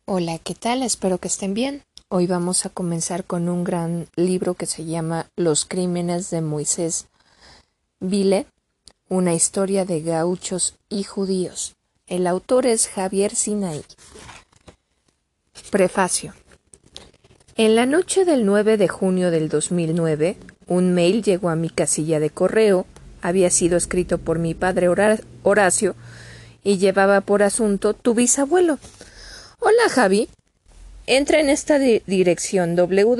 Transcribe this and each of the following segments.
Hola, ¿qué tal? Espero que estén bien. Hoy vamos a comenzar con un gran libro que se llama Los crímenes de Moisés Vile, una historia de gauchos y judíos. El autor es Javier Sinaí. Prefacio. En la noche del 9 de junio del 2009, un mail llegó a mi casilla de correo. Había sido escrito por mi padre Horacio y llevaba por asunto tu bisabuelo. Hola, Javi. Entra en esta dirección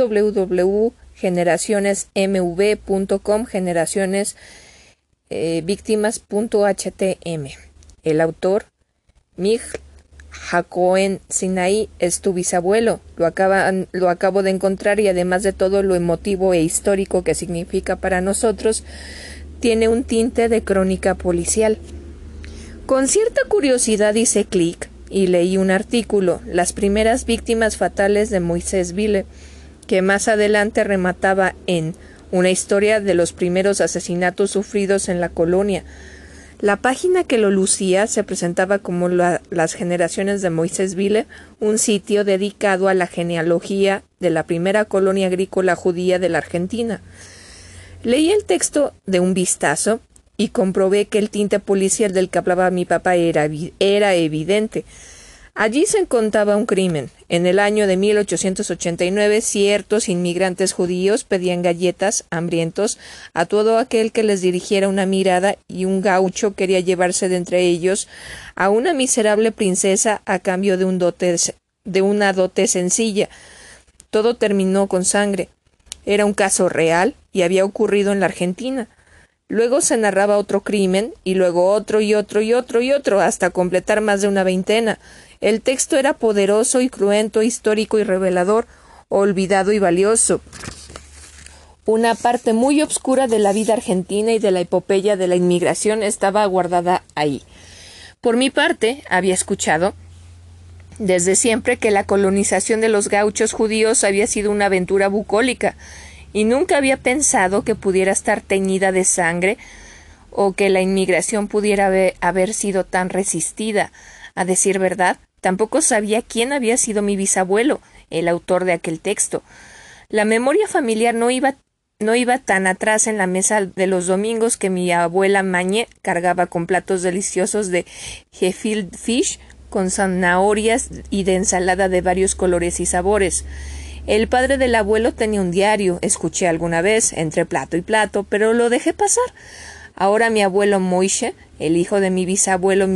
www.generacionesmv.com generacionesvíctimas.htm. El autor, Mij Hacohen Sinaí, es tu bisabuelo. Lo acabo de encontrar y además de todo lo emotivo e histórico que significa para nosotros, tiene un tinte de crónica policial. Con cierta curiosidad hice clic y leí un artículo, Las primeras víctimas fatales de Moisés Vile, que más adelante remataba en una historia de los primeros asesinatos sufridos en la colonia. La página que lo lucía se presentaba como Las generaciones de Moisés Vile, un sitio dedicado a la genealogía de la primera colonia agrícola judía de la Argentina. Leí el texto de un vistazo y comprobé que el tinte policial del que hablaba mi papá era evidente. Allí se contaba un crimen. En el año de 1889, ciertos inmigrantes judíos pedían galletas, hambrientos, a todo aquel que les dirigiera una mirada, y un gaucho quería llevarse de entre ellos a una miserable princesa a cambio de una dote sencilla. Todo terminó con sangre. Era un caso real y había ocurrido en la Argentina. Luego se narraba otro crimen, y luego otro y otro y otro y otro, hasta completar más de una veintena. El texto era poderoso y cruento, histórico y revelador, olvidado y valioso. Una parte muy obscura de la vida argentina y de la epopeya de la inmigración estaba guardada ahí. Por mi parte, había escuchado desde siempre que la colonización de los gauchos judíos había sido una aventura bucólica, y nunca había pensado que pudiera estar teñida de sangre o que la inmigración pudiera haber sido tan resistida. A decir verdad, tampoco sabía quién había sido mi bisabuelo, el autor de aquel texto. La memoria familiar no iba tan atrás en la mesa de los domingos que mi abuela Mañe cargaba con platos deliciosos de gefilte fish con zanahorias y de ensalada de varios colores y sabores. El padre del abuelo tenía un diario, escuché alguna vez, entre plato y plato, pero lo dejé pasar. Ahora mi abuelo Moishe, el hijo de mi bisabuelo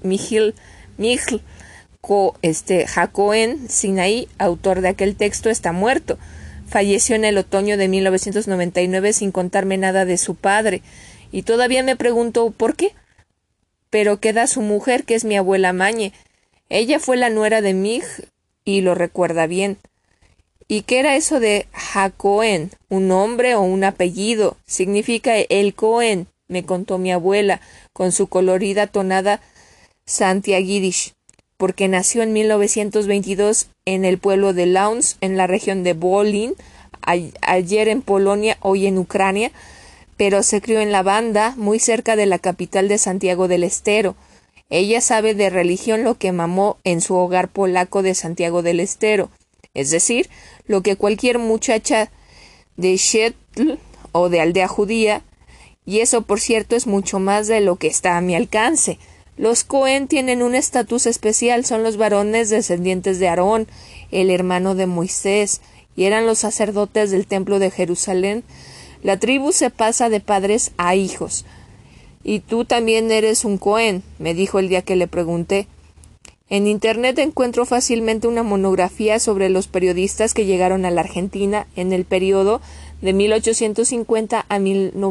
Hacohen Sinaí, autor de aquel texto, está muerto. Falleció en el otoño de 1999 sin contarme nada de su padre, y todavía me pregunto ¿por qué? Pero queda su mujer, que es mi abuela Mañe. Ella fue la nuera de Mij y lo recuerda bien. ¿Y qué era eso de Hacohen? ¿Un nombre o un apellido? Significa el Cohen, me contó mi abuela, con su colorida tonada santiaguidish, porque nació en 1922 en el pueblo de Launs, en la región de Volyn, ayer en Polonia, hoy en Ucrania, pero se crió en la Banda, muy cerca de la capital de Santiago del Estero. Ella sabe de religión lo que mamó en su hogar polaco de Santiago del Estero, es decir, lo que cualquier muchacha de Shetl o de aldea judía, y eso por cierto es mucho más de lo que está a mi alcance. Los Cohen tienen un estatus especial, son los varones descendientes de Aarón, el hermano de Moisés, y eran los sacerdotes del templo de Jerusalén. La tribu se pasa de padres a hijos. Y tú también eres un Cohen, me dijo el día que le pregunté. En Internet encuentro fácilmente una monografía sobre los periodistas que llegaron a la Argentina en el periodo de 1850 a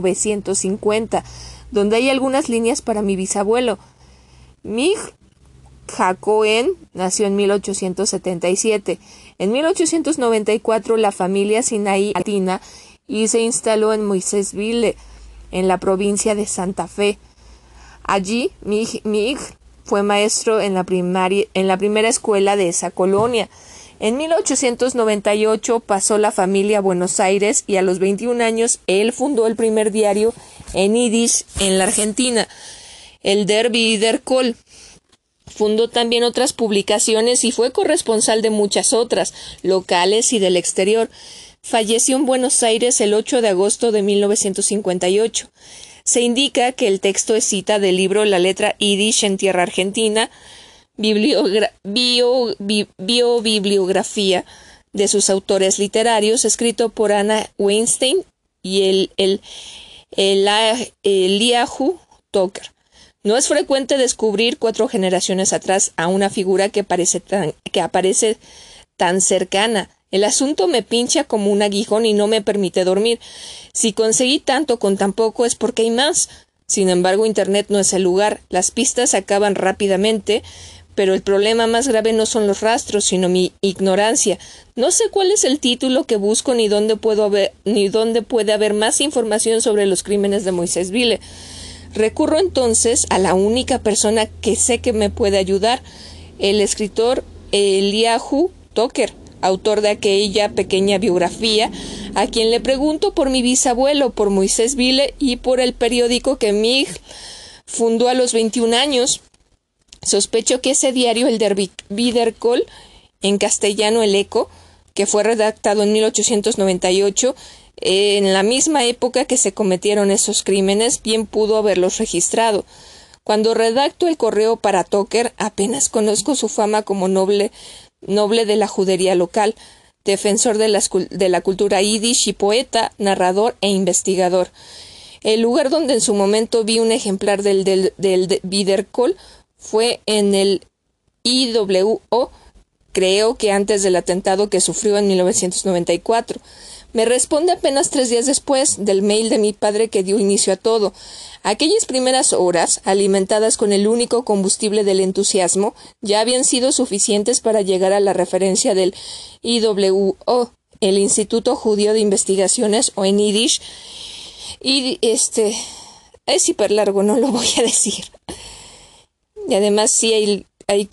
1950, donde hay algunas líneas para mi bisabuelo. Mij Hacohen nació en 1877. En 1894 la familia Sinaí Argentina y se instaló en Moisés Vile, en la provincia de Santa Fe. Allí Mij fue maestro en la primera escuela de esa colonia. En 1898 pasó la familia a Buenos Aires y a los 21 años él fundó el primer diario en yiddish en la Argentina, el Der Wiederkoll. Fundó también otras publicaciones y fue corresponsal de muchas otras, locales y del exterior. Falleció en Buenos Aires el 8 de agosto de 1958. Se indica que el texto es cita del libro La letra Yiddish en tierra argentina, bibliografía de sus autores literarios, escrito por Anna Weinstein y Eliyahu Toker. No es frecuente descubrir 4 generaciones atrás a una figura que aparece tan cercana. El asunto me pincha como un aguijón y no me permite dormir. Si conseguí tanto con tan poco es porque hay más. Sin embargo, Internet no es el lugar. Las pistas acaban rápidamente, pero el problema más grave no son los rastros, sino mi ignorancia. No sé cuál es el título que busco ni dónde puede haber más información sobre los crímenes de Moisés Vile. Recurro entonces a la única persona que sé que me puede ayudar, el escritor Eliyahu Toker, autor de aquella pequeña biografía, a quien le pregunto por mi bisabuelo, por Moisés Vile y por el periódico que Mig fundó a los 21 años. Sospecho que ese diario, el Der Wiedercall, en castellano El Eco, que fue redactado en 1898, en la misma época que se cometieron esos crímenes, bien pudo haberlos registrado. Cuando redacto el correo para Toker, apenas conozco su fama como noble de la judería local, defensor de la cultura yiddish y poeta, narrador e investigador. El lugar donde en su momento vi un ejemplar del Wiedercall fue en el IWO, creo que antes del atentado que sufrió en 1994. Me responde apenas 3 días después del mail de mi padre que dio inicio a todo. Aquellas primeras horas, alimentadas con el único combustible del entusiasmo, ya habían sido suficientes para llegar a la referencia del IWO, el Instituto Judío de Investigaciones, o en Yiddish, y es hiper largo, no lo voy a decir. Y además sí hay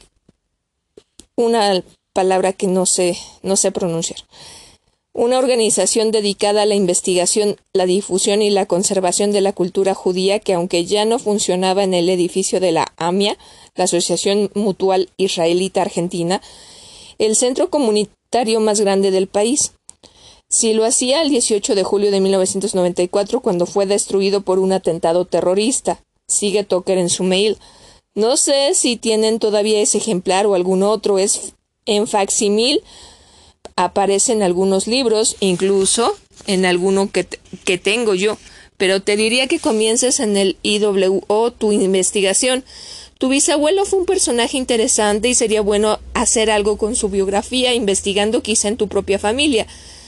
una palabra que no sé pronunciar. Una organización dedicada a la investigación, la difusión y la conservación de la cultura judía que, aunque ya no funcionaba en el edificio de la AMIA, la Asociación Mutual Israelita Argentina, el centro comunitario más grande del país. Si lo hacía el 18 de julio de 1994, cuando fue destruido por un atentado terrorista, sigue Toker en su mail. No sé si tienen todavía ese ejemplar o algún otro, es en facsímil. Aparece en algunos libros, incluso en alguno que tengo yo, pero te diría que comiences en el IWO tu investigación. Tu bisabuelo fue un personaje interesante y sería bueno hacer algo con su biografía, investigando quizá en tu propia familia.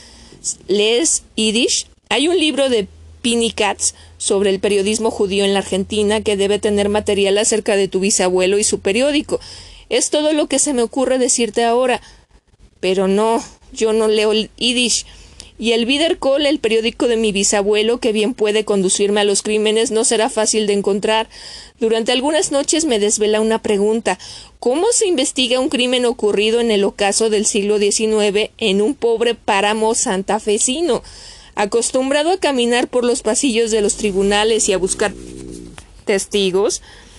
¿Lees Yiddish? Hay un libro de Pini Katz sobre el periodismo judío en la Argentina que debe tener material acerca de tu bisabuelo y su periódico. Es todo lo que se me ocurre decirte ahora. Pero no, yo no leo el Yiddish. Y el Wiedercall, el periódico de mi bisabuelo, que bien puede conducirme a los crímenes, no será fácil de encontrar. Durante algunas noches me desvela una pregunta. ¿Cómo se investiga un crimen ocurrido en el ocaso del siglo XIX en un pobre páramo santafesino? Acostumbrado a caminar por los pasillos de los tribunales y a buscar testigos.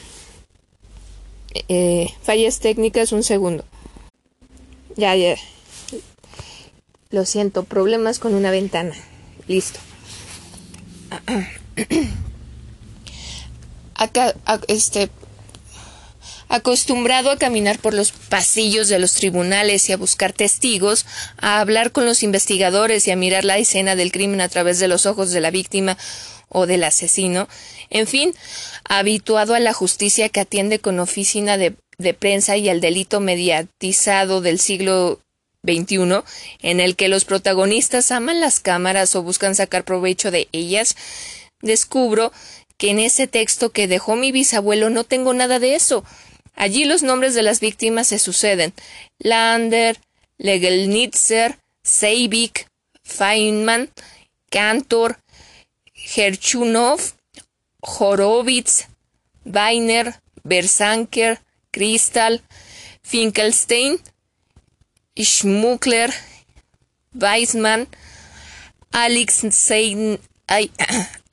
Fallas técnicas, un segundo. Ya. Lo siento, problemas con una ventana. Listo. Acostumbrado a caminar por los pasillos de los tribunales y a buscar testigos, a hablar con los investigadores y a mirar la escena del crimen a través de los ojos de la víctima o del asesino, en fin, habituado a la justicia que atiende con oficina de prensa y al delito mediatizado del siglo XXI, en el que los protagonistas aman las cámaras o buscan sacar provecho de ellas, descubro que en ese texto que dejó mi bisabuelo no tengo nada de eso. Allí los nombres de las víctimas se suceden: Lander, Legelnitzer, Seibik, Feynman, Cantor, Herchunov, Horowitz, Weiner, Bersanker, Kristall, Finkelstein, Schmuckler, Weissmann,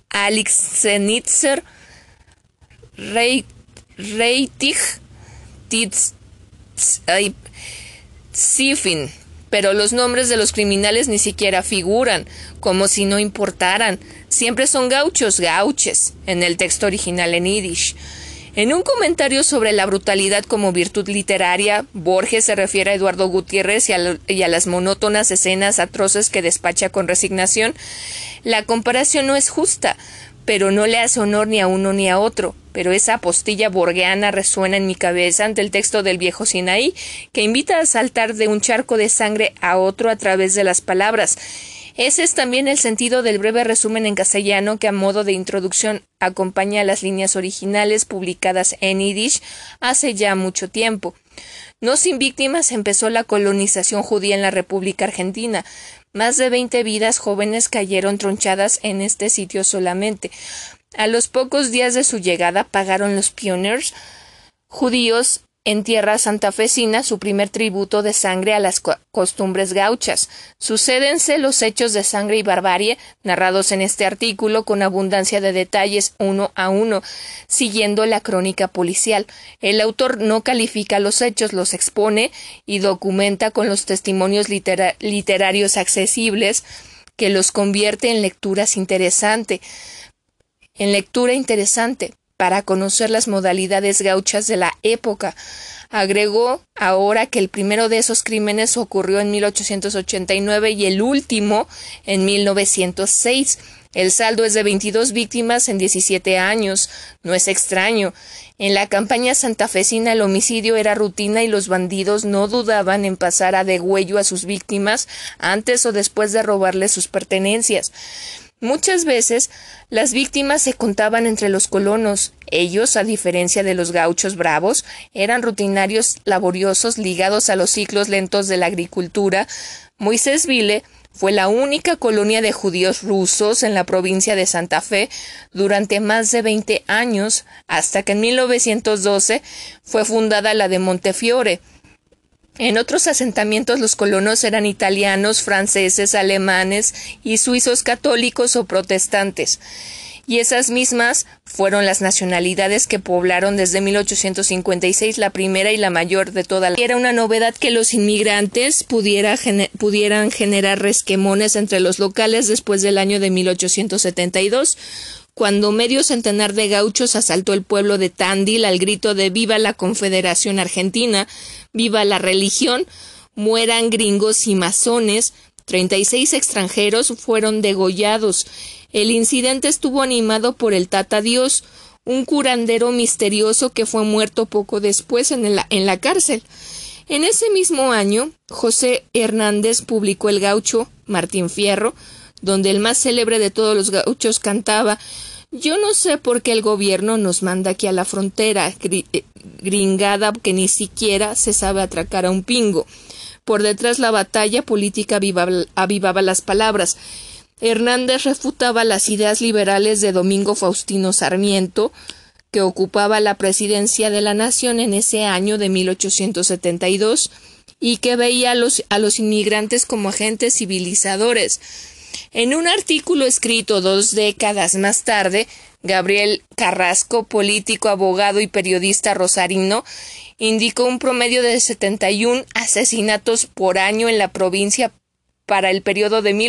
Alexenitzer, Reitig, Titzifin, pero los nombres de los criminales ni siquiera figuran, como si no importaran. Siempre son gauchos, gauches, en el texto original en yiddish. En un comentario sobre la brutalidad como virtud literaria, Borges se refiere a Eduardo Gutiérrez y a las monótonas escenas atroces que despacha con resignación. La comparación no es justa, pero no le hace honor ni a uno ni a otro. Pero esa apostilla borgiana resuena en mi cabeza ante el texto del viejo Sinaí, que invita a saltar de un charco de sangre a otro a través de las palabras. Ese es también el sentido del breve resumen en castellano que a modo de introducción acompaña a las líneas originales publicadas en yiddish hace ya mucho tiempo. No sin víctimas empezó la colonización judía en la República Argentina. Más de 20 vidas jóvenes cayeron tronchadas en este sitio solamente. A los pocos días de su llegada pagaron los pioneers judíos en tierra santafesina su primer tributo de sangre a las costumbres gauchas. Sucédense los hechos de sangre y barbarie narrados en este artículo con abundancia de detalles uno a uno, siguiendo la crónica policial. El autor no califica los hechos, los expone y documenta con los testimonios literarios accesibles que los convierte en lectura interesante para conocer las modalidades gauchas de la época. Agregó ahora que el primero de esos crímenes ocurrió en 1889 y el último en 1906. El saldo es de 22 víctimas en 17 años. No es extraño. En la campaña santafesina el homicidio era rutina y los bandidos no dudaban en pasar a degüello a sus víctimas antes o después de robarles sus pertenencias. Muchas veces las víctimas se contaban entre los colonos. Ellos, a diferencia de los gauchos bravos, eran rutinarios laboriosos ligados a los ciclos lentos de la agricultura. Moisésville fue la única colonia de judíos rusos en la provincia de Santa Fe durante más de 20 años, hasta que en 1912 fue fundada la de Montefiore. En otros asentamientos los colonos eran italianos, franceses, alemanes y suizos católicos o protestantes. Y esas mismas fueron las nacionalidades que poblaron desde 1856 la primera y la mayor de toda la... Era una novedad que los inmigrantes pudieran generar resquemones entre los locales después del año de 1872, cuando medio centenar de gauchos asaltó el pueblo de Tandil al grito de «Viva la Confederación Argentina», «Viva la religión», «Mueran gringos y masones». 36 extranjeros fueron degollados. El incidente estuvo animado por el Tata Dios, un curandero misterioso que fue muerto poco después en la cárcel. En ese mismo año, José Hernández publicó El Gaucho, Martín Fierro, donde el más célebre de todos los gauchos cantaba: «Yo no sé por qué el gobierno nos manda aquí a la frontera, gringada que ni siquiera se sabe atracar a un pingo». Por detrás la batalla política avivaba las palabras. Hernández refutaba las ideas liberales de Domingo Faustino Sarmiento, que ocupaba la presidencia de la nación en ese año de 1872 y que veía a los inmigrantes como agentes civilizadores. En un artículo escrito 2 décadas más tarde, Gabriel Carrasco, político, abogado y periodista rosarino, indicó un promedio de 71 asesinatos por año en la provincia para el periodo de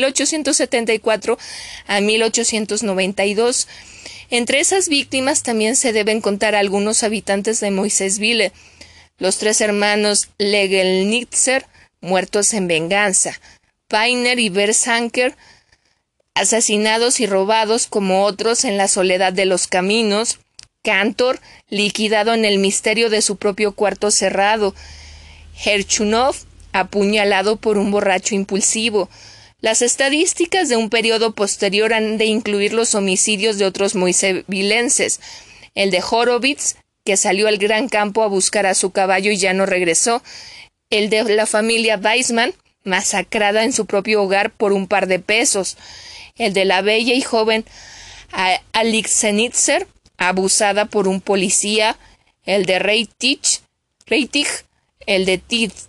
1874 a 1892. Entre esas víctimas también se deben contar algunos habitantes de Moisésville, los 3 hermanos Legelnitzer, muertos en venganza, Painer y Bersanker, asesinados y robados como otros en la soledad de los caminos, Cantor, liquidado en el misterio de su propio cuarto cerrado, Herchunov, apuñalado por un borracho impulsivo. Las estadísticas de un periodo posterior han de incluir los homicidios de otros moisevilenses, el de Horowitz, que salió al gran campo a buscar a su caballo y ya no regresó, el de la familia Weissman, masacrada en su propio hogar por un par de pesos, el de la bella y joven Alixenitzer, abusada por un policía, el de Reitig, el de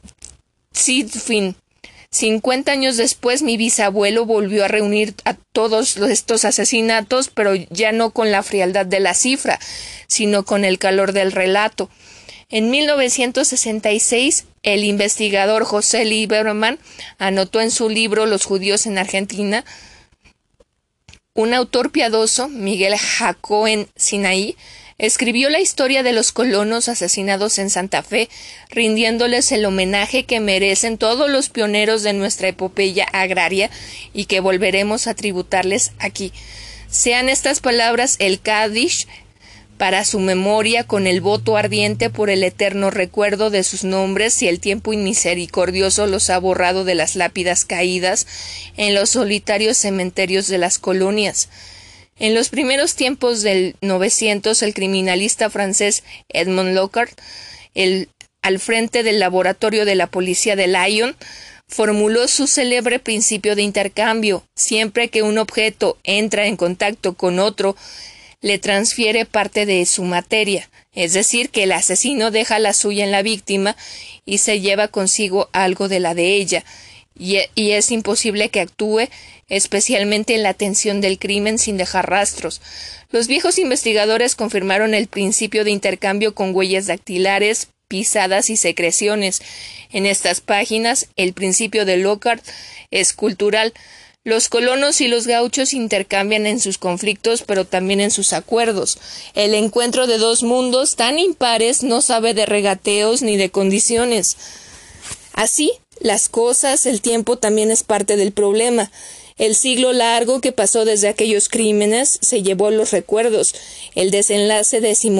Tzidfin. 50 años después, mi bisabuelo volvió a reunir a todos estos asesinatos, pero ya no con la frialdad de la cifra, sino con el calor del relato. En 1966, el investigador José Lieberman anotó en su libro Los judíos en Argentina. Un autor piadoso, Miguel Jacoen Sinaí, escribió la historia de los colonos asesinados en Santa Fe, rindiéndoles el homenaje que merecen todos los pioneros de nuestra epopeya agraria y que volveremos a tributarles aquí. Sean estas palabras el Kadish para su memoria, con el voto ardiente por el eterno recuerdo de sus nombres, si el tiempo inmisericordioso los ha borrado de las lápidas caídas en los solitarios cementerios de las colonias. En los primeros tiempos del 900, el criminalista francés Edmond Locard, al frente del laboratorio de la policía de Lyon, formuló su célebre principio de intercambio. Siempre que un objeto entra en contacto con otro, le transfiere parte de su materia, es decir, que el asesino deja la suya en la víctima y se lleva consigo algo de la de ella, y es imposible que actúe, especialmente en la atención del crimen, sin dejar rastros. Los viejos investigadores confirmaron el principio de intercambio con huellas dactilares, pisadas y secreciones. En estas páginas, el principio de Locard es cultural. Los colonos y los gauchos intercambian en sus conflictos, pero también en sus acuerdos. El encuentro de dos mundos tan impares no sabe de regateos ni de condiciones. Así, las cosas, el tiempo también es parte del problema. El siglo largo que pasó desde aquellos crímenes se llevó los recuerdos. El desenlace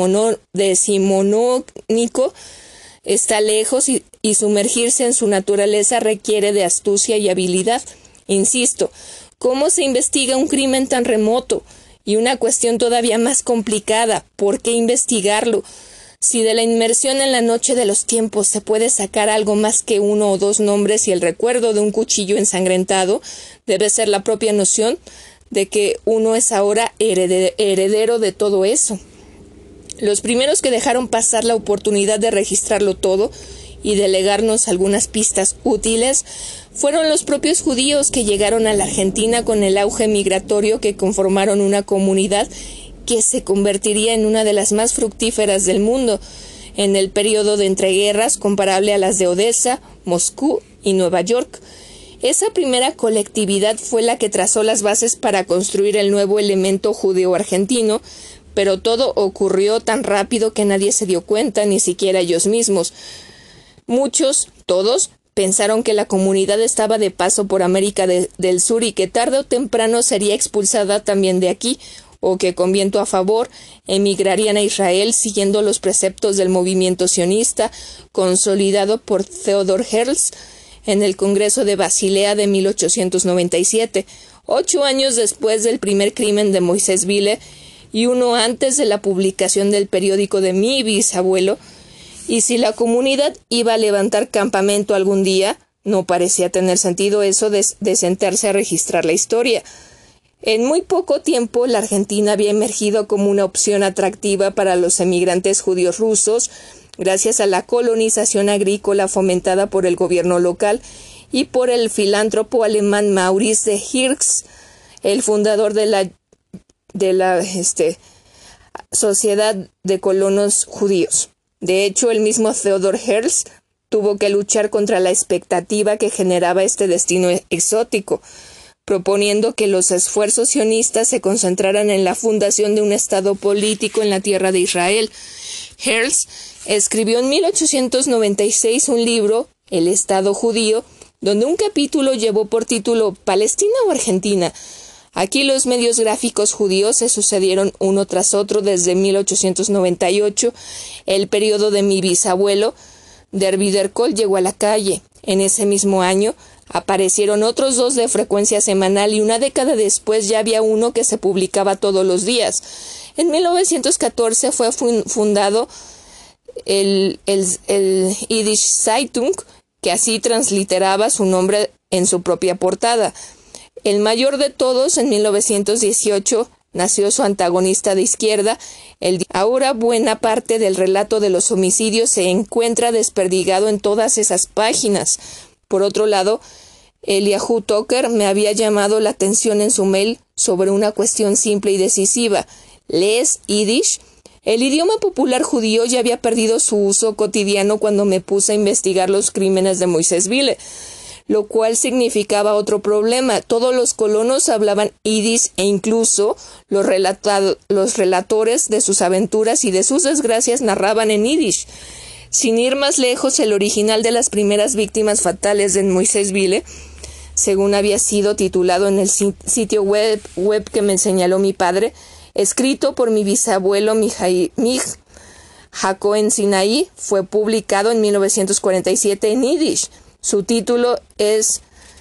decimonónico está lejos y sumergirse en su naturaleza requiere de astucia y habilidad. Insisto, ¿cómo se investiga un crimen tan remoto? Y una cuestión todavía más complicada, ¿por qué investigarlo? Si de la inmersión en la noche de los tiempos se puede sacar algo más que uno o dos nombres y el recuerdo de un cuchillo ensangrentado, debe ser la propia noción de que uno es ahora heredero de todo eso. Los primeros que dejaron pasar la oportunidad de registrarlo todo y de legarnos algunas pistas útiles fueron los propios judíos, que llegaron a la Argentina con el auge migratorio, que conformaron una comunidad que se convertiría en una de las más fructíferas del mundo en el periodo de entreguerras, comparable a las de Odessa, Moscú y Nueva York. Esa primera colectividad fue la que trazó las bases para construir el nuevo elemento judeo-argentino, pero todo ocurrió tan rápido que nadie se dio cuenta, ni siquiera ellos mismos. Muchos, todos, pensaron que la comunidad estaba de paso por América del Sur y que tarde o temprano sería expulsada también de aquí, o que con viento a favor emigrarían a Israel siguiendo los preceptos del movimiento sionista consolidado por Theodor Herzl en el Congreso de Basilea de 1897, 8 años después del primer crimen de Moisés Vile y uno antes de la publicación del periódico de mi bisabuelo. Y si la comunidad iba a levantar campamento algún día, no parecía tener sentido eso de sentarse a registrar la historia. En muy poco tiempo, la Argentina había emergido como una opción atractiva para los emigrantes judíos rusos, gracias a la colonización agrícola fomentada por el gobierno local y por el filántropo alemán Maurice de Hirsch, el fundador de la Sociedad de Colonos Judíos. De hecho, el mismo Theodor Herzl tuvo que luchar contra la expectativa que generaba este destino exótico, proponiendo que los esfuerzos sionistas se concentraran en la fundación de un Estado político en la tierra de Israel. Herzl escribió en 1896 un libro, El Estado Judío, donde un capítulo llevó por título ¿Palestina o Argentina? Aquí los medios gráficos judíos se sucedieron uno tras otro desde 1898. El periodo de mi bisabuelo, Der Wiederkohl, llegó a la calle. En ese mismo año aparecieron otros dos de frecuencia semanal y una década después ya había uno que se publicaba todos los días. En 1914 fue fundado el Yiddish Zeitung, que así transliteraba su nombre en su propia portada. El mayor de todos, en 1918, nació su antagonista de izquierda. Ahora buena parte del relato de los homicidios se encuentra desperdigado en todas esas páginas. Por otro lado, Eliyahu Tucker me había llamado la atención en su mail sobre una cuestión simple y decisiva. ¿Lees Yiddish? El idioma popular judío ya había perdido su uso cotidiano cuando me puse a investigar los crímenes de Moisés Vile, lo cual significaba otro problema. Todos los colonos hablaban yiddish e incluso los relatores de sus aventuras y de sus desgracias narraban en yiddish. Sin ir más lejos, el original de las primeras víctimas fatales de Moisés Vile, según había sido titulado en el sitio web que me señaló mi padre, escrito por mi bisabuelo Mij Hacohen Sinaí, fue publicado en 1947 en yiddish. Su título es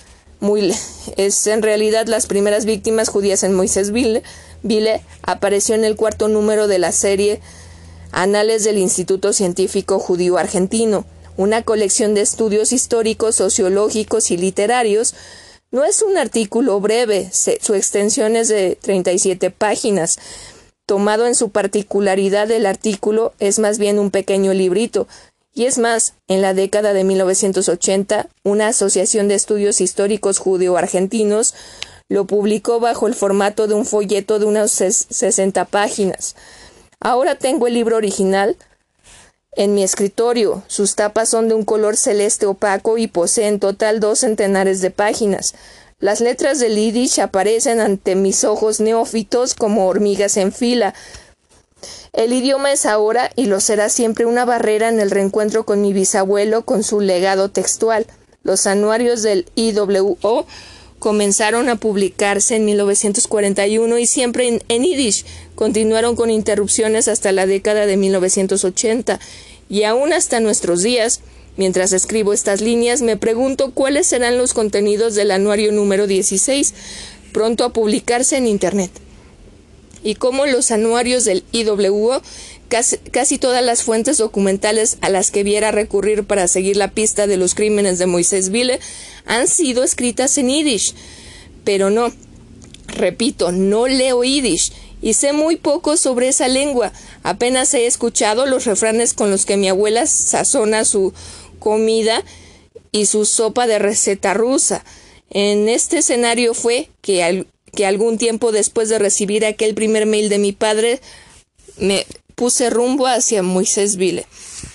en realidad Las primeras víctimas judías en Moisés Vile. Apareció en el 4º número de la serie Anales del Instituto Científico Judío Argentino, una colección de estudios históricos, sociológicos y literarios. No es un artículo breve, su extensión es de 37 páginas. Tomado en su particularidad, el artículo es más bien un pequeño librito. Y es más, en la década de 1980, una asociación de estudios históricos judío-argentinos lo publicó bajo el formato de un folleto de unas 60 páginas. Ahora tengo el libro original en mi escritorio. Sus tapas son de un color celeste opaco y posee en total 2 centenares de páginas. Las letras del yiddish aparecen ante mis ojos neófitos como hormigas en fila. El idioma es ahora y lo será siempre una barrera en el reencuentro con mi bisabuelo, con su legado textual. Los anuarios del IWO comenzaron a publicarse en 1941 y siempre en yiddish. Continuaron con interrupciones hasta la década de 1980 y aún hasta nuestros días. Mientras escribo estas líneas, me pregunto cuáles serán los contenidos del anuario número 16, pronto a publicarse en Internet. Y como los anuarios del IWO, casi todas las fuentes documentales a las que viera recurrir para seguir la pista de los crímenes de Moisés Vile han sido escritas en yiddish. Pero no, repito, no leo yiddish y sé muy poco sobre esa lengua. Apenas he escuchado los refranes con los que mi abuela sazona su comida y su sopa de receta rusa. En este escenario fue que algún tiempo después de recibir aquel primer mail de mi padre, me puse rumbo hacia Moisés Vile.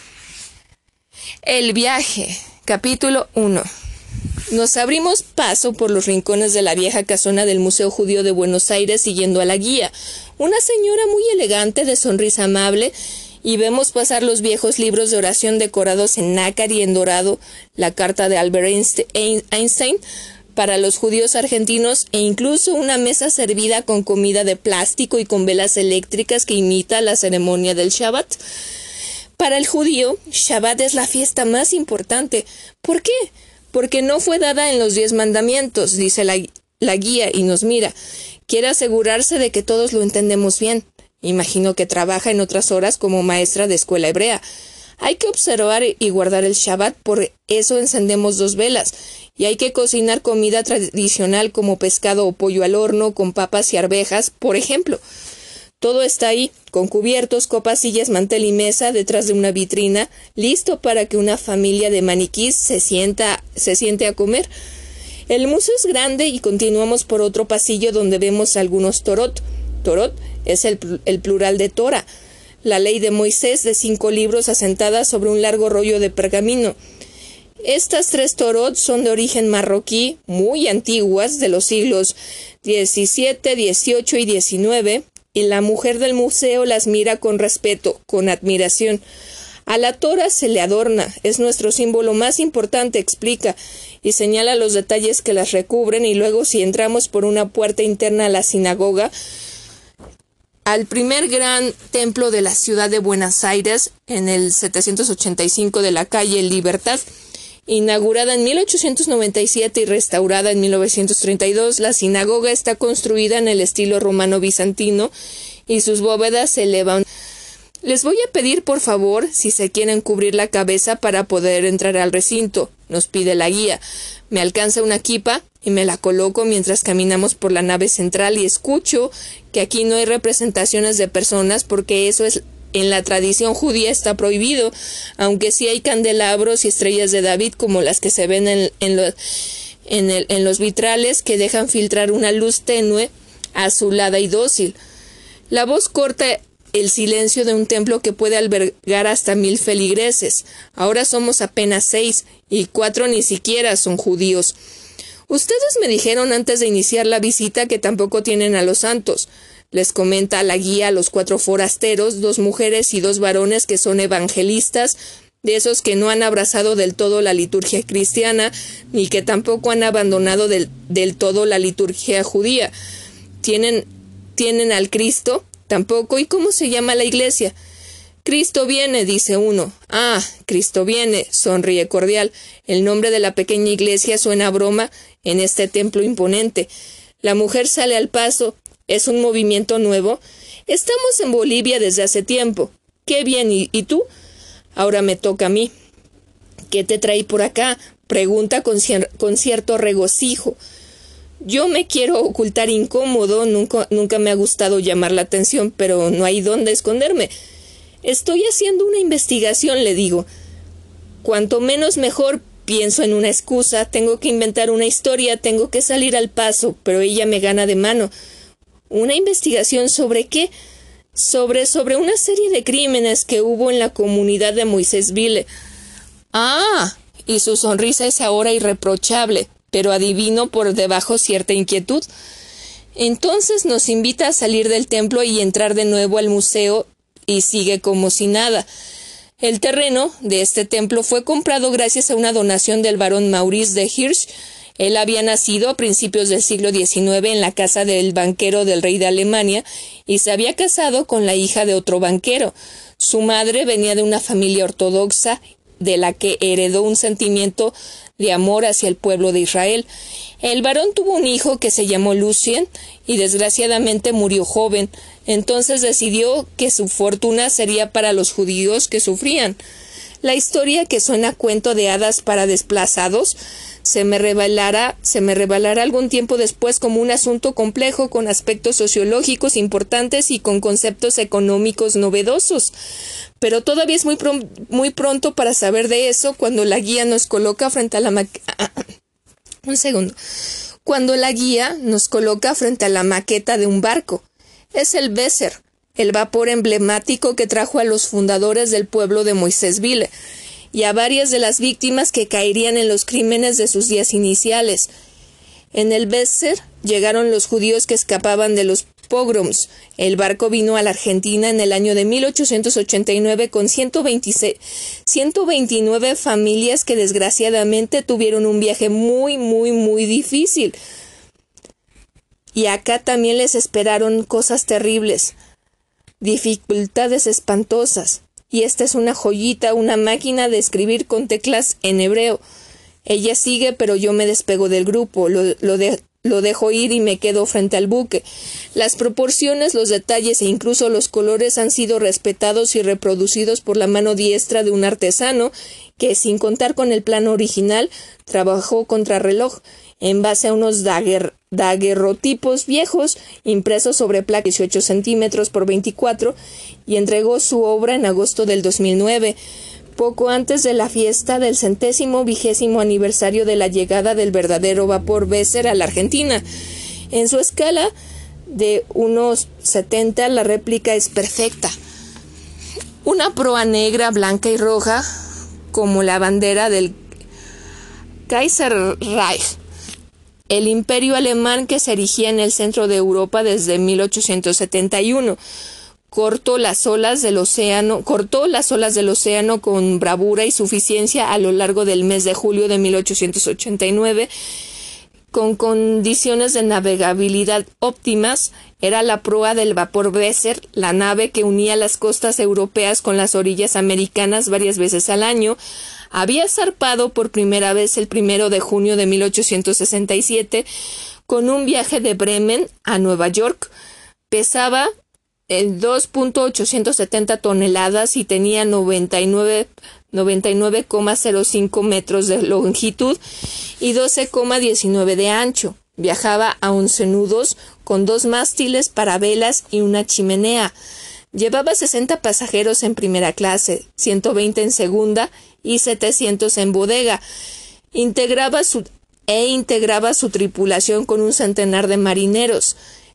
El viaje. Capítulo 1. Nos abrimos paso por los rincones de la vieja casona del Museo Judío de Buenos Aires siguiendo a la guía, una señora muy elegante de sonrisa amable, y vemos pasar los viejos libros de oración decorados en nácar y en dorado, la carta de Albert Einstein para los judíos argentinos e incluso una mesa servida con comida de plástico y con velas eléctricas que imita la ceremonia del Shabbat. Para el judío, Shabbat es la fiesta más importante. ¿Por qué? Porque no fue dada en los 10 mandamientos, dice la guía y nos mira. Quiere asegurarse de que todos lo entendemos bien. Imagino que trabaja en otras horas como maestra de escuela hebrea. Hay que observar y guardar el Shabbat, por eso encendemos 2 velas. Y hay que cocinar comida tradicional como pescado o pollo al horno con papas y arvejas, por ejemplo. Todo está ahí, con cubiertos, copas, sillas, mantel y mesa, detrás de una vitrina, listo para que una familia de maniquís se siente a comer. El museo es grande y continuamos por otro pasillo donde vemos algunos torot. Torot es el plural de Torah, la ley de Moisés de 5 libros asentada sobre un largo rollo de pergamino. Estas 3 torot son de origen marroquí, muy antiguas, de los siglos XVII, XVIII y XIX, y la mujer del museo las mira con respeto, con admiración. A la Torah se le adorna, es nuestro símbolo más importante, explica, y señala los detalles que las recubren, y luego si entramos por una puerta interna a la sinagoga, al primer gran templo de la ciudad de Buenos Aires, en el 785 de la calle Libertad, inaugurada en 1897 y restaurada en 1932, la sinagoga está construida en el estilo romano-bizantino y sus bóvedas se elevan. Les voy a pedir, por favor, si se quieren cubrir la cabeza para poder entrar al recinto, nos pide la guía. Me alcanza una kipa y me la coloco mientras caminamos por la nave central y escucho que aquí no hay representaciones de personas porque eso es en la tradición judía está prohibido, aunque sí hay candelabros y estrellas de David como las que se ven en los vitrales que dejan filtrar una luz tenue, azulada y dócil. La voz corta el silencio de un templo que puede albergar hasta 1000 feligreses. Ahora somos apenas 6, y 4 ni siquiera son judíos. Ustedes me dijeron antes de iniciar la visita que tampoco tienen a los santos. Les comenta la guía a los 4 forasteros, 2 mujeres y 2 varones que son evangelistas, de esos que no han abrazado del todo la liturgia cristiana, ni que tampoco han abandonado del todo la liturgia judía. ¿Tienen al Cristo? Tampoco. ¿Y cómo se llama la iglesia? Cristo viene, dice uno. Ah, Cristo viene, sonríe cordial. El nombre de la pequeña iglesia suena a broma en este templo imponente. La mujer sale al paso. ¿Es un movimiento nuevo? Estamos en Bolivia desde hace tiempo. ¡Qué bien! ¿Y tú? Ahora me toca a mí. ¿Qué te trae por acá? Pregunta con cierto regocijo. Yo me quiero ocultar incómodo, nunca me ha gustado llamar la atención, pero no hay dónde esconderme. Estoy haciendo una investigación, le digo. Cuanto menos mejor, pienso en una excusa, tengo que inventar una historia, tengo que salir al paso, pero ella me gana de mano. ¿Una investigación sobre qué? Sobre una serie de crímenes que hubo en la comunidad de Moisésville. Ah, y su sonrisa es ahora irreprochable, pero adivino por debajo cierta inquietud. Entonces nos invita a salir del templo y entrar de nuevo al museo y sigue como si nada. El terreno de este templo fue comprado gracias a una donación del barón Maurice de Hirsch. Él había nacido a principios del siglo XIX en la casa del banquero del rey de Alemania y se había casado con la hija de otro banquero. Su madre venía de una familia ortodoxa de la que heredó un sentimiento de amor hacia el pueblo de Israel. El barón tuvo un hijo que se llamó Lucien y desgraciadamente murió joven. Entonces decidió que su fortuna sería para los judíos que sufrían. La historia, que suena a cuento de hadas para desplazados, se me revelará algún tiempo después como un asunto complejo con aspectos sociológicos importantes y con conceptos económicos novedosos. Pero todavía es muy pronto para saber de eso cuando la guía nos coloca frente a la Cuando la guía nos coloca frente a la maqueta de un barco. Es el Weser, el vapor emblemático que trajo a los fundadores del pueblo de Moisésville y a varias de las víctimas que caerían en los crímenes de sus días iniciales. En el Weser llegaron los judíos que escapaban de los pogroms. El barco vino a la Argentina en el año de 1889 con 129 familias que desgraciadamente tuvieron un viaje muy, muy, muy difícil. Y acá también les esperaron cosas terribles, dificultades espantosas. Y esta es una joyita, una máquina de escribir con teclas en hebreo. Ella sigue, pero yo me despego del grupo, lo dejo ir y me quedo frente al buque. Las proporciones, los detalles e incluso los colores han sido respetados y reproducidos por la mano diestra de un artesano que, sin contar con el plano original, trabajó contrarreloj en base a unos daguerrotipos viejos impresos sobre placa 18 centímetros por 24 y entregó su obra en agosto del 2009, poco antes de la fiesta del 120º aniversario de la llegada del verdadero vapor Weser a la Argentina. En su escala de 1,70 la réplica es perfecta. Una proa negra, blanca y roja, como la bandera del Kaiserreich, el imperio alemán que se erigía en el centro de Europa desde 1871. Cortó las olas del océano con bravura y suficiencia a lo largo del mes de julio de 1889, con condiciones de navegabilidad óptimas. Era la proa del vapor Weser, la nave que unía las costas europeas con las orillas americanas varias veces al año. Había zarpado por primera vez el 1 de junio de 1867 con un viaje de Bremen a Nueva York. Pesaba 2.870 toneladas y tenía 99,05 metros de longitud y 12,19 de ancho. Viajaba a 11 nudos con 2 mástiles para velas y una chimenea. Llevaba 60 pasajeros en primera clase, 120 en segunda y 700 en bodega. Integraba su tripulación con un centenar de marineros.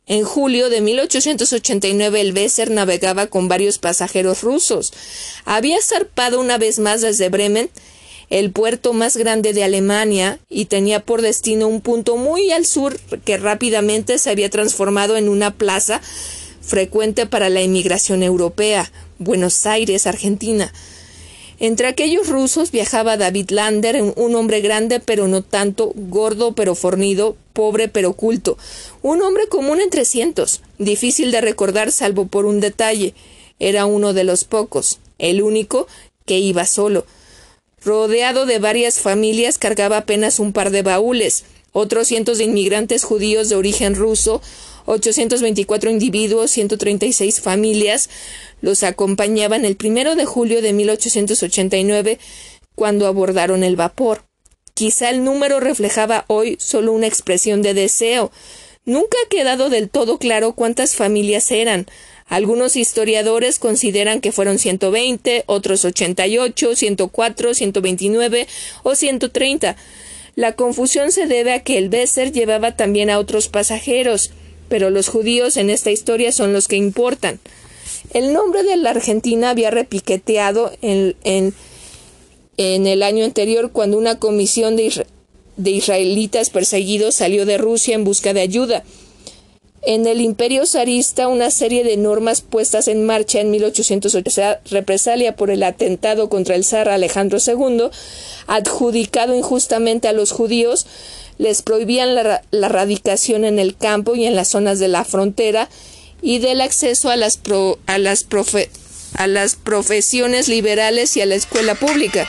En julio de 1889 el Weser navegaba con varios pasajeros rusos. Había zarpado una vez más desde Bremen, el puerto más grande de Alemania, y tenía por destino un punto muy al sur que rápidamente se había transformado en una plaza frecuente para la inmigración europea, Buenos Aires, Argentina. Entre aquellos rusos viajaba David Lander, un hombre grande pero no tanto, gordo pero fornido, pobre pero culto, un hombre común entre cientos, difícil de recordar salvo por un detalle. Era uno de los pocos, el único, que iba solo. Rodeado de varias familias, cargaba apenas un par de baúles. Otros cientos de inmigrantes judíos de origen ruso, 824 individuos, 136 familias, los acompañaban el 1 de julio de 1889, cuando abordaron el vapor. Quizá el número reflejaba hoy solo una expresión de deseo. Nunca ha quedado del todo claro cuántas familias eran. Algunos historiadores consideran que fueron 120, otros 88, 104, 129 o 130. La confusión se debe a que el Weser llevaba también a otros pasajeros, pero los judíos en esta historia son los que importan. El nombre de la Argentina había repiqueteado en el año anterior, cuando una comisión de israelitas perseguidos salió de Rusia en busca de ayuda. En el Imperio zarista, una serie de normas puestas en marcha en 1880, represalia por el atentado contra el zar Alejandro II, adjudicado injustamente a los judíos, les prohibían la radicación en el campo y en las zonas de la frontera, y del acceso a las profesiones liberales y a la escuela pública.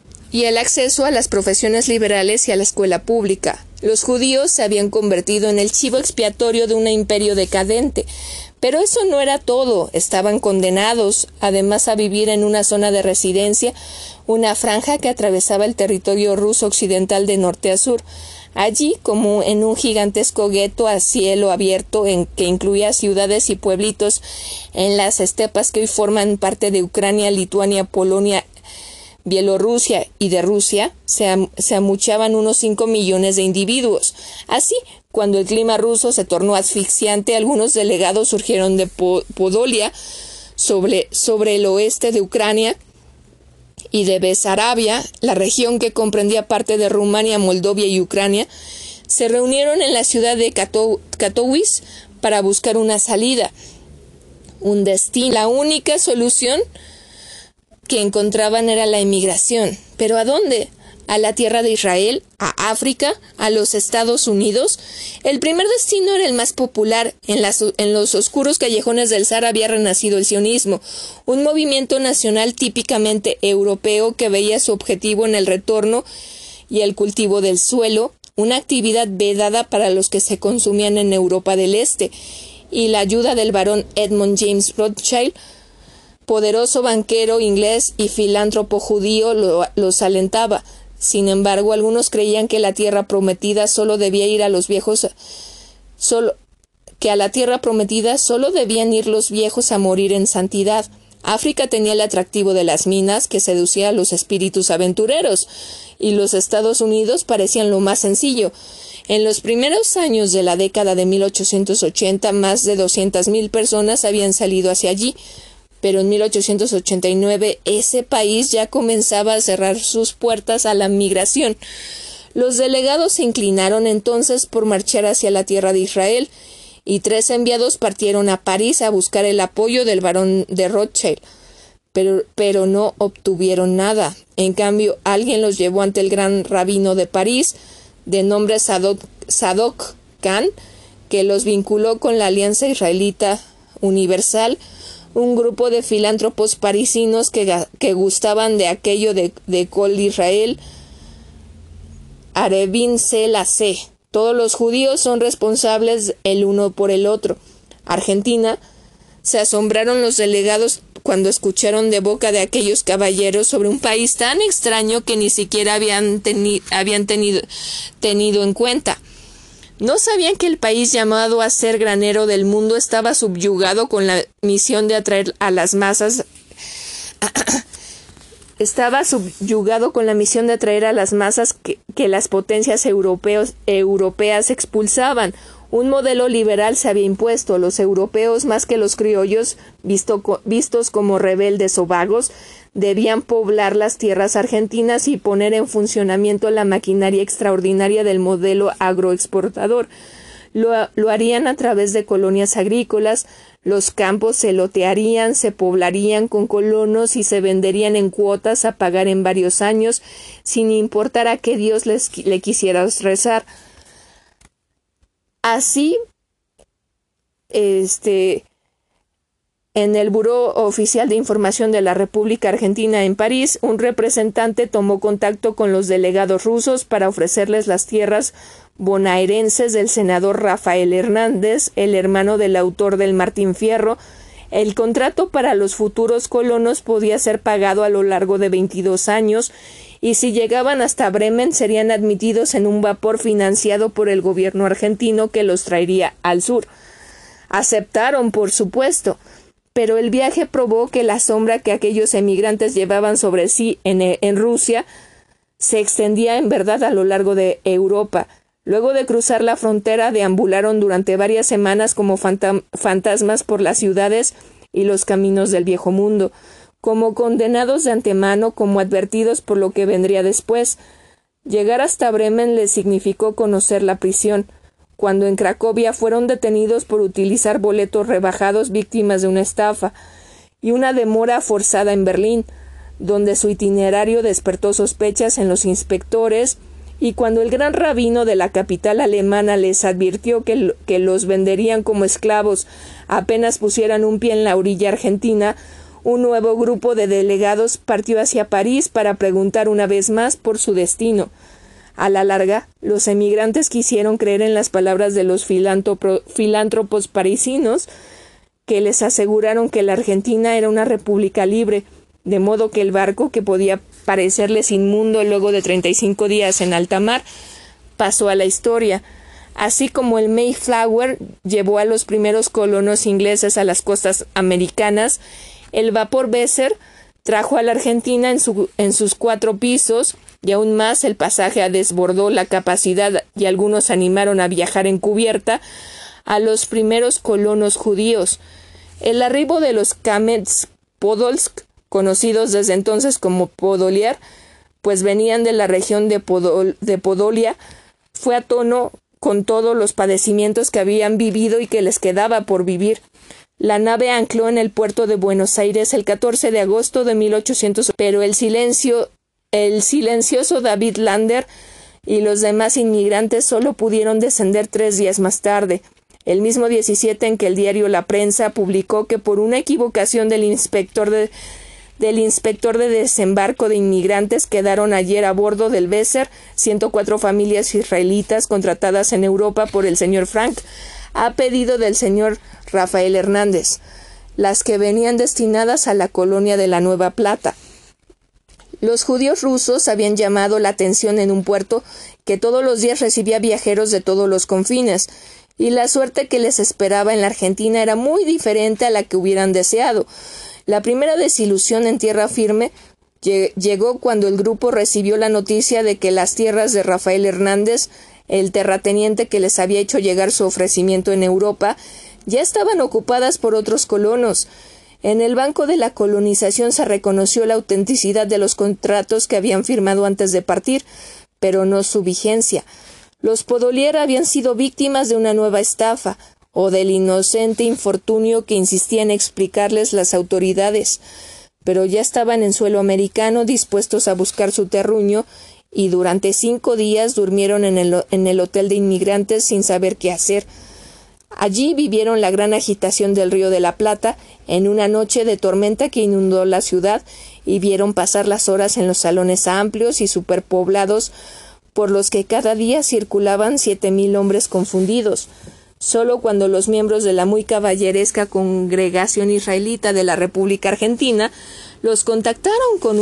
Los judíos se habían convertido en el chivo expiatorio de un imperio decadente. Pero eso no era todo. Estaban condenados, además, a vivir en una zona de residencia, una franja que atravesaba el territorio ruso occidental de norte a sur. Allí, como en un gigantesco gueto a cielo abierto que incluía ciudades y pueblitos en las estepas que hoy forman parte de Ucrania, Lituania, Polonia, Bielorrusia y de Rusia, se amuchaban unos 5 millones de individuos. Así, cuando el clima ruso se tornó asfixiante, algunos delegados surgieron de Podolia, sobre el oeste de Ucrania, y de Besarabia, la región que comprendía parte de Rumania, Moldavia y Ucrania, se reunieron en la ciudad de Katowice para buscar una salida, un destino. La única solución que encontraban era la emigración. ¿Pero a dónde? ¿A la tierra de Israel? ¿A África? ¿A los Estados Unidos? El primer destino era el más popular. En los oscuros callejones del Sahara había renacido el sionismo, un movimiento nacional típicamente europeo que veía su objetivo en el retorno y el cultivo del suelo, una actividad vedada para los que se consumían en Europa del Este, y la ayuda del barón Edmund James Rothschild, poderoso banquero inglés y filántropo judío, los alentaba. Sin embargo, algunos creían que la tierra prometida solo debían ir los viejos a morir en santidad. África tenía el atractivo de las minas, que seducía a los espíritus aventureros, y los Estados Unidos parecían lo más sencillo. En los primeros años de la década de 1880, más de 200,000 personas habían salido hacia allí. Pero en 1889 ese país ya comenzaba a cerrar sus puertas a la migración. Los delegados se inclinaron entonces por marchar hacia la tierra de Israel, y 3 enviados partieron a París a buscar el apoyo del barón de Rothschild, pero no obtuvieron nada. En cambio, alguien los llevó ante el gran rabino de París, de nombre Sadok Khan, que los vinculó con la Alianza Israelita Universal, un grupo de filántropos parisinos que gustaban de aquello de Kol Israel, Arevin Selassie. Todos los judíos son responsables el uno por el otro. Argentina. Se asombraron los delegados cuando escucharon de boca de aquellos caballeros sobre un país tan extraño que ni siquiera habían tenido en cuenta. ¿No sabían que el país llamado a ser granero del mundo estaba subyugado con la misión de atraer a las masas? que las potencias europeas expulsaban. Un modelo liberal se había impuesto. Los europeos, más que los criollos, vistos como rebeldes o vagos, debían poblar las tierras argentinas y poner en funcionamiento la maquinaria extraordinaria del modelo agroexportador. Lo harían a través de colonias agrícolas, los campos se lotearían, se poblarían con colonos y se venderían en cuotas a pagar en varios años, sin importar a qué Dios le quisiera rezar. Así, en el Buró Oficial de Información de la República Argentina en París, un representante tomó contacto con los delegados rusos para ofrecerles las tierras bonaerenses del senador Rafael Hernández, el hermano del autor del Martín Fierro. El contrato para los futuros colonos podía ser pagado a lo largo de 22 años y si llegaban hasta Bremen serían admitidos en un vapor financiado por el gobierno argentino que los traería al sur. Aceptaron, por supuesto, pero el viaje probó que la sombra que aquellos emigrantes llevaban sobre sí en Rusia se extendía en verdad a lo largo de Europa. Luego de cruzar la frontera, deambularon durante varias semanas como fantasmas por las ciudades y los caminos del viejo mundo, como condenados de antemano, como advertidos por lo que vendría después. Llegar hasta Bremen les significó conocer la prisión. Cuando en Cracovia fueron detenidos por utilizar boletos rebajados, víctimas de una estafa, y una demora forzada en Berlín, donde su itinerario despertó sospechas en los inspectores, y cuando el gran rabino de la capital alemana les advirtió que los venderían como esclavos apenas pusieran un pie en la orilla argentina, un nuevo grupo de delegados partió hacia París para preguntar una vez más por su destino. A la larga, los emigrantes quisieron creer en las palabras de los filántropos parisinos, que les aseguraron que la Argentina era una república libre, de modo que el barco, que podía parecerles inmundo luego de 35 días en alta mar, pasó a la historia. Así como el Mayflower llevó a los primeros colonos ingleses a las costas americanas, el vapor Besser trajo a la Argentina en sus 4 pisos, y aún más el pasaje desbordó la capacidad y algunos animaron a viajar en cubierta a los primeros colonos judíos. El arribo de los Kamets-Podolsk, conocidos desde entonces como Podoliar, pues venían de la región de Podolia, fue a tono con todos los padecimientos que habían vivido y que les quedaba por vivir. La nave ancló en el puerto de Buenos Aires el 14 de agosto de 1800, pero el silencioso David Lander y los demás inmigrantes solo pudieron descender 3 días más tarde, el mismo 17 en que el diario La Prensa publicó que por una equivocación del inspector de desembarco de inmigrantes quedaron ayer a bordo del Besser 104 familias israelitas contratadas en Europa por el señor Frank, a pedido del señor Rafael Hernández, las que venían destinadas a la colonia de la Nueva Plata. Los judíos rusos habían llamado la atención en un puerto que todos los días recibía viajeros de todos los confines, y la suerte que les esperaba en la Argentina era muy diferente a la que hubieran deseado. La primera desilusión en tierra firme llegó cuando el grupo recibió la noticia de que las tierras de Rafael Hernández, el terrateniente que les había hecho llegar su ofrecimiento en Europa, ya estaban ocupadas por otros colonos. En el Banco de la Colonización se reconoció la autenticidad de los contratos que habían firmado antes de partir, pero no su vigencia. Los Podolier habían sido víctimas de una nueva estafa, o del inocente infortunio que insistían en explicarles las autoridades, pero ya estaban en suelo americano dispuestos a buscar su terruño, y durante 5 días durmieron en el hotel de inmigrantes sin saber qué hacer. Allí vivieron la gran agitación del Río de la Plata en una noche de tormenta que inundó la ciudad, y vieron pasar las horas en los salones amplios y superpoblados por los que cada día circulaban 7,000 hombres confundidos. Solo cuando los miembros de la muy caballeresca congregación israelita de la República Argentina los contactaron con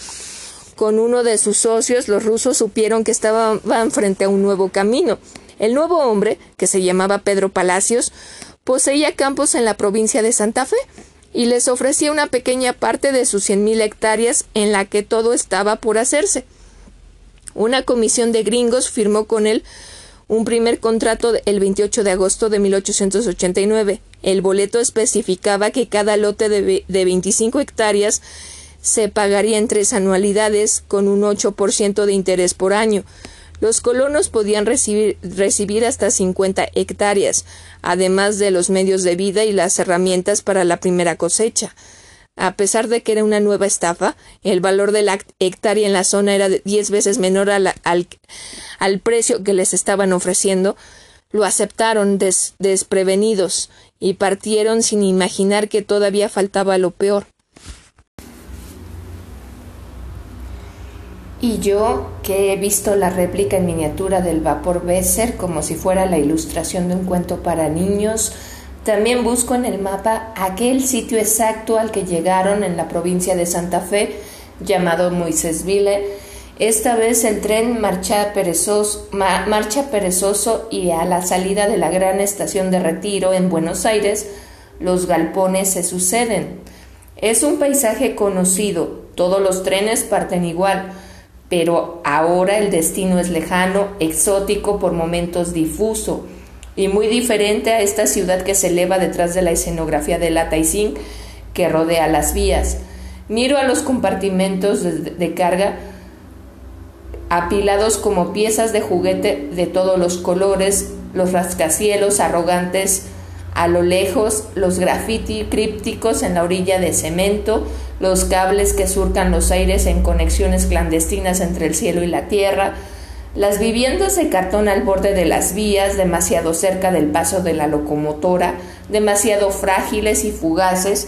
uno de sus socios, los rusos supieron que estaban frente a un nuevo camino. El nuevo hombre, que se llamaba Pedro Palacios, poseía campos en la provincia de Santa Fe y les ofrecía una pequeña parte de sus 100,000 hectáreas en la que todo estaba por hacerse. Una comisión de gringos firmó con él un primer contrato el 28 de agosto de 1889. El boleto especificaba que cada lote de 25 hectáreas se pagaría en 3 anualidades con un 8% de interés por año. Los colonos podían recibir hasta 50 hectáreas, además de los medios de vida y las herramientas para la primera cosecha. A pesar de que era una nueva estafa, el valor de la hectárea en la zona era 10 veces menor al precio que les estaban ofreciendo. Lo aceptaron desprevenidos y partieron sin imaginar que todavía faltaba lo peor. Y yo, que he visto la réplica en miniatura del vapor Besser como si fuera la ilustración de un cuento para niños, también busco en el mapa aquel sitio exacto al que llegaron en la provincia de Santa Fe, llamado Moisésville. Esta vez el tren marcha perezoso y a la salida de la gran estación de Retiro en Buenos Aires, los galpones se suceden. Es un paisaje conocido, todos los trenes parten igual, pero ahora el destino es lejano, exótico, por momentos difuso, y muy diferente a esta ciudad que se eleva detrás de la escenografía de lata y zinc que rodea las vías. Miro a los compartimentos de carga apilados como piezas de juguete de todos los colores, los rascacielos arrogantes a lo lejos, los grafiti crípticos en la orilla de cemento, los cables que surcan los aires en conexiones clandestinas entre el cielo y la tierra, las viviendas de cartón al borde de las vías, demasiado cerca del paso de la locomotora, demasiado frágiles y fugaces.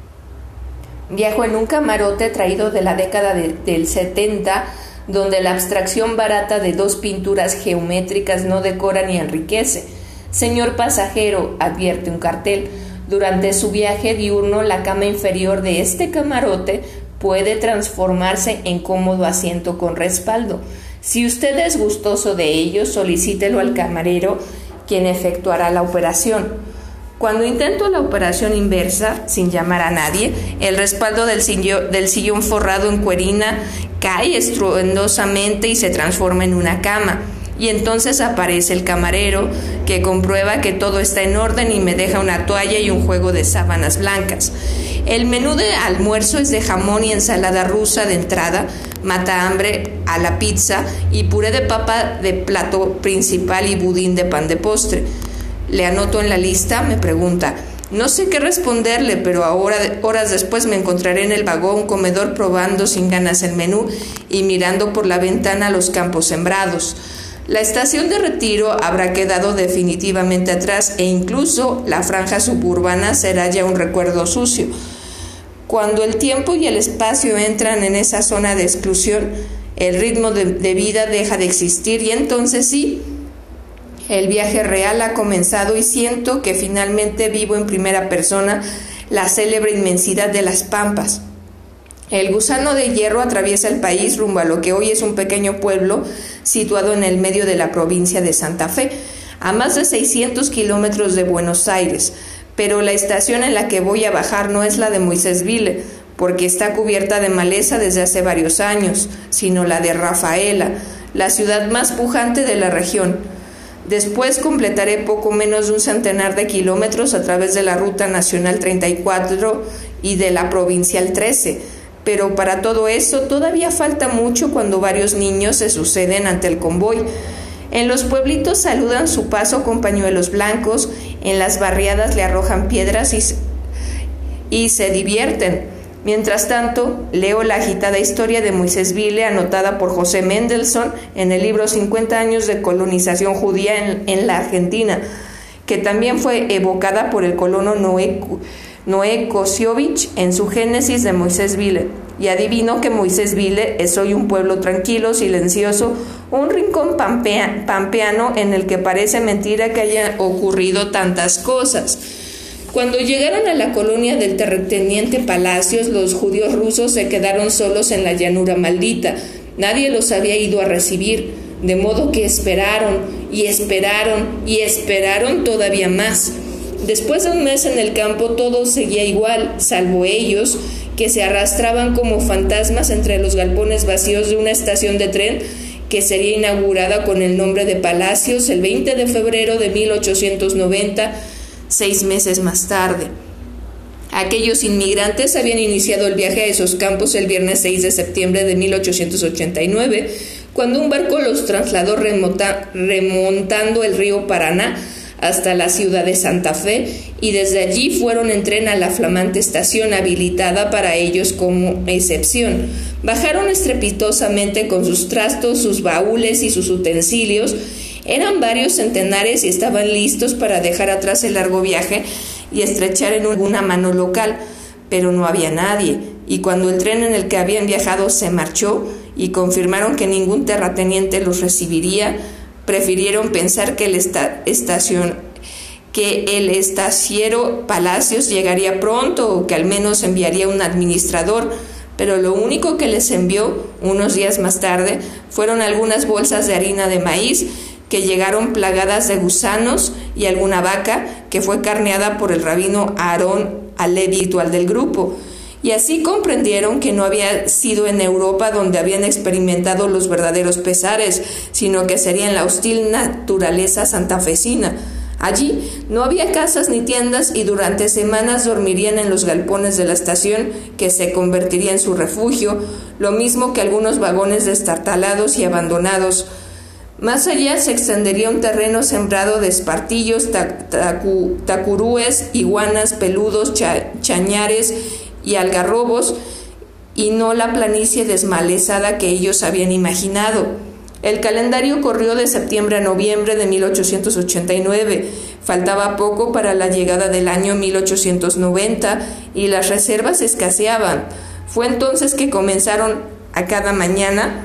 Viajo en un camarote traído de la década del 70, donde la abstracción barata de 2 pinturas geométricas no decora ni enriquece. Señor pasajero, advierte un cartel, durante su viaje diurno la cama inferior de este camarote puede transformarse en cómodo asiento con respaldo. Si usted es gustoso de ello, solicítelo al camarero, quien efectuará la operación. Cuando intento la operación inversa, sin llamar a nadie, el respaldo del sillón forrado en cuerina cae estruendosamente y se transforma en una cama. Y entonces aparece el camarero, que comprueba que todo está en orden y me deja una toalla y un juego de sábanas blancas. El menú de almuerzo es de jamón y ensalada rusa de entrada, mata hambre a la pizza y puré de papa de plato principal y budín de pan de postre. Le anoto en la lista, me pregunta. No sé qué responderle, pero ahora, horas después me encontraré en el vagón comedor probando sin ganas el menú y mirando por la ventana los campos sembrados. La estación de Retiro habrá quedado definitivamente atrás e incluso la franja suburbana será ya un recuerdo sucio. Cuando el tiempo y el espacio entran en esa zona de exclusión, el ritmo de vida deja de existir y entonces sí, el viaje real ha comenzado y siento que finalmente vivo en primera persona la célebre inmensidad de las pampas. El gusano de hierro atraviesa el país rumbo a lo que hoy es un pequeño pueblo situado en el medio de la provincia de Santa Fe, a más de 600 kilómetros de Buenos Aires, pero la estación en la que voy a bajar no es la de Moisésville, porque está cubierta de maleza desde hace varios años, sino la de Rafaela, la ciudad más pujante de la región. Después completaré poco menos de un centenar de kilómetros a través de la Ruta Nacional 34 y de la Provincial 13, pero para todo eso todavía falta mucho cuando varios niños se suceden ante el convoy. En los pueblitos saludan su paso con pañuelos blancos, en las barriadas le arrojan piedras y se divierten. Mientras tanto, leo la agitada historia de Moisésville anotada por José Mendelssohn en el libro 50 años de colonización judía en la Argentina, que también fue evocada por el colono Noé Kosiovich en su Génesis de Moisésville. Y adivino que Moisésville es hoy un pueblo tranquilo, silencioso, un rincón pampeano en el que parece mentira que haya ocurrido tantas cosas. Cuando llegaron a la colonia del terrateniente Palacios, los judíos rusos se quedaron solos en la llanura maldita. Nadie los había ido a recibir, de modo que esperaron y esperaron y esperaron todavía más. Después de un mes en el campo todo seguía igual, salvo ellos, que se arrastraban como fantasmas entre los galpones vacíos de una estación de tren que sería inaugurada con el nombre de Palacios el 20 de febrero de 1890, 6 meses más tarde. Aquellos inmigrantes habían iniciado el viaje a esos campos el viernes 6 de septiembre de 1889, cuando un barco los trasladó remontando el río Paraná hasta la ciudad de Santa Fe, y desde allí fueron en tren a la flamante estación habilitada para ellos como excepción. Bajaron estrepitosamente con sus trastos, sus baúles y sus utensilios. Eran varios centenares y estaban listos para dejar atrás el largo viaje y estrechar en una mano local, pero no había nadie, y cuando el tren en el que habían viajado se marchó y confirmaron que ningún terrateniente los recibiría, prefirieron pensar que el estanciero Palacios llegaría pronto, o que al menos enviaría un administrador, pero lo único que les envió unos días más tarde fueron algunas bolsas de harina de maíz que llegaron plagadas de gusanos, y alguna vaca que fue carneada por el rabino Aarón Alevi, habitual del grupo. Y así comprendieron que no había sido en Europa donde habían experimentado los verdaderos pesares, sino que sería en la hostil naturaleza santafesina. Allí no había casas ni tiendas, y durante semanas dormirían en los galpones de la estación, que se convertiría en su refugio, lo mismo que algunos vagones destartalados y abandonados. Más allá se extendería un terreno sembrado de espartillos, tacurúes, iguanas, peludos, chañares y algarrobos, y no la planicie desmalezada que ellos habían imaginado. El calendario corrió de septiembre a noviembre de 1889. Faltaba poco para la llegada del año 1890 y las reservas escaseaban. Fue entonces que comenzaron a cada mañana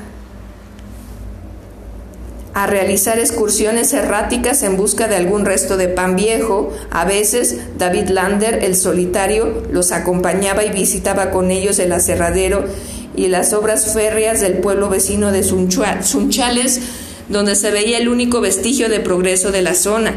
a realizar excursiones erráticas en busca de algún resto de pan viejo. A veces David Lander, el solitario, los acompañaba y visitaba con ellos el aserradero y las obras férreas del pueblo vecino de Sunchales, donde se veía el único vestigio de progreso de la zona.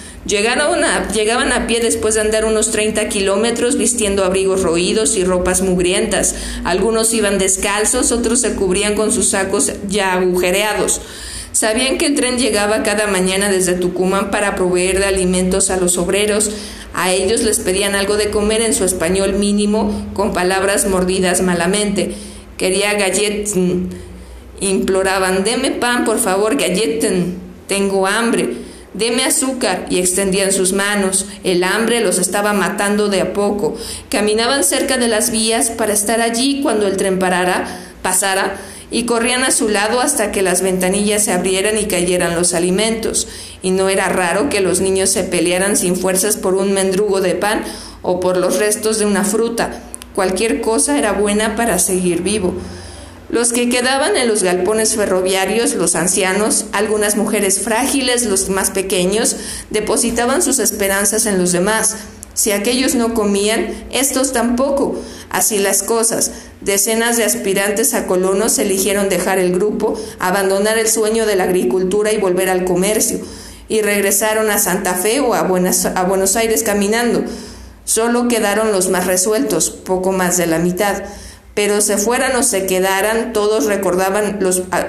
Llegaban a pie después de andar unos 30 kilómetros, vistiendo abrigos roídos y ropas mugrientas. Algunos iban descalzos, otros se cubrían con sus sacos ya agujereados. Sabían que el tren llegaba cada mañana desde Tucumán para proveer de alimentos a los obreros. A ellos les pedían algo de comer en su español mínimo, con palabras mordidas malamente. Quería galleten. Imploraban: deme pan, por favor, galleten. Tengo hambre. Deme azúcar. Y extendían sus manos. El hambre los estaba matando de a poco. Caminaban cerca de las vías para estar allí cuando el tren pasara, y corrían a su lado hasta que las ventanillas se abrieran y cayeran los alimentos. Y no era raro que los niños se pelearan sin fuerzas por un mendrugo de pan o por los restos de una fruta. Cualquier cosa era buena para seguir vivo. Los que quedaban en los galpones ferroviarios, los ancianos, algunas mujeres frágiles, los más pequeños, depositaban sus esperanzas en los demás. Si aquellos no comían, estos tampoco. Así las cosas. Decenas de aspirantes a colonos eligieron dejar el grupo, abandonar el sueño de la agricultura y volver al comercio, y regresaron a Santa Fe o a Buenos Aires caminando. Solo quedaron los más resueltos, poco más de la mitad. Pero se fueran o se quedaran, todos recordaban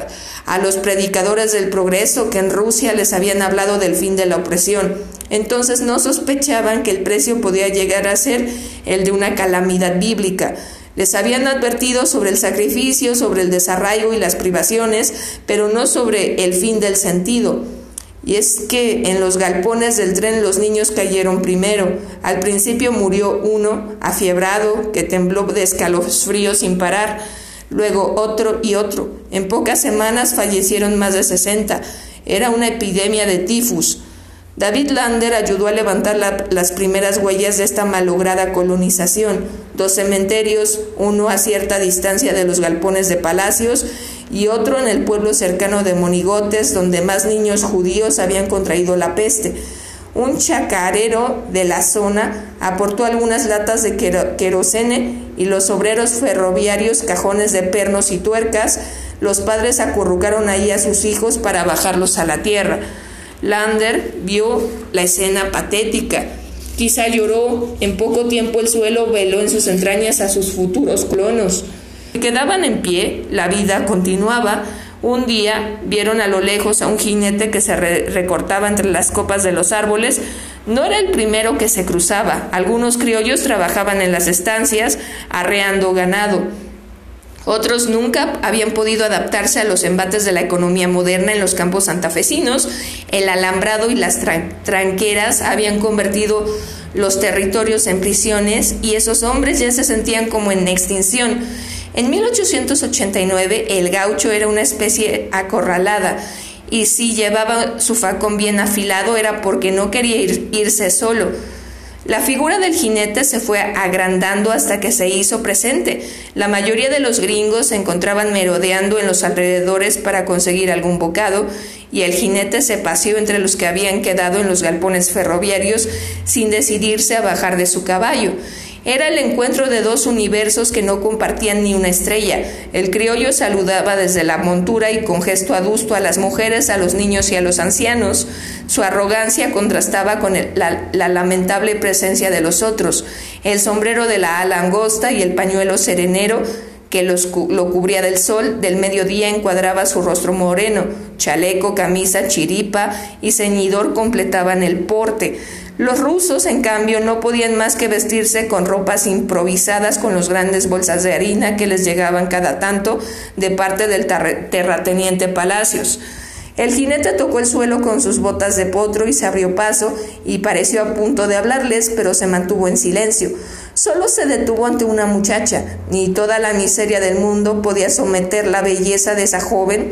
a los predicadores del progreso que en Rusia les habían hablado del fin de la opresión. Entonces no sospechaban que el precio podía llegar a ser el de una calamidad bíblica. Les habían advertido sobre el sacrificio, sobre el desarraigo y las privaciones, pero no sobre el fin del sentido. Y es que en los galpones del tren los niños cayeron primero. Al principio murió uno, afiebrado, que tembló de escalofríos sin parar. Luego otro y otro. En pocas semanas fallecieron más de 60. Era una epidemia de tifus. David Lander ayudó a levantar las primeras huellas de esta malograda colonización. 2 cementerios, uno a cierta distancia de los galpones de Palacios y otro en el pueblo cercano de Monigotes, donde más niños judíos habían contraído la peste. Un chacarero de la zona aportó algunas latas de querosene y los obreros ferroviarios cajones de pernos y tuercas. Los padres acurrucaron ahí a sus hijos para bajarlos a la tierra. Lander vio la escena patética. Quizá lloró. En poco tiempo el suelo veló en sus entrañas a sus futuros colonos. Quedaban en pie, la vida continuaba. Un día vieron a lo lejos a un jinete que se recortaba entre las copas de los árboles. No era el primero que se cruzaba. Algunos criollos trabajaban en las estancias arreando ganado. Otros nunca habían podido adaptarse a los embates de la economía moderna en los campos santafesinos. El alambrado y las tranqueras habían convertido los territorios en prisiones y esos hombres ya se sentían como en extinción. En 1889 el gaucho era una especie acorralada y si llevaba su facón bien afilado era porque no quería irse solo. La figura del jinete se fue agrandando hasta que se hizo presente. La mayoría de los gringos se encontraban merodeando en los alrededores para conseguir algún bocado, y el jinete se paseó entre los que habían quedado en los galpones ferroviarios sin decidirse a bajar de su caballo. Era el encuentro de dos universos que no compartían ni una estrella. El criollo saludaba desde la montura y con gesto adusto a las mujeres, a los niños y a los ancianos. Su arrogancia contrastaba con la lamentable presencia de los otros. El sombrero de la ala angosta y el pañuelo serenero que lo cubría del sol del mediodía encuadraba su rostro moreno. Chaleco, camisa, chiripa y ceñidor completaban el porte. Los rusos, en cambio, no podían más que vestirse con ropas improvisadas con las grandes bolsas de harina que les llegaban cada tanto de parte del terrateniente Palacios. El jinete tocó el suelo con sus botas de potro y se abrió paso y pareció a punto de hablarles, pero se mantuvo en silencio. Solo se detuvo ante una muchacha. Ni toda la miseria del mundo podía someter la belleza de esa joven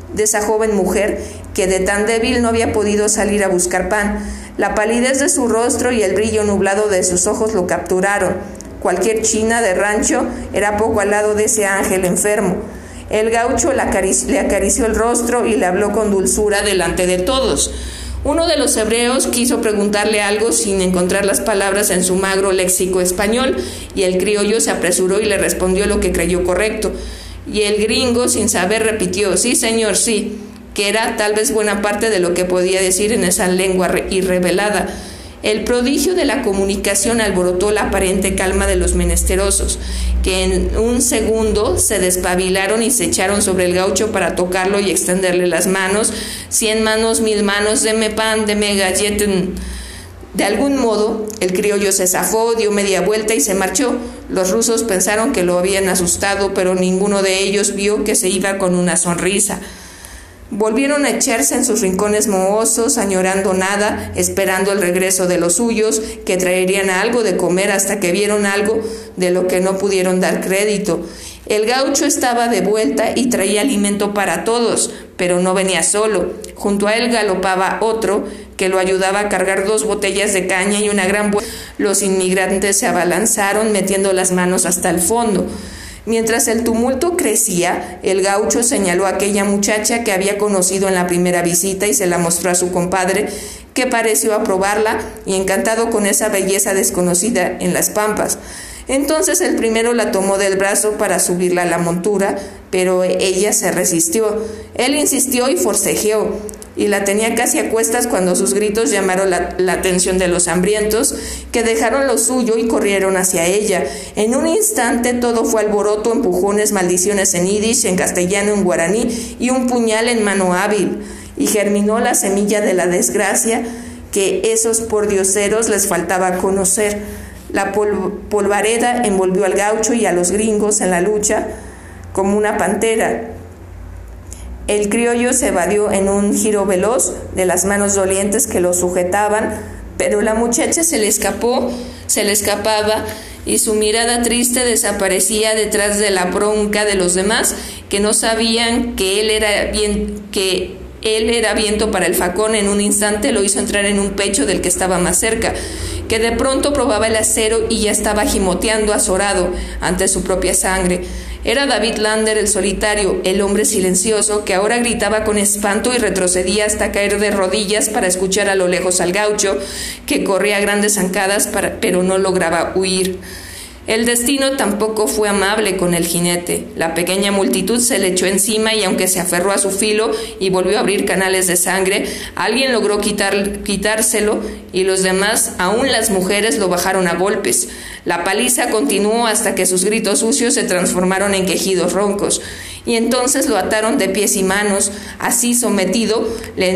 mujer que de tan débil no había podido salir a buscar pan. La palidez de su rostro y el brillo nublado de sus ojos lo capturaron. Cualquier china de rancho era poco al lado de ese ángel enfermo. El gaucho le acarició el rostro y le habló con dulzura delante de todos. Uno de los hebreos quiso preguntarle algo sin encontrar las palabras en su magro léxico español, y el criollo se apresuró y le respondió lo que creyó correcto. Y el gringo, sin saber, repitió: sí, señor, sí, que era tal vez buena parte de lo que podía decir en esa lengua irrevelada. El prodigio de la comunicación alborotó la aparente calma de los menesterosos, que en un segundo se despabilaron y se echaron sobre el gaucho para tocarlo y extenderle las manos. 100 manos, 1000 manos, deme pan, deme galleta. De algún modo, el criollo se zafó, dio media vuelta y se marchó. Los rusos pensaron que lo habían asustado, pero ninguno de ellos vio que se iba con una sonrisa. Volvieron a echarse en sus rincones mohosos, añorando nada, esperando el regreso de los suyos, que traerían algo de comer hasta que vieron algo de lo que no pudieron dar crédito. El gaucho estaba de vuelta y traía alimento para todos, pero no venía solo. Junto a él galopaba otro, que lo ayudaba a cargar 2 botellas de caña y una gran bolsa. Los inmigrantes se abalanzaron, metiendo las manos hasta el fondo. Mientras el tumulto crecía, el gaucho señaló a aquella muchacha que había conocido en la primera visita y se la mostró a su compadre, que pareció aprobarla y encantado con esa belleza desconocida en las pampas. Entonces el primero la tomó del brazo para subirla a la montura, pero ella se resistió. Él insistió y forcejeó, y la tenía casi a cuestas cuando sus gritos llamaron la atención de los hambrientos, que dejaron lo suyo y corrieron hacia ella. En un instante todo fue alboroto, empujones, maldiciones en yiddish, en castellano, en guaraní y un puñal en mano hábil, y germinó la semilla de la desgracia que esos pordioseros les faltaba conocer. La polvareda envolvió al gaucho y a los gringos en la lucha como una pantera. El criollo se evadió en un giro veloz de las manos dolientes que lo sujetaban, pero la muchacha se le escapaba y su mirada triste desaparecía detrás de la bronca de los demás, que no sabían que él era viento para el facón. En un instante lo hizo entrar en un pecho del que estaba más cerca, que de pronto probaba el acero y ya estaba gimoteando azorado ante su propia sangre. Era David Lander, el solitario, el hombre silencioso, que ahora gritaba con espanto y retrocedía hasta caer de rodillas para escuchar a lo lejos al gaucho, que corría a grandes zancadas pero no lograba huir. El destino tampoco fue amable con el jinete. La pequeña multitud se le echó encima y aunque se aferró a su filo y volvió a abrir canales de sangre, alguien logró quitárselo y los demás, aún las mujeres, lo bajaron a golpes. La paliza continuó hasta que sus gritos sucios se transformaron en quejidos roncos y entonces lo ataron de pies y manos. Así sometido, le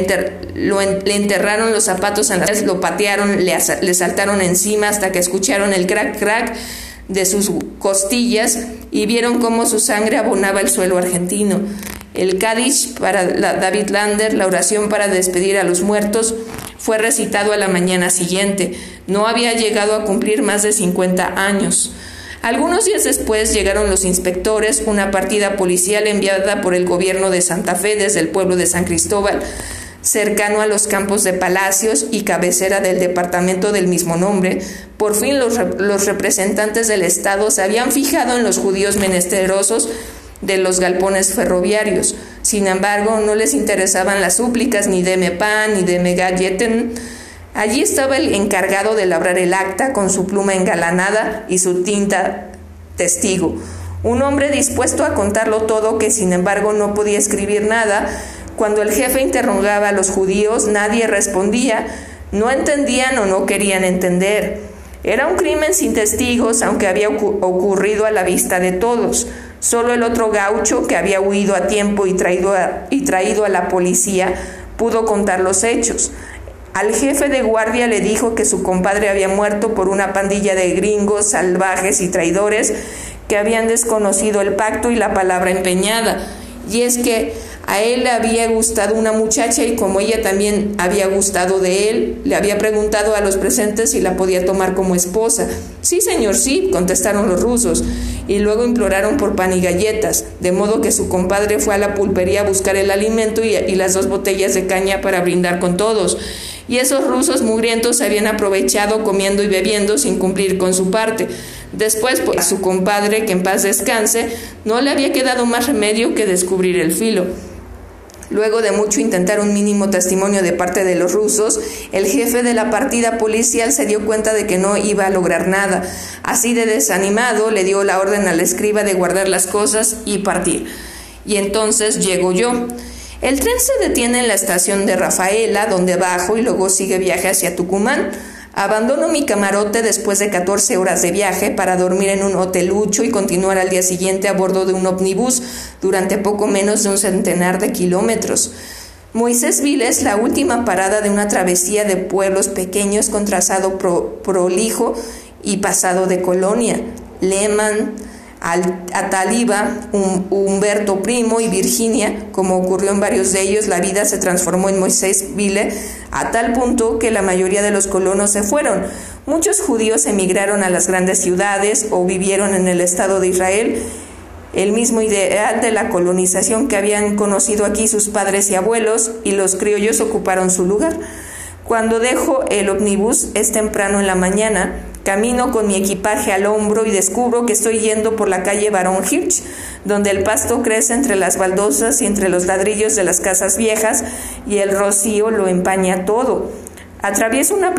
enterraron los zapatos en las pies, lo patearon, le saltaron encima hasta que escucharon el crack crack de sus costillas y vieron cómo su sangre abonaba el suelo argentino. El Kaddish para David Lander, la oración para despedir a los muertos, fue recitado a la mañana siguiente. No había llegado a cumplir más de 50 años. Algunos días después llegaron los inspectores, una partida policial enviada por el gobierno de Santa Fe desde el pueblo de San Cristóbal, cercano a los campos de Palacios y cabecera del departamento del mismo nombre. Por fin los representantes del Estado se habían fijado en los judíos menesterosos de los galpones ferroviarios. Sin embargo, no les interesaban las súplicas ni deme pan ni deme galleten. Allí estaba el encargado de labrar el acta con su pluma engalanada y su tinta testigo. Un hombre dispuesto a contarlo todo que sin embargo no podía escribir nada. Cuando el jefe interrogaba a los judíos, nadie respondía. No entendían o no querían entender. Era un crimen sin testigos, aunque había ocurrido a la vista de todos. Solo el otro gaucho, que había huido a tiempo y traído a la policía, pudo contar los hechos. Al jefe de guardia le dijo que su compadre había muerto por una pandilla de gringos salvajes y traidores que habían desconocido el pacto y la palabra empeñada. Y es que a él le había gustado una muchacha y como ella también había gustado de él, le había preguntado a los presentes si la podía tomar como esposa. Sí, señor, sí, contestaron los rusos, y luego imploraron por pan y galletas, de modo que su compadre fue a la pulpería a buscar el alimento y las 2 botellas de caña para brindar con todos. Y esos rusos mugrientos se habían aprovechado comiendo y bebiendo sin cumplir con su parte. Después, pues, a su compadre, que en paz descanse, no le había quedado más remedio que descubrir el filo. Luego de mucho intentar un mínimo testimonio de parte de los rusos, el jefe de la partida policial se dio cuenta de que no iba a lograr nada. Así de desanimado, le dio la orden al escriba de guardar las cosas y partir. Y entonces llego yo. El tren se detiene en la estación de Rafaela, donde bajo y luego sigue viaje hacia Tucumán. Abandono mi camarote después de 14 horas de viaje para dormir en un hotelucho y continuar al día siguiente a bordo de un ómnibus durante poco menos de un centenar de kilómetros. Moisésville es la última parada de una travesía de pueblos pequeños con trazado prolijo y pasado de colonia. Lehman, Ataliba, Humberto Primo y Virginia, como ocurrió en varios de ellos, la vida se transformó en Moisésville a tal punto que la mayoría de los colonos se fueron. Muchos judíos emigraron a las grandes ciudades o vivieron en el Estado de Israel, el mismo ideal de la colonización que habían conocido aquí sus padres y abuelos, y los criollos ocuparon su lugar. Cuando dejo el ómnibus es temprano en la mañana. Camino con mi equipaje al hombro y descubro que estoy yendo por la calle Barón Hirsch, donde el pasto crece entre las baldosas y entre los ladrillos de las casas viejas y el rocío lo empaña todo. Atravieso una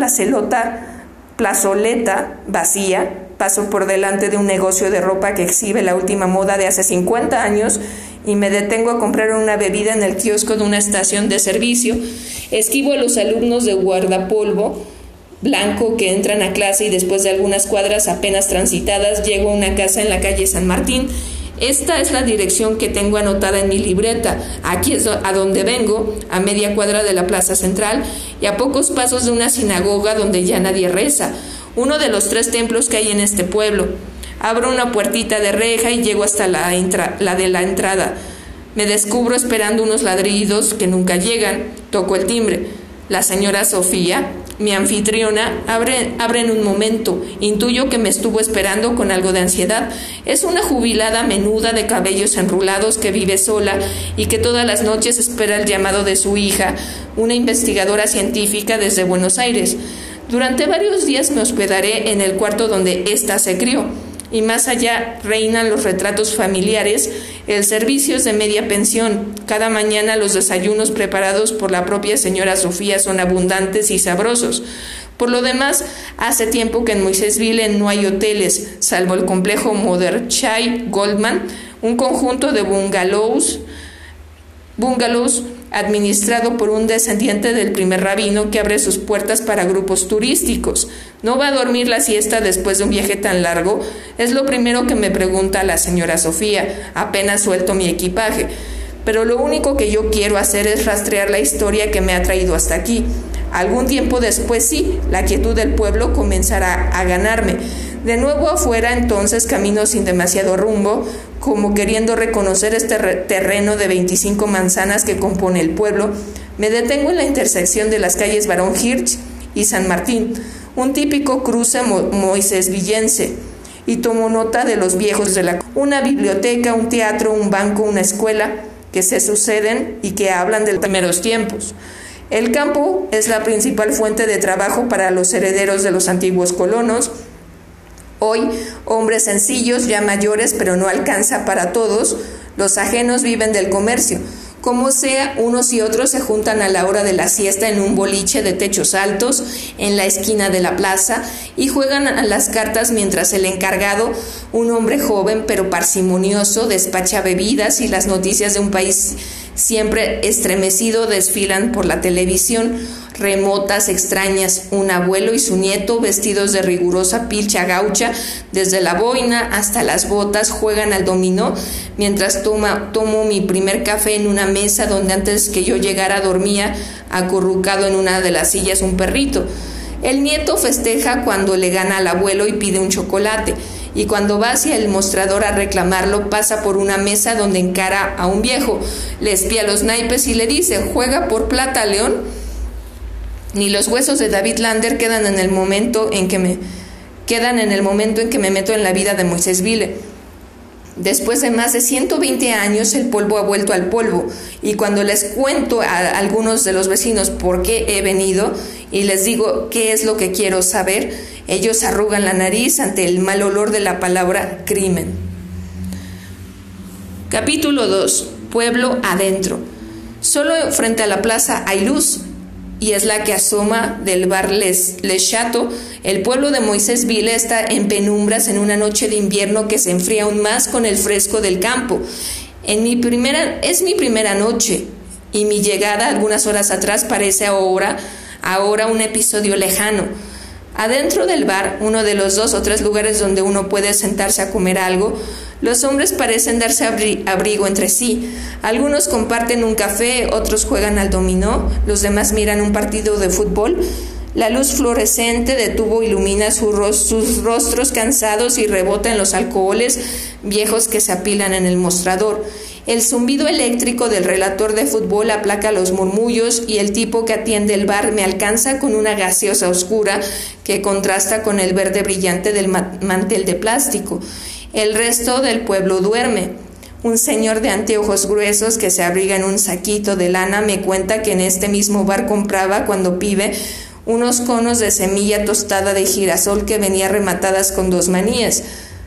plazoleta vacía, paso por delante de un negocio de ropa que exhibe la última moda de hace 50 años y me detengo a comprar una bebida en el kiosco de una estación de servicio. Esquivo a los alumnos de guardapolvo blanco que entran a clase y después de algunas cuadras apenas transitadas llego a una casa en la calle San Martín. Esta es la dirección que tengo anotada en mi libreta. Aquí es a donde vengo, a media cuadra de la plaza central y a pocos pasos de una sinagoga donde ya nadie reza, uno de los 3 templos que hay en este pueblo. Abro una puertita de reja y llego hasta la de la entrada. Me descubro esperando unos ladridos que nunca llegan. Toco el timbre. La señora Sofía, mi anfitriona, abre en un momento. Intuyo que me estuvo esperando con algo de ansiedad. Es una jubilada menuda de cabellos enrulados que vive sola y que todas las noches espera el llamado de su hija, una investigadora científica desde Buenos Aires. Durante varios días me hospedaré en el cuarto donde ésta se crió, y más allá reinan los retratos familiares, el servicio es de media pensión. Cada mañana los desayunos preparados por la propia señora Sofía son abundantes y sabrosos. Por lo demás, hace tiempo que en Moisésville no hay hoteles, salvo el complejo Mordechai Goldman, un conjunto de bungalows bungalows administrado por un descendiente del primer rabino que abre sus puertas para grupos turísticos. ¿No va a dormir la siesta después de un viaje tan largo? Es lo primero que me pregunta la señora Sofía, apenas suelto mi equipaje. Pero lo único que yo quiero hacer es rastrear la historia que me ha traído hasta aquí. Algún tiempo después sí, la quietud del pueblo comenzará a ganarme. De nuevo afuera, entonces camino sin demasiado rumbo, como queriendo reconocer este terreno de 25 manzanas que compone el pueblo. Me detengo en la intersección de las calles Barón Hirsch y San Martín, un típico cruce moisésvillense, y tomo nota de los viejos de una biblioteca, un teatro, un banco, una escuela, que se suceden y que hablan de los primeros tiempos. El campo es la principal fuente de trabajo para los herederos de los antiguos colonos. Hoy, hombres sencillos, ya mayores, pero no alcanza para todos. Los ajenos viven del comercio. Como sea, unos y otros se juntan a la hora de la siesta en un boliche de techos altos en la esquina de la plaza y juegan a las cartas mientras el encargado, un hombre joven pero parsimonioso, despacha bebidas y las noticias de un país siempre estremecido desfilan por la televisión, remotas, extrañas. Un abuelo y su nieto, vestidos de rigurosa pilcha gaucha, desde la boina hasta las botas, juegan al dominó, mientras tomo mi primer café en una mesa donde antes que yo llegara dormía acurrucado en una de las sillas un perrito. El nieto festeja cuando le gana al abuelo y pide un chocolate, y cuando va hacia el mostrador a reclamarlo pasa por una mesa donde encara a un viejo, le espía los naipes y le dice: ¿juega por plata, León? Ni los huesos de David Lander quedan en el momento en que me meto en la vida de Moisésville. Después de más de 120 años, el polvo ha vuelto al polvo, y cuando les cuento a algunos de los vecinos por qué he venido y les digo qué es lo que quiero saber, ellos arrugan la nariz ante el mal olor de la palabra crimen. Capítulo 2. Pueblo adentro. Solo frente a la plaza hay luz, y es la que asoma del bar Les Chateaux. El pueblo de Moisésville está en penumbras en una noche de invierno que se enfría aún más con el fresco del campo. Es mi primera noche, y mi llegada algunas horas atrás parece ahora un episodio lejano. Adentro del bar, uno de los 2 o 3 lugares donde uno puede sentarse a comer algo, los hombres parecen darse abrigo entre sí. Algunos comparten un café, otros juegan al dominó, los demás miran un partido de fútbol. La luz fluorescente de tubo ilumina sus rostros cansados y rebota en los alcoholes viejos que se apilan en el mostrador. El zumbido eléctrico del relator de fútbol aplaca los murmullos, y el tipo que atiende el bar me alcanza con una gaseosa oscura que contrasta con el verde brillante del mantel de plástico. El resto del pueblo duerme. Un señor de anteojos gruesos que se abriga en un saquito de lana me cuenta que en este mismo bar compraba, cuando pibe, unos conos de semilla tostada de girasol que venía rematadas con 2 maníes.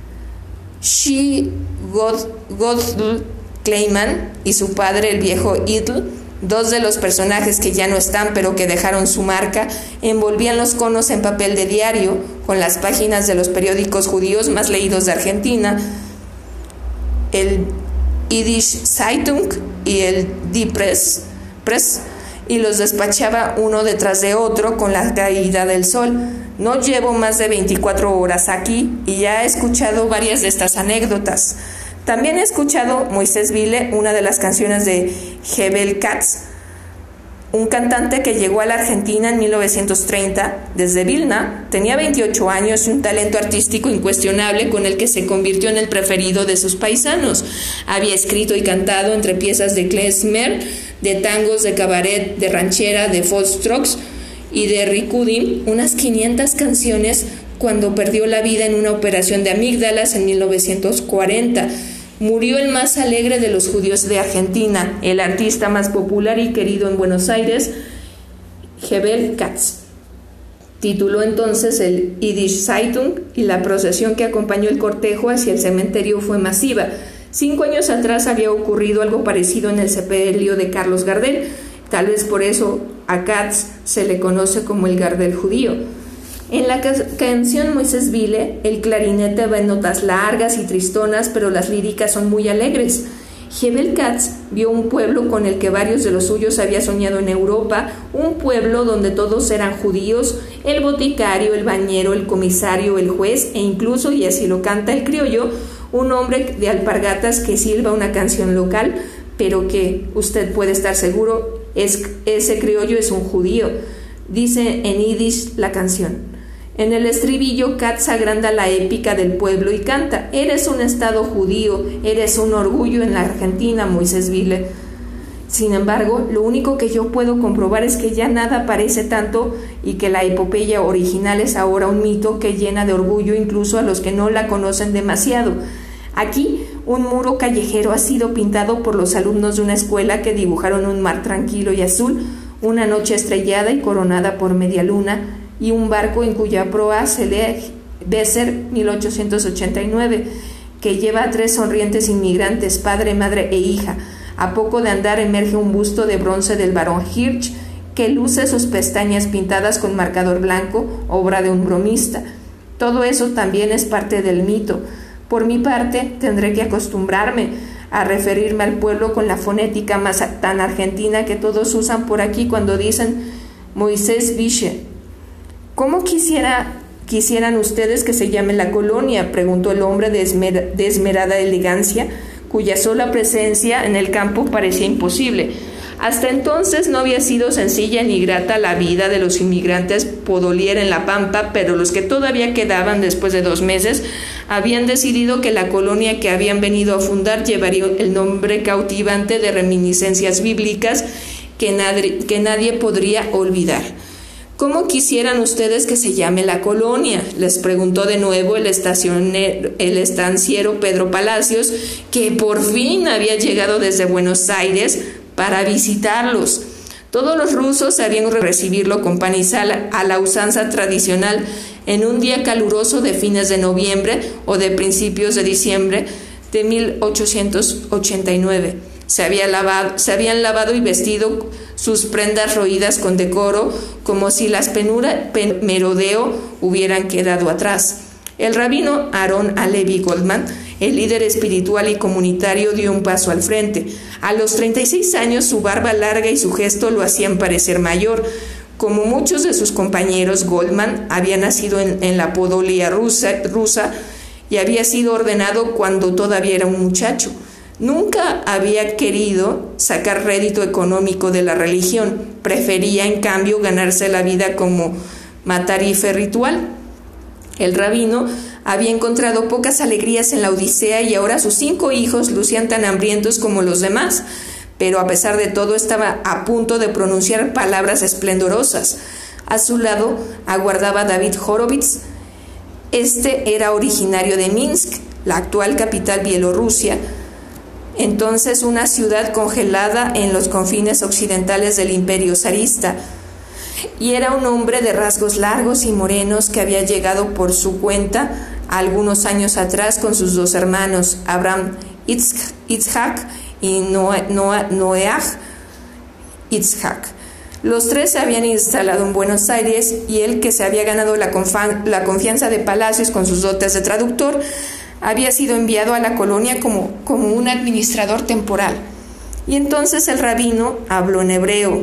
Gottl Kleiman y su padre, el viejo Idl, 2 de los personajes que ya no están pero que dejaron su marca, envolvían los conos en papel de diario con las páginas de los periódicos judíos más leídos de Argentina, el Yiddish Zeitung y el Die Press, y los despachaba uno detrás de otro con la caída del sol. No llevo más de 24 horas aquí y ya he escuchado varias de estas anécdotas. También he escuchado Moisésville, una de las canciones de Hebel Katz, un cantante que llegó a la Argentina en 1930 desde Vilna. Tenía 28 años y un talento artístico incuestionable con el que se convirtió en el preferido de sus paisanos. Había escrito y cantado entre piezas de klezmer, de tangos, de cabaret, de ranchera, de foxtrots y de rikudim, unas 500 canciones cuando perdió la vida en una operación de amígdalas en 1940. Murió el más alegre de los judíos de Argentina, el artista más popular y querido en Buenos Aires, Hebel Katz. Tituló entonces el Yiddish Zeitung, y la procesión que acompañó el cortejo hacia el cementerio fue masiva. 5 años atrás había ocurrido algo parecido en el sepelio de Carlos Gardel. Tal vez por eso a Katz se le conoce como el Gardel judío. En la canción Moisésville, el clarinete va en notas largas y tristonas, pero las líricas son muy alegres. Jebel Katz vio un pueblo con el que varios de los suyos había soñado en Europa, un pueblo donde todos eran judíos, el boticario, el bañero, el comisario, el juez e incluso, y así lo canta el criollo, un hombre de alpargatas que silba una canción local, pero que usted puede estar seguro ese criollo es un judío. Dice en yiddish la canción. En el estribillo, Katz agranda la épica del pueblo y canta: eres un estado judío, eres un orgullo en la Argentina, Moisés Vile. Sin embargo, lo único que yo puedo comprobar es que ya nada parece tanto y que la epopeya original es ahora un mito que llena de orgullo incluso a los que no la conocen demasiado. Aquí, un muro callejero ha sido pintado por los alumnos de una escuela que dibujaron un mar tranquilo y azul, una noche estrellada y coronada por media luna, y un barco en cuya proa se lee Besser 1889, que lleva a 3 sonrientes inmigrantes, padre, madre e hija. A poco de andar emerge un busto de bronce del barón Hirsch, que luce sus pestañas pintadas con marcador blanco, obra de un bromista. Todo eso también es parte del mito. Por mi parte, tendré que acostumbrarme a referirme al pueblo con la fonética más tan argentina que todos usan por aquí cuando dicen Moisés Vile. ¿Cómo quisieran ustedes que se llame la colonia?, preguntó el hombre de esmerada elegancia, cuya sola presencia en el campo parecía imposible. Hasta entonces no había sido sencilla ni grata la vida de los inmigrantes podolier en la Pampa, pero los que todavía quedaban después de 2 meses habían decidido que la colonia que habían venido a fundar llevaría el nombre cautivante de reminiscencias bíblicas que nadie podría olvidar. ¿Cómo quisieran ustedes que se llame la colonia?, les preguntó de nuevo el estanciero Pedro Palacios, que por fin había llegado desde Buenos Aires para visitarlos. Todos los rusos sabían recibirlo con pan y sal a la usanza tradicional en un día caluroso de fines de noviembre o de principios de diciembre de 1889. Se habían lavado y vestido sus prendas roídas con decoro, como si las penuras merodeo hubieran quedado atrás. El rabino Aaron Alevi Goldman, el líder espiritual y comunitario, dio un paso al frente. A los 36 años, su barba larga y su gesto lo hacían parecer mayor. Como muchos de sus compañeros, Goldman había nacido en la Podolia rusa y había sido ordenado cuando todavía era un muchacho. Nunca había querido sacar rédito económico de la religión, prefería en cambio ganarse la vida como matarife ritual. El rabino había encontrado pocas alegrías en la Odisea y ahora sus 5 hijos lucían tan hambrientos como los demás, pero a pesar de todo estaba a punto de pronunciar palabras esplendorosas. A su lado aguardaba David Horovitz. Este era originario de Minsk, la actual capital Bielorrusia, entonces una ciudad congelada en los confines occidentales del imperio zarista, y era un hombre de rasgos largos y morenos que había llegado por su cuenta algunos años atrás con sus 2 hermanos, Abraham Itzhak y Noah Itzhak. Los 3 se habían instalado en Buenos Aires y él, que se había ganado la confianza de Palacios con sus dotes de traductor, había sido enviado a la colonia como un administrador temporal. Y entonces el rabino habló en hebreo.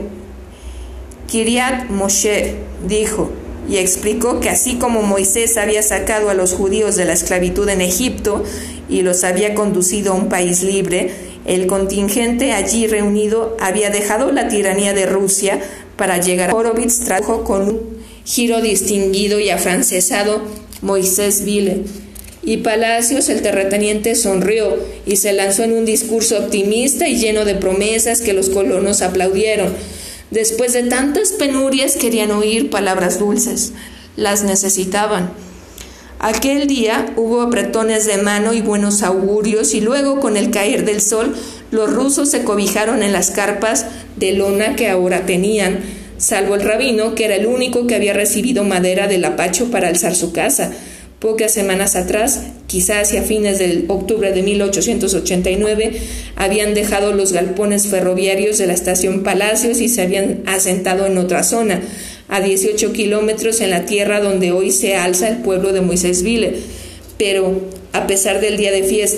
Kiryat Moshe, dijo, y explicó que así como Moisés había sacado a los judíos de la esclavitud en Egipto y los había conducido a un país libre, el contingente allí reunido había dejado la tiranía de Rusia para llegar a Horovitz. Tradujo con un giro distinguido y afrancesado Moisés Vile. Y Palacios, el terrateniente, sonrió y se lanzó en un discurso optimista y lleno de promesas que los colonos aplaudieron. Después de tantas penurias querían oír palabras dulces. Las necesitaban. Aquel día hubo apretones de mano y buenos augurios, y luego, con el caer del sol, los rusos se cobijaron en las carpas de lona que ahora tenían, salvo el rabino, que era el único que había recibido madera del apacho para alzar su casa. Pocas semanas atrás, quizá hacia fines de octubre de 1889, habían dejado los galpones ferroviarios de la estación Palacios y se habían asentado en otra zona, a 18 kilómetros en la tierra donde hoy se alza el pueblo de Moisés Vile. Pero, a pesar del día de fiesta,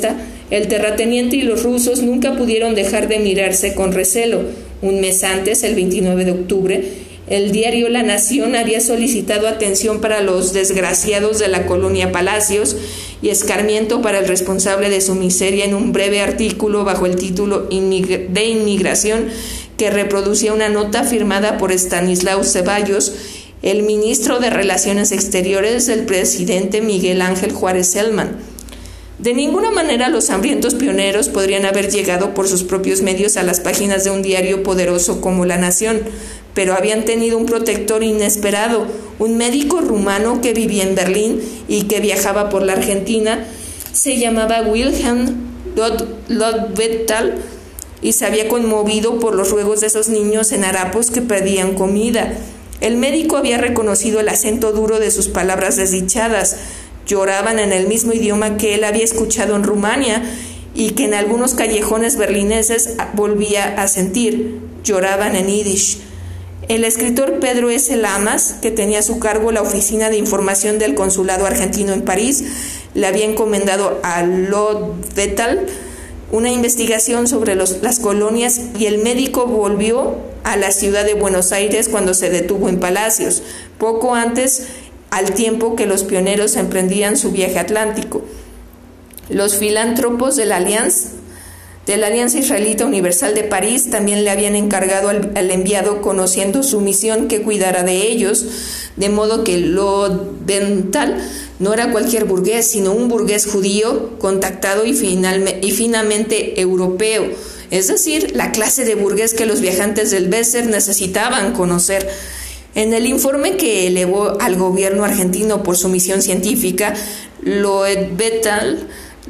El terrateniente y los rusos nunca pudieron dejar de mirarse con recelo. Un mes antes, el 29 de octubre, el diario La Nación había solicitado atención para los desgraciados de la colonia Palacios y escarmiento para el responsable de su miseria en un breve artículo bajo el título de Inmigración que reproducía una nota firmada por Estanislao Ceballos, el ministro de Relaciones Exteriores del presidente Miguel Ángel Juárez Celman. De ninguna manera los hambrientos pioneros podrían haber llegado por sus propios medios a las páginas de un diario poderoso como La Nación, pero habían tenido un protector inesperado, un médico rumano que vivía en Berlín y que viajaba por la Argentina. Se llamaba Wilhelm Lodvetal y se había conmovido por los ruegos de esos niños en harapos que pedían comida. El médico había reconocido el acento duro de sus palabras desdichadas. Lloraban en el mismo idioma que él había escuchado en Rumania y que en algunos callejones berlineses volvía a sentir. Lloraban en yiddish. El escritor Pedro S. Lamas, que tenía a su cargo la oficina de información del consulado argentino en París, le había encomendado a Lodvetal una investigación sobre las colonias y el médico volvió a la ciudad de Buenos Aires cuando se detuvo en Palacios, poco antes, al tiempo que los pioneros emprendían su viaje atlántico. Los filántropos de la Alianza Israelita Universal de París también le habían encargado al enviado, conociendo su misión, que cuidara de ellos, de modo que Lodvetal no era cualquier burgués, sino un burgués judío, contactado y finamente europeo, es decir, la clase de burgués que los viajantes del Weser necesitaban conocer. En el informe que elevó al gobierno argentino por su misión científica, Lodvetal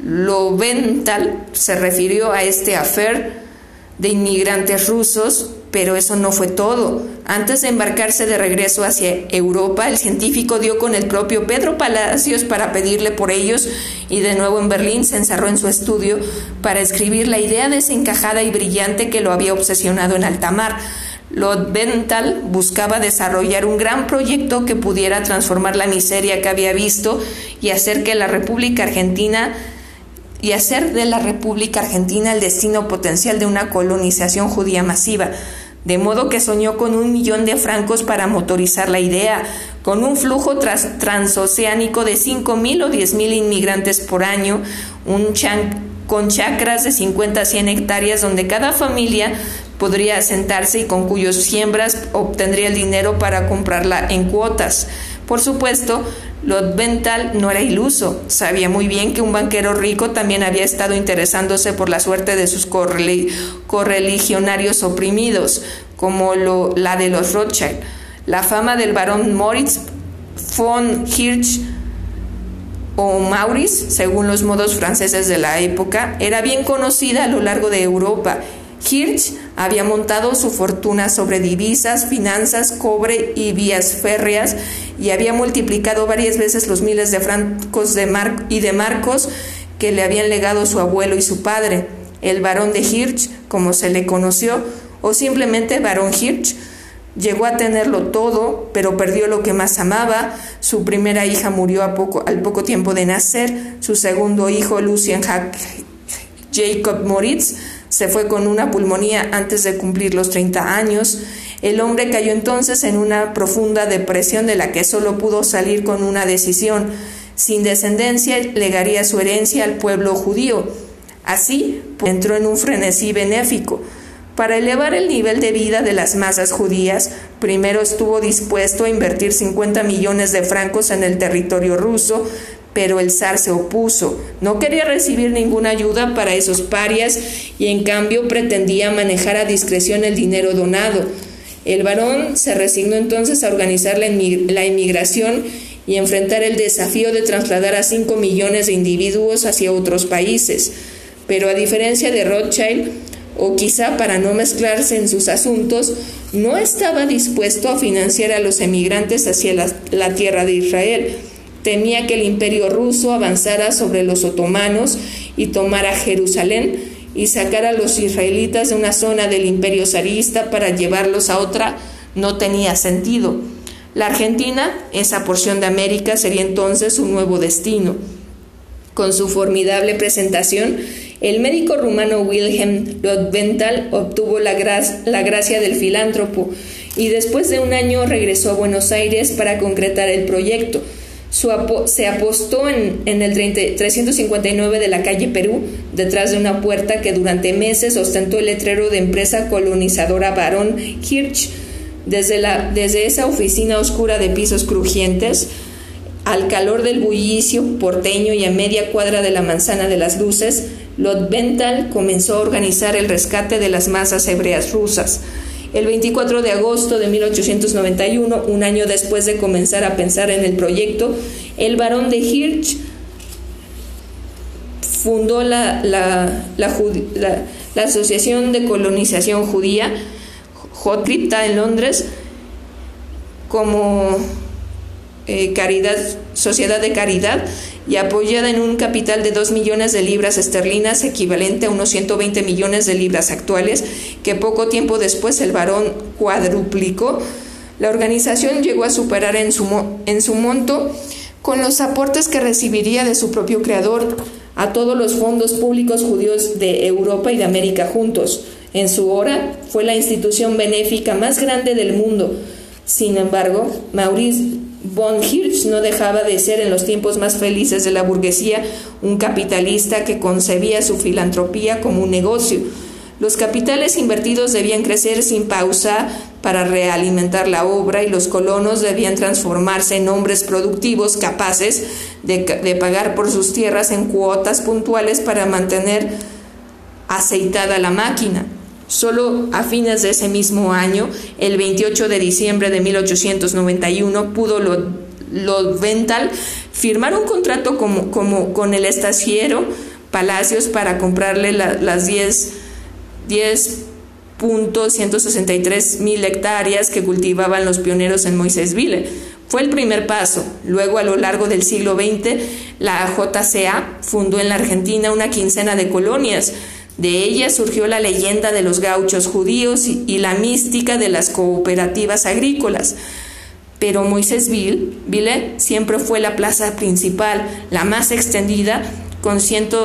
se refirió a este affair de inmigrantes rusos, pero eso no fue todo. Antes de embarcarse de regreso hacia Europa, el científico dio con el propio Pedro Palacios para pedirle por ellos y de nuevo en Berlín se encerró en su estudio para escribir la idea desencajada y brillante que lo había obsesionado en alta mar. Lodvetal buscaba desarrollar un gran proyecto que pudiera transformar la miseria que había visto y hacer de la República Argentina el destino potencial de una colonización judía masiva, de modo que soñó con 1 millón de francos para motorizar la idea, con un flujo transoceánico de 5.000 o 10.000 inmigrantes por año, con chacras de 50 a 100 hectáreas donde cada familia podría asentarse y con cuyos siembras obtendría el dinero para comprarla en cuotas. Por supuesto, Lodvetal no era iluso. Sabía muy bien que un banquero rico también había estado interesándose por la suerte de sus correligionarios oprimidos, como la de los Rothschild. La fama del barón Moritz von Hirsch o Maurice, según los modos franceses de la época, era bien conocida a lo largo de Europa. Hirsch había montado su fortuna sobre divisas, finanzas, cobre y vías férreas y había multiplicado varias veces los miles de francos de marcos que le habían legado su abuelo y su padre. El barón de Hirsch, como se le conoció, o simplemente barón Hirsch, llegó a tenerlo todo, pero perdió lo que más amaba. Su primera hija murió al poco tiempo de nacer. Su segundo hijo, Lucien Jacob Moritz, se fue con una pulmonía antes de cumplir los 30 años. El hombre cayó entonces en una profunda depresión de la que solo pudo salir con una decisión. Sin descendencia, legaría su herencia al pueblo judío. Así, entró en un frenesí benéfico. Para elevar el nivel de vida de las masas judías, primero estuvo dispuesto a invertir 50 millones de francos en el territorio ruso, pero el zar se opuso. No quería recibir ninguna ayuda para esos parias y en cambio pretendía manejar a discreción el dinero donado. El barón se resignó entonces a organizar la inmigración y enfrentar el desafío de trasladar a 5 millones de individuos hacia otros países. Pero a diferencia de Rothschild, o quizá para no mezclarse en sus asuntos, no estaba dispuesto a financiar a los emigrantes hacia la tierra de Israel. Temía que el imperio ruso avanzara sobre los otomanos y tomara Jerusalén y sacara a los israelitas de una zona del imperio zarista para llevarlos a otra. No tenía sentido. La Argentina, esa porción de América, sería entonces un nuevo destino. Con su formidable presentación El médico rumano Wilhelm Lotwenthal obtuvo la gracia del filántropo y después de un año regresó a Buenos Aires para concretar el proyecto. Se apostó en el 359 de la calle Perú, detrás de una puerta que durante meses ostentó el letrero de empresa colonizadora Barón Hirsch. Desde esa oficina oscura de pisos crujientes, al calor del bullicio porteño y a media cuadra de la Manzana de las Luces, Lotwenthal comenzó a organizar el rescate de las masas hebreas rusas. El 24 de agosto de 1891, un año después de comenzar a pensar en el proyecto, el barón de Hirsch fundó la Asociación de Colonización Judía, Jotripta, en Londres, como sociedad de caridad, y apoyada en un capital de 2 millones de libras esterlinas, equivalente a unos 120 millones de libras actuales, que poco tiempo después el barón cuadruplicó. La organización llegó a superar en su monto, con los aportes que recibiría de su propio creador, a todos los fondos públicos judíos de Europa y de América juntos. En su hora fue la institución benéfica más grande del mundo. Sin embargo, Maurice von Hirsch no dejaba de ser, en los tiempos más felices de la burguesía, un capitalista que concebía su filantropía como un negocio. Los capitales invertidos debían crecer sin pausa para realimentar la obra, y los colonos debían transformarse en hombres productivos capaces de pagar por sus tierras en cuotas puntuales para mantener aceitada la máquina. Solo a fines de ese mismo año, el 28 de diciembre de 1891, pudo Lotwenthal firmar un contrato con el estanciero Palacios para comprarle las 10.163.000 hectáreas que cultivaban los pioneros en Moisésville. Fue el primer paso. Luego, a lo largo del siglo XX, la JCA fundó en la Argentina una quincena de colonias. De ella surgió la leyenda de los gauchos judíos y la mística de las cooperativas agrícolas. Pero Moisésville siempre fue la plaza principal, la más extendida, con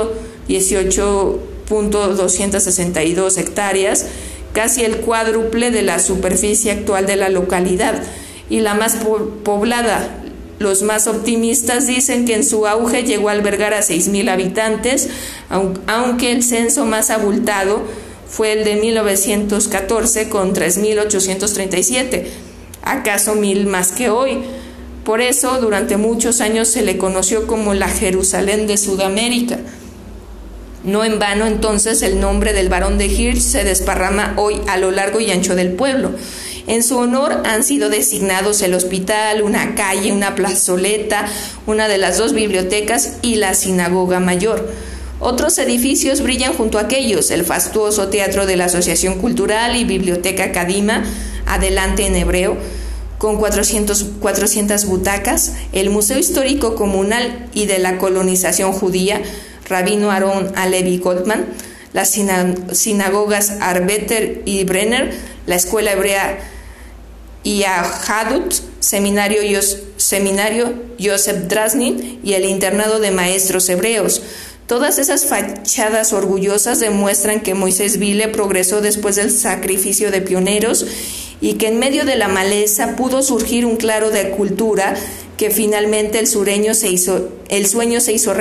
118.262 hectáreas, casi el cuádruple de la superficie actual de la localidad, y la más poblada. Los más optimistas dicen que en su auge llegó a albergar a 6.000 habitantes, aunque el censo más abultado fue el de 1914 con 3.837, acaso 1.000 más que hoy. Por eso, durante muchos años se le conoció como la Jerusalén de Sudamérica. No en vano, entonces, el nombre del barón de Hirsch se desparrama hoy a lo largo y ancho del pueblo. En su honor han sido designados el hospital, una calle, una plazoleta, una de las 2 bibliotecas y la sinagoga mayor. Otros edificios brillan junto a aquellos: el fastuoso Teatro de la Asociación Cultural y Biblioteca Kadima, Adelante en hebreo, con 400 butacas, el Museo Histórico Comunal y de la Colonización Judía, Rabino Aaron Alevi Goldman, las sinagogas Arbeter y Brenner, la Escuela Hebrea Yahadut, Seminario Yosef Drasnin y el Internado de Maestros Hebreos. Todas esas fachadas orgullosas demuestran que Moisésville progresó después del sacrificio de pioneros, y que en medio de la maleza pudo surgir un claro de cultura, que finalmente el sueño se hizo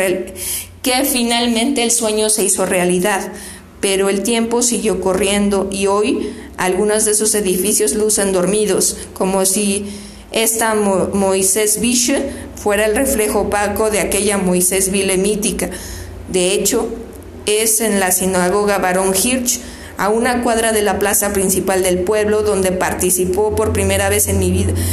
realidad. Pero el tiempo siguió corriendo, y hoy algunos de esos edificios lucen dormidos, como si esta Moisésville fuera el reflejo opaco de aquella Moisésville mítica. De hecho, es en la sinagoga Barón Hirsch, a una cuadra de la plaza principal del pueblo, donde participo por primera vez en mi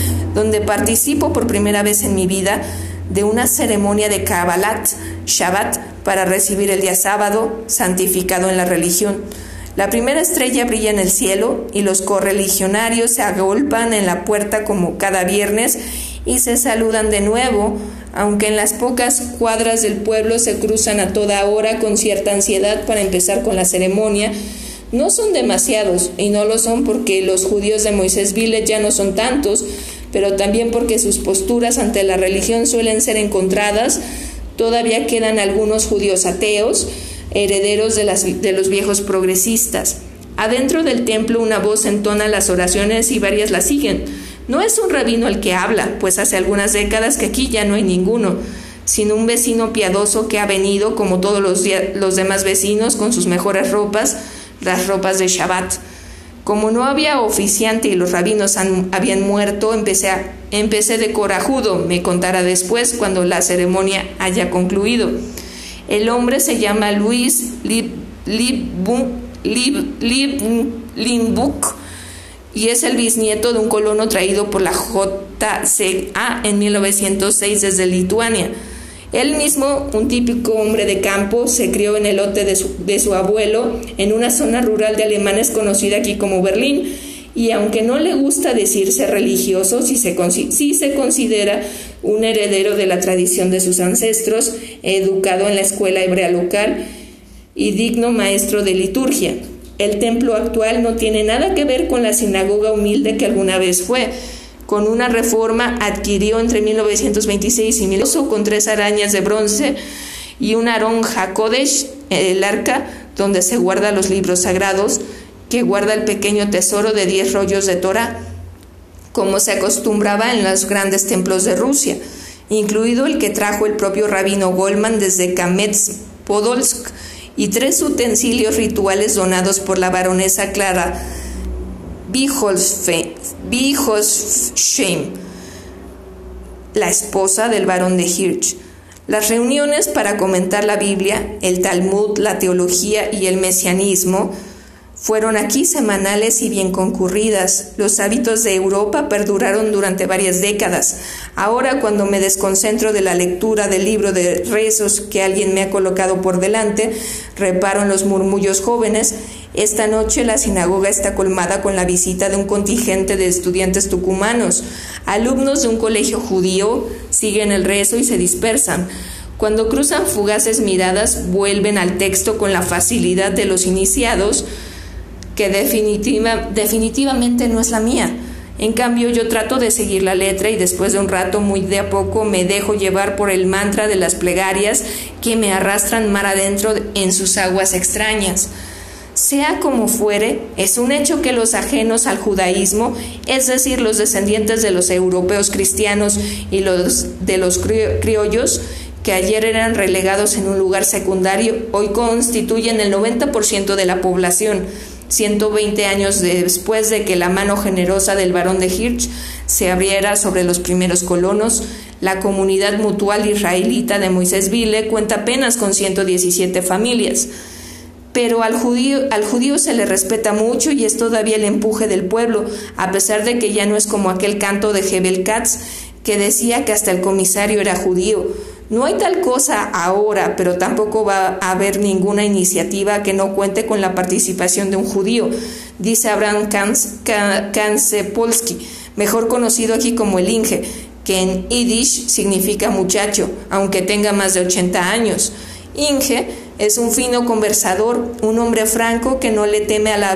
vida de una ceremonia de Kabbalat Shabbat para recibir el día sábado santificado en la religión. La primera estrella brilla en el cielo, y los correligionarios se agolpan en la puerta como cada viernes y se saludan de nuevo, aunque en las pocas cuadras del pueblo se cruzan a toda hora con cierta ansiedad para empezar con la ceremonia. No son demasiados, y no lo son porque los judíos de Moisésville ya no son tantos, pero también porque sus posturas ante la religión suelen ser encontradas. Todavía quedan algunos judíos ateos, herederos de los viejos progresistas. Adentro del templo una voz entona las oraciones y varias las siguen. No es un rabino el que habla, pues hace algunas décadas que aquí ya no hay ninguno, sino un vecino piadoso que ha venido, como todos los demás vecinos, con sus mejores ropas, las ropas de Shabbat. Como no había oficiante y los rabinos habían muerto, empecé de corajudo, me contará después cuando la ceremonia haya concluido. El hombre se llama Luis Limbuk y es el bisnieto de un colono traído por la JCA en 1906 desde Lituania. Él mismo, un típico hombre de campo, se crió en el lote de su abuelo en una zona rural de alemanes conocida aquí como Berlín, y aunque no le gusta decirse religioso, sí se considera un heredero de la tradición de sus ancestros, educado en la escuela hebrea local y digno maestro de liturgia. El templo actual no tiene nada que ver con la sinagoga humilde que alguna vez fue. Con una reforma adquirió entre 1926 y 1900 con 3 arañas de bronce y un Aarón HaKodesh, el arca donde se guardan los libros sagrados, que guarda el pequeño tesoro de 10 rollos de Torah, como se acostumbraba en los grandes templos de Rusia, incluido el que trajo el propio rabino Goldman desde Kamets-Podolsk, y 3 utensilios rituales donados por la baronesa Clara Bijolfsheim, la esposa del barón de Hirsch. Las reuniones para comentar la Biblia, el Talmud, la teología y el mesianismo fueron aquí semanales y bien concurridas. Los hábitos de Europa perduraron durante varias décadas. Ahora, cuando me desconcentro de la lectura del libro de rezos que alguien me ha colocado por delante, reparo en los murmullos jóvenes. Esta noche la sinagoga está colmada con la visita de un contingente de estudiantes tucumanos. Alumnos de un colegio judío siguen el rezo y se dispersan. Cuando cruzan fugaces miradas, vuelven al texto con la facilidad de los iniciados, que definitivamente no es la mía. En cambio, yo trato de seguir la letra y después de un rato, muy de a poco, me dejo llevar por el mantra de las plegarias que me arrastran mar adentro en sus aguas extrañas. Sea como fuere, es un hecho que los ajenos al judaísmo, es decir, los descendientes de los europeos cristianos y los de los criollos, que ayer eran relegados en un lugar secundario, hoy constituyen el 90% de la población. 120 años después de que la mano generosa del barón de Hirsch se abriera sobre los primeros colonos, la comunidad mutual israelita de Moisésville cuenta apenas con 117 familias. Pero al judío se le respeta mucho y es todavía el empuje del pueblo, a pesar de que ya no es como aquel canto de Hebel Katz que decía que hasta el comisario era judío. No hay tal cosa ahora, pero tampoco va a haber ninguna iniciativa que no cuente con la participación de un judío, dice Abraham Kansepolsky, mejor conocido aquí como el Inge, que en yiddish significa muchacho, aunque tenga más de 80 años. Inge es un fino conversador, un hombre franco que no le teme a las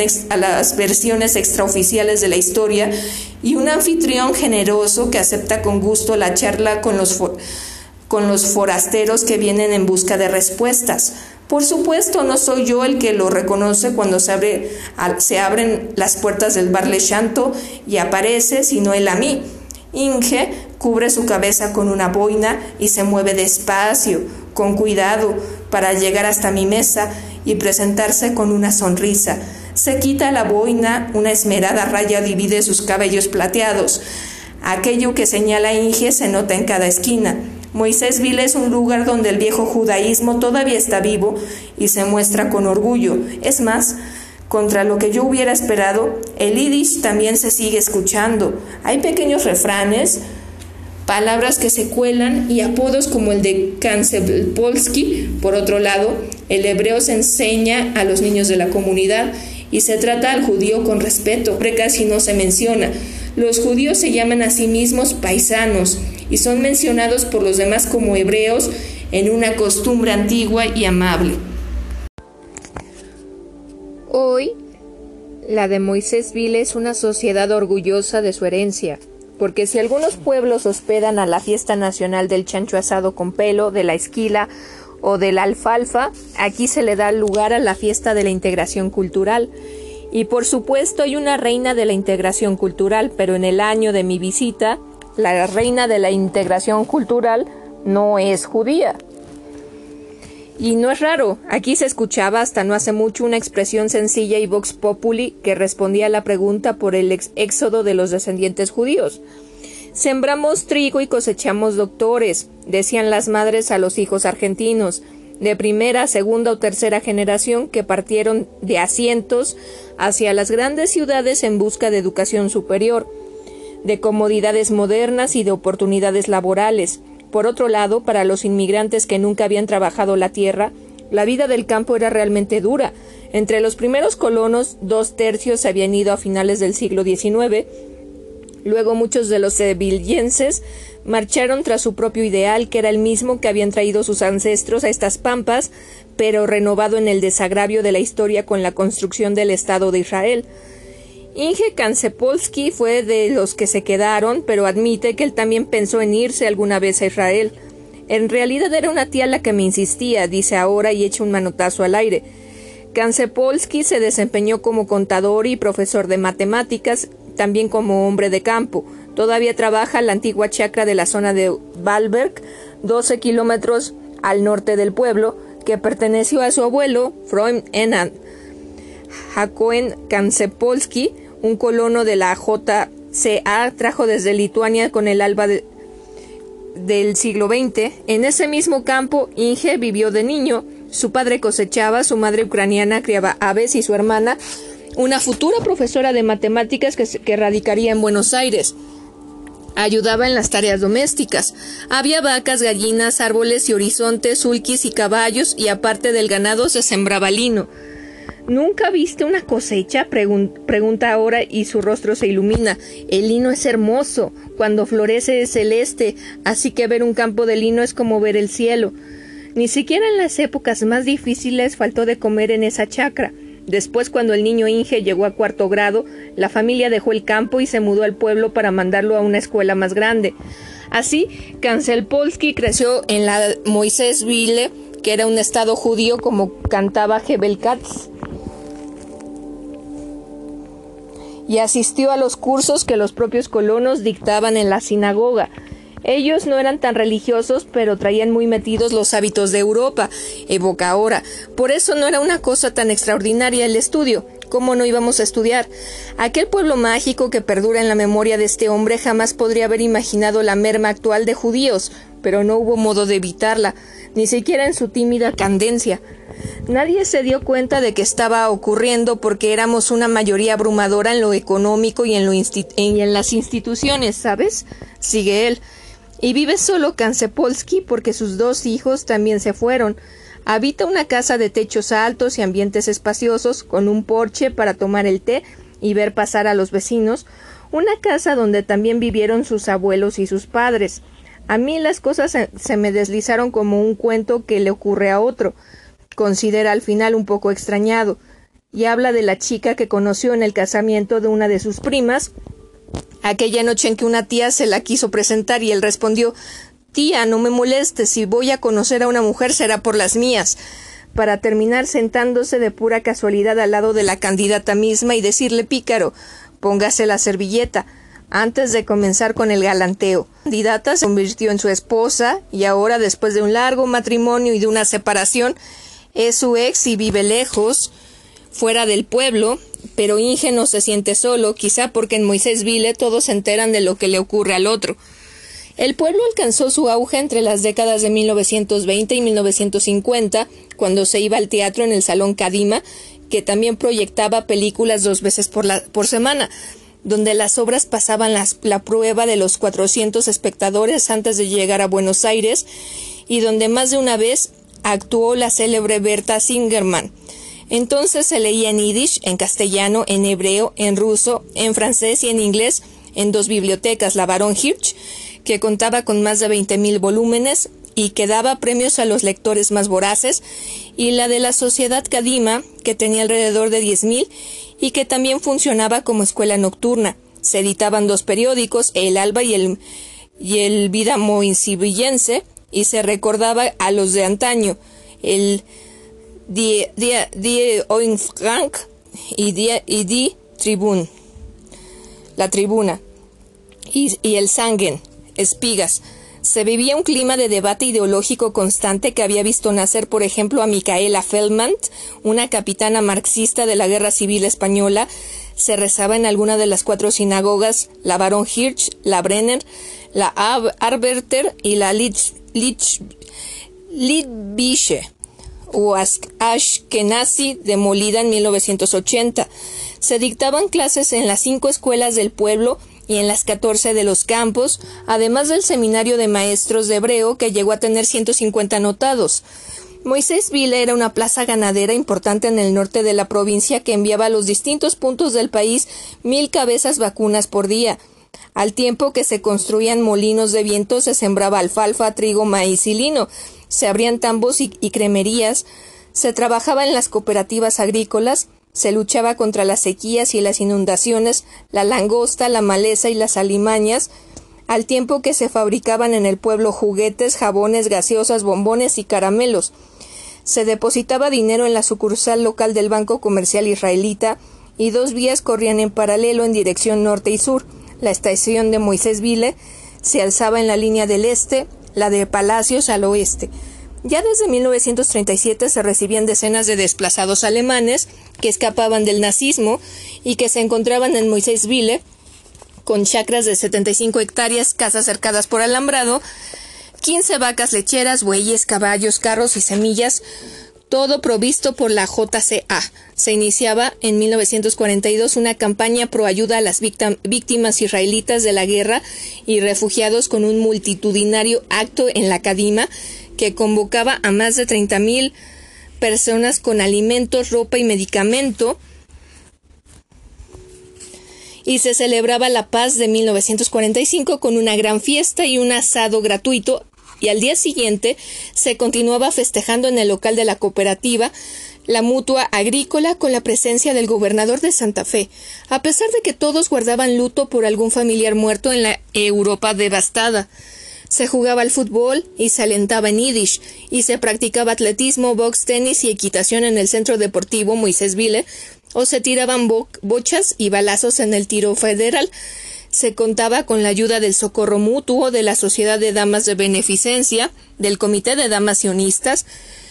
versiones extraoficiales de la historia y un anfitrión generoso que acepta con gusto la charla con los forasteros que vienen en busca de respuestas. Por supuesto, no soy yo el que lo reconoce cuando se abren las puertas del bar Le Chanto y aparece, sino él a mí. Inge cubre su cabeza con una boina y se mueve despacio, con cuidado, para llegar hasta mi mesa y presentarse con una sonrisa. Se quita la boina, una esmerada raya divide sus cabellos plateados. Aquello que señala Inge se nota en cada esquina. Moisésville es un lugar donde el viejo judaísmo todavía está vivo y se muestra con orgullo. Es más, contra lo que yo hubiera esperado, el yiddish también se sigue escuchando. Hay pequeños refranes, palabras que se cuelan y apodos como el de Kansepolsky. Por otro lado, el hebreo se enseña a los niños de la comunidad y se trata al judío con respeto, casi no se menciona. Los judíos se llaman a sí mismos paisanos y son mencionados por los demás como hebreos en una costumbre antigua y amable. Hoy, la de Moisésville es una sociedad orgullosa de su herencia, porque si algunos pueblos hospedan a la fiesta nacional del chancho asado con pelo, de la esquila o de la alfalfa, aquí se le da lugar a la fiesta de la integración cultural. Y por supuesto hay una reina de la integración cultural, pero en el año de mi visita, la reina de la integración cultural no es judía. Y no es raro, aquí se escuchaba hasta no hace mucho una expresión sencilla y vox populi que respondía a la pregunta por el éxodo de los descendientes judíos. Sembramos trigo y cosechamos doctores, decían las madres a los hijos argentinos, de primera, segunda o tercera generación que partieron de asientos hacia las grandes ciudades en busca de educación superior, de comodidades modernas y de oportunidades laborales. Por otro lado, para los inmigrantes que nunca habían trabajado la tierra, la vida del campo era realmente dura. Entre los primeros colonos, 2/3 se habían ido a finales del siglo XIX. Luego muchos de los sevillenses marcharon tras su propio ideal, que era el mismo que habían traído sus ancestros a estas pampas, pero renovado en el desagravio de la historia con la construcción del Estado de Israel. Inge Kancepolsky fue de los que se quedaron, pero admite que él también pensó en irse alguna vez a Israel. En realidad era una tía la que me insistía, dice ahora y echa un manotazo al aire. Kancepolsky se desempeñó como contador y profesor de matemáticas, también como hombre de campo. Todavía trabaja en la antigua chacra de la zona de Baalberg, 12 kilómetros al norte del pueblo, que perteneció a su abuelo, Freund Enand. Hakoen Kancepolsky, un colono de la JCA, trajo desde Lituania con el alba del siglo XX. En ese mismo campo, Inge vivió de niño. Su padre cosechaba, su madre ucraniana criaba aves y su hermana, una futura profesora de matemáticas que radicaría en Buenos Aires, ayudaba en las tareas domésticas. Había vacas, gallinas, árboles y horizontes, sulquis y caballos, y aparte del ganado se sembraba lino. ¿Nunca viste una cosecha? Pregunta ahora y su rostro se ilumina. El lino es hermoso, cuando florece es celeste, así que ver un campo de lino es como ver el cielo. Ni siquiera en las épocas más difíciles faltó de comer en esa chacra. Después, cuando el niño Inge llegó a 4º grado, la familia dejó el campo y se mudó al pueblo para mandarlo a una escuela más grande. Así, Kancepolsky creció en la Moisésville, que era un estado judío, como cantaba Hebel Katz, y asistió a los cursos que los propios colonos dictaban en la sinagoga. Ellos no eran tan religiosos, pero traían muy metidos los hábitos de Europa, evoca ahora. Por eso no era una cosa tan extraordinaria el estudio. ¿Cómo no íbamos a estudiar? Aquel pueblo mágico que perdura en la memoria de este hombre jamás podría haber imaginado la merma actual de judíos, pero no hubo modo de evitarla, ni siquiera en su tímida candencia. Nadie se dio cuenta de que estaba ocurriendo porque éramos una mayoría abrumadora en lo económico y en las instituciones, ¿sabes? Sigue él. Y vive solo Kancepolsky porque sus 2 hijos también se fueron. Habita una casa de techos altos y ambientes espaciosos, con un porche para tomar el té y ver pasar a los vecinos, una casa donde también vivieron sus abuelos y sus padres. A mí las cosas se me deslizaron como un cuento que le ocurre a otro, considera al final un poco extrañado, y habla de la chica que conoció en el casamiento de una de sus primas, aquella noche en que una tía se la quiso presentar y él respondió: «Tía, no me molestes, si voy a conocer a una mujer será por las mías», para terminar sentándose de pura casualidad al lado de la candidata misma y decirle pícaro: «Póngase la servilleta», antes de comenzar con el galanteo. La candidata se convirtió en su esposa y ahora, después de un largo matrimonio y de una separación, es su ex y vive lejos, fuera del pueblo. Pero Inge no se siente solo, quizá porque en Moisésville todos se enteran de lo que le ocurre al otro. El pueblo alcanzó su auge entre las décadas de 1920 y 1950, cuando se iba al teatro en el Salón Kadima, que también proyectaba películas 2 veces por semana, donde las obras pasaban la prueba de los 400 espectadores antes de llegar a Buenos Aires, y donde más de una vez actuó la célebre Berta Singerman. Entonces se leía en yiddish, en castellano, en hebreo, en ruso, en francés y en inglés en 2 bibliotecas, la Baron Hirsch, que contaba con más de 20.000 volúmenes y que daba premios a los lectores más voraces, y la de la Sociedad Kadima, que tenía alrededor de 10.000 y que también funcionaba como escuela nocturna. Se editaban 2 periódicos, El Alba y el Vida Moisésvillense, y se recordaba a los de antaño, el Die Oinfrank y Die Tribune, la Tribuna, y el Sagen, espigas. Se vivía un clima de debate ideológico constante que había visto nacer, por ejemplo, a Micaela Feldman, una capitana marxista de la Guerra Civil Española. Se rezaba en alguna de las 4 sinagogas, la Baron Hirsch, la Brenner, la Arbeiter y la Liebische o Ashkenazi, demolida en 1980. Se dictaban clases en las 5 escuelas del pueblo y en las 14 de los campos, además del seminario de maestros de hebreo que llegó a tener 150 anotados. Moisésville era una plaza ganadera importante en el norte de la provincia que enviaba a los distintos puntos del país 1000 cabezas vacunas por día. Al tiempo que se construían molinos de viento, se sembraba alfalfa, trigo, maíz y lino, se abrían tambos y cremerías, se trabajaba en las cooperativas agrícolas, se luchaba contra las sequías y las inundaciones, la langosta, la maleza y las alimañas, al tiempo que se fabricaban en el pueblo juguetes, jabones, gaseosas, bombones y caramelos. Se depositaba dinero en la sucursal local del Banco Comercial Israelita y 2 vías corrían en paralelo en dirección norte y sur. La estación de Moisésville se alzaba en la línea del este, la de Palacios al oeste. Ya desde 1937 se recibían decenas de desplazados alemanes que escapaban del nazismo y que se encontraban en Moisésville con chacras de 75 hectáreas, casas cercadas por alambrado, 15 vacas lecheras, bueyes, caballos, carros y semillas, todo provisto por la JCA. Se iniciaba en 1942 una campaña pro ayuda a las víctimas israelitas de la guerra y refugiados con un multitudinario acto en la Kadima que convocaba a más de 30,000 personas con alimentos, ropa y medicamento, y se celebraba la paz de 1945 con una gran fiesta y un asado gratuito, y al día siguiente se continuaba festejando en el local de la cooperativa, la Mutua Agrícola, con la presencia del gobernador de Santa Fe, a pesar de que todos guardaban luto por algún familiar muerto en la Europa devastada. Se jugaba al fútbol y se alentaba en yiddish, y se practicaba atletismo, box, tenis y equitación en el centro deportivo Moisésville, o se tiraban bochas y balazos en el tiro federal. Se contaba con la ayuda del Socorro Mutuo, de la Sociedad de Damas de Beneficencia, del Comité de Damas Sionistas,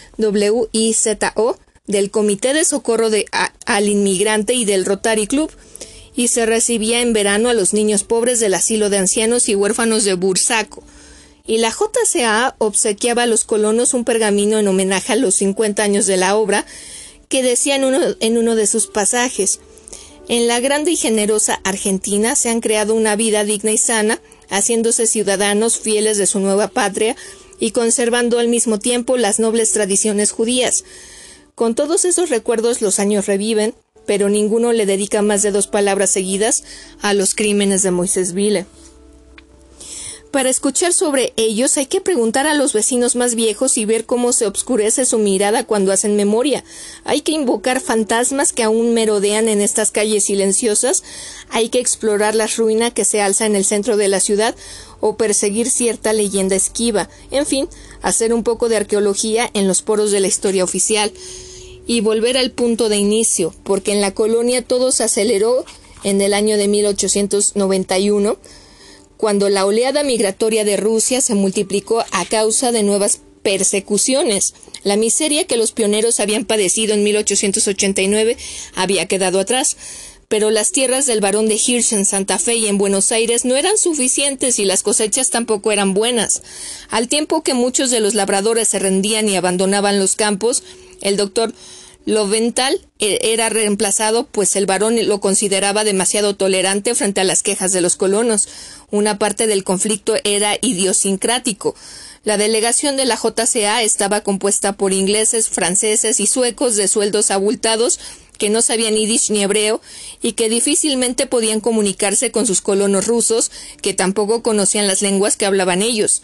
WIZO, del Comité de Socorro al Inmigrante y del Rotary Club, y se recibía en verano a los niños pobres del asilo de ancianos y huérfanos de Bursaco. Y la JCA obsequiaba a los colonos un pergamino en homenaje a los 50 años de la obra, que decía en uno de sus pasajes: en la grande y generosa Argentina se han creado una vida digna y sana, haciéndose ciudadanos fieles de su nueva patria y conservando al mismo tiempo las nobles tradiciones judías. Con todos esos recuerdos los años reviven, pero ninguno le dedica más de 2 palabras seguidas a los crímenes de Moisésville. Para escuchar sobre ellos hay que preguntar a los vecinos más viejos y ver cómo se obscurece su mirada cuando hacen memoria. Hay que invocar fantasmas que aún merodean en estas calles silenciosas, hay que explorar la ruina que se alza en el centro de la ciudad o perseguir cierta leyenda esquiva, en fin, hacer un poco de arqueología en los poros de la historia oficial y volver al punto de inicio, porque en la colonia todo se aceleró en el año de 1891, cuando la oleada migratoria de Rusia se multiplicó a causa de nuevas persecuciones. La miseria que los pioneros habían padecido en 1889 había quedado atrás, pero las tierras del barón de Hirsch en Santa Fe y en Buenos Aires no eran suficientes y las cosechas tampoco eran buenas. Al tiempo que muchos de los labradores se rendían y abandonaban los campos, el doctor Loventhal era reemplazado, pues el barón lo consideraba demasiado tolerante frente a las quejas de los colonos. Una parte del conflicto era idiosincrático. La delegación de la JCA estaba compuesta por ingleses, franceses y suecos de sueldos abultados que no sabían yiddish ni hebreo y que difícilmente podían comunicarse con sus colonos rusos, que tampoco conocían las lenguas que hablaban ellos.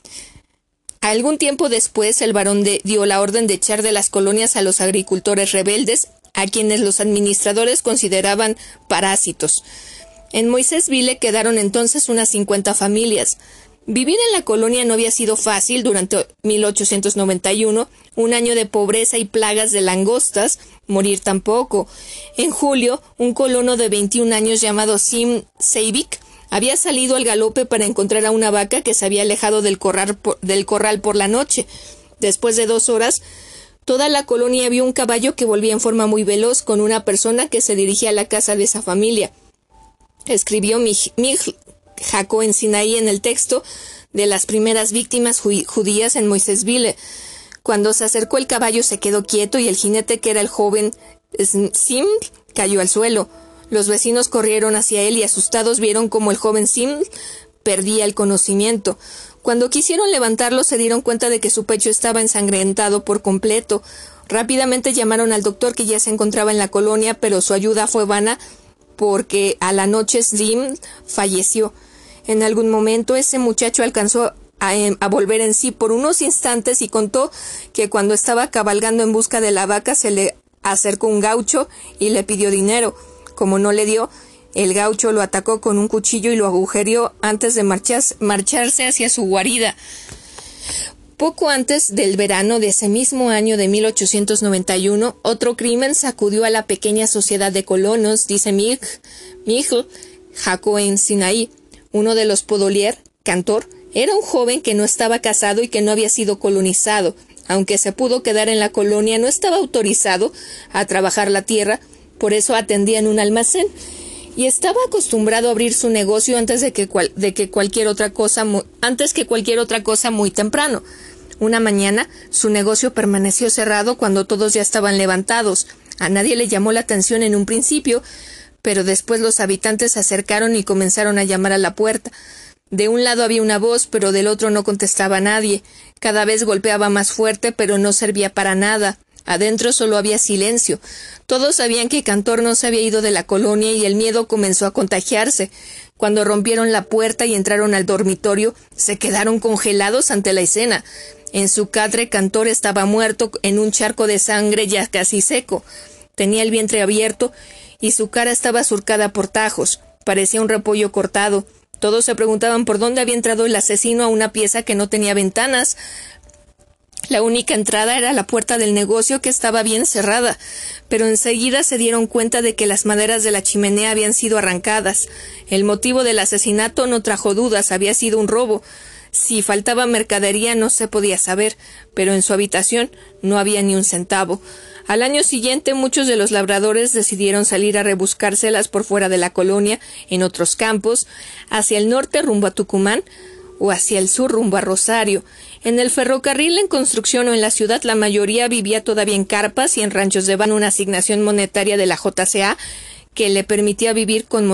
Algún tiempo después, el barón dio la orden de echar de las colonias a los agricultores rebeldes, a quienes los administradores consideraban parásitos. En Moisésville quedaron entonces unas 50 familias. Vivir en la colonia no había sido fácil durante 1891, un año de pobreza y plagas de langostas, morir tampoco. En julio, un colono de 21 años llamado Sim Seivik había salido al galope para encontrar a una vaca que se había alejado del corral por la noche. Después de 2 horas, toda la colonia vio un caballo que volvía en forma muy veloz con una persona que se dirigía a la casa de esa familia. Escribió Michel Hacohen Sinaí en el texto de las primeras víctimas judías en Moisésville. Cuando se acercó el caballo se quedó quieto y el jinete, que era el joven Sim, cayó al suelo. Los vecinos corrieron hacia él y asustados vieron cómo el joven Sim perdía el conocimiento. Cuando quisieron levantarlo se dieron cuenta de que su pecho estaba ensangrentado por completo. Rápidamente llamaron al doctor, que ya se encontraba en la colonia, pero su ayuda fue vana porque a la noche Sim falleció. En algún momento ese muchacho alcanzó a volver en sí por unos instantes y contó que cuando estaba cabalgando en busca de la vaca se le acercó un gaucho y le pidió dinero. Como no le dio, el gaucho lo atacó con un cuchillo y lo agujereó antes de marcharse hacia su guarida. Poco antes del verano de ese mismo año de 1891, otro crimen sacudió a la pequeña sociedad de colonos, dice Michel Hacohen Sinaí. Uno de los Podolier, Cantor, era un joven que no estaba casado y que no había sido colonizado. Aunque se pudo quedar en la colonia, no estaba autorizado a trabajar la tierra, por eso atendía en un almacén. Y estaba acostumbrado a abrir su negocio antes que cualquier otra cosa muy temprano. Una mañana, su negocio permaneció cerrado cuando todos ya estaban levantados. A nadie le llamó la atención en un principio, pero después los habitantes se acercaron y comenzaron a llamar a la puerta. De un lado había una voz, pero del otro no contestaba nadie. Cada vez golpeaba más fuerte, pero no servía para nada. Adentro solo había silencio. Todos sabían que Cantor no se había ido de la colonia y el miedo comenzó a contagiarse. Cuando rompieron la puerta y entraron al dormitorio, se quedaron congelados ante la escena. En su catre, Cantor estaba muerto en un charco de sangre ya casi seco. Tenía el vientre abierto y su cara estaba surcada por tajos. Parecía un repollo cortado. Todos se preguntaban por dónde había entrado el asesino a una pieza que no tenía ventanas. La única entrada era la puerta del negocio, que estaba bien cerrada, pero enseguida se dieron cuenta de que las maderas de la chimenea habían sido arrancadas. El motivo del asesinato no trajo dudas, había sido un robo. Si faltaba mercadería no se podía saber, pero en su habitación no había ni un centavo. Al año siguiente muchos de los labradores decidieron salir a rebuscárselas por fuera de la colonia, en otros campos, hacia el norte rumbo a Tucumán o hacia el sur rumbo a Rosario. En el ferrocarril en construcción o en la ciudad la mayoría vivía todavía en carpas y en ranchos de van, una asignación monetaria de la JCA que les permitía vivir con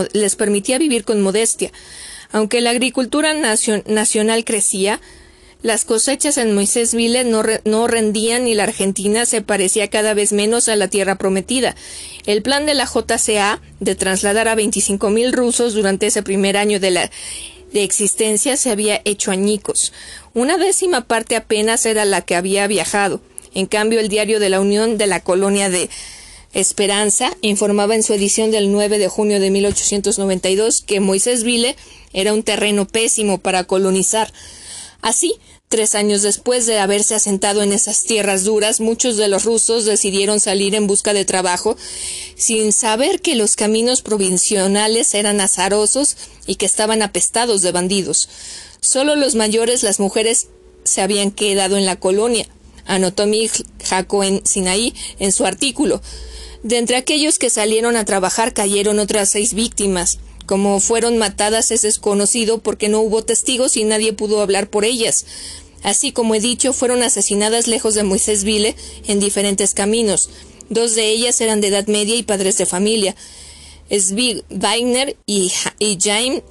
modestia. Aunque la agricultura nacional crecía, las cosechas en Moisésville no rendían y la Argentina se parecía cada vez menos a la tierra prometida. El plan de la JCA de trasladar a 25,000 rusos durante ese primer año de existencia se había hecho añicos. Una 10ª parte apenas era la que había viajado. En cambio, el diario de la Unión de la Colonia de Esperanza informaba en su edición del 9 de junio de 1892 que Moisésville era un terreno pésimo para colonizar. Así, 3 años después de haberse asentado en esas tierras duras, muchos de los rusos decidieron salir en busca de trabajo, sin saber que los caminos provinciales eran azarosos y que estaban apestados de bandidos. Solo los mayores, las mujeres, se habían quedado en la colonia, anotó Michel Hacohen Sinaí en su artículo. De entre aquellos que salieron a trabajar cayeron otras 6 víctimas. Cómo fueron matadas es desconocido porque no hubo testigos y nadie pudo hablar por ellas. Así como he dicho, fueron asesinadas lejos de Moisésville en diferentes caminos. 2 de ellas eran de edad media y padres de familia, Zbig Wagner y Jaime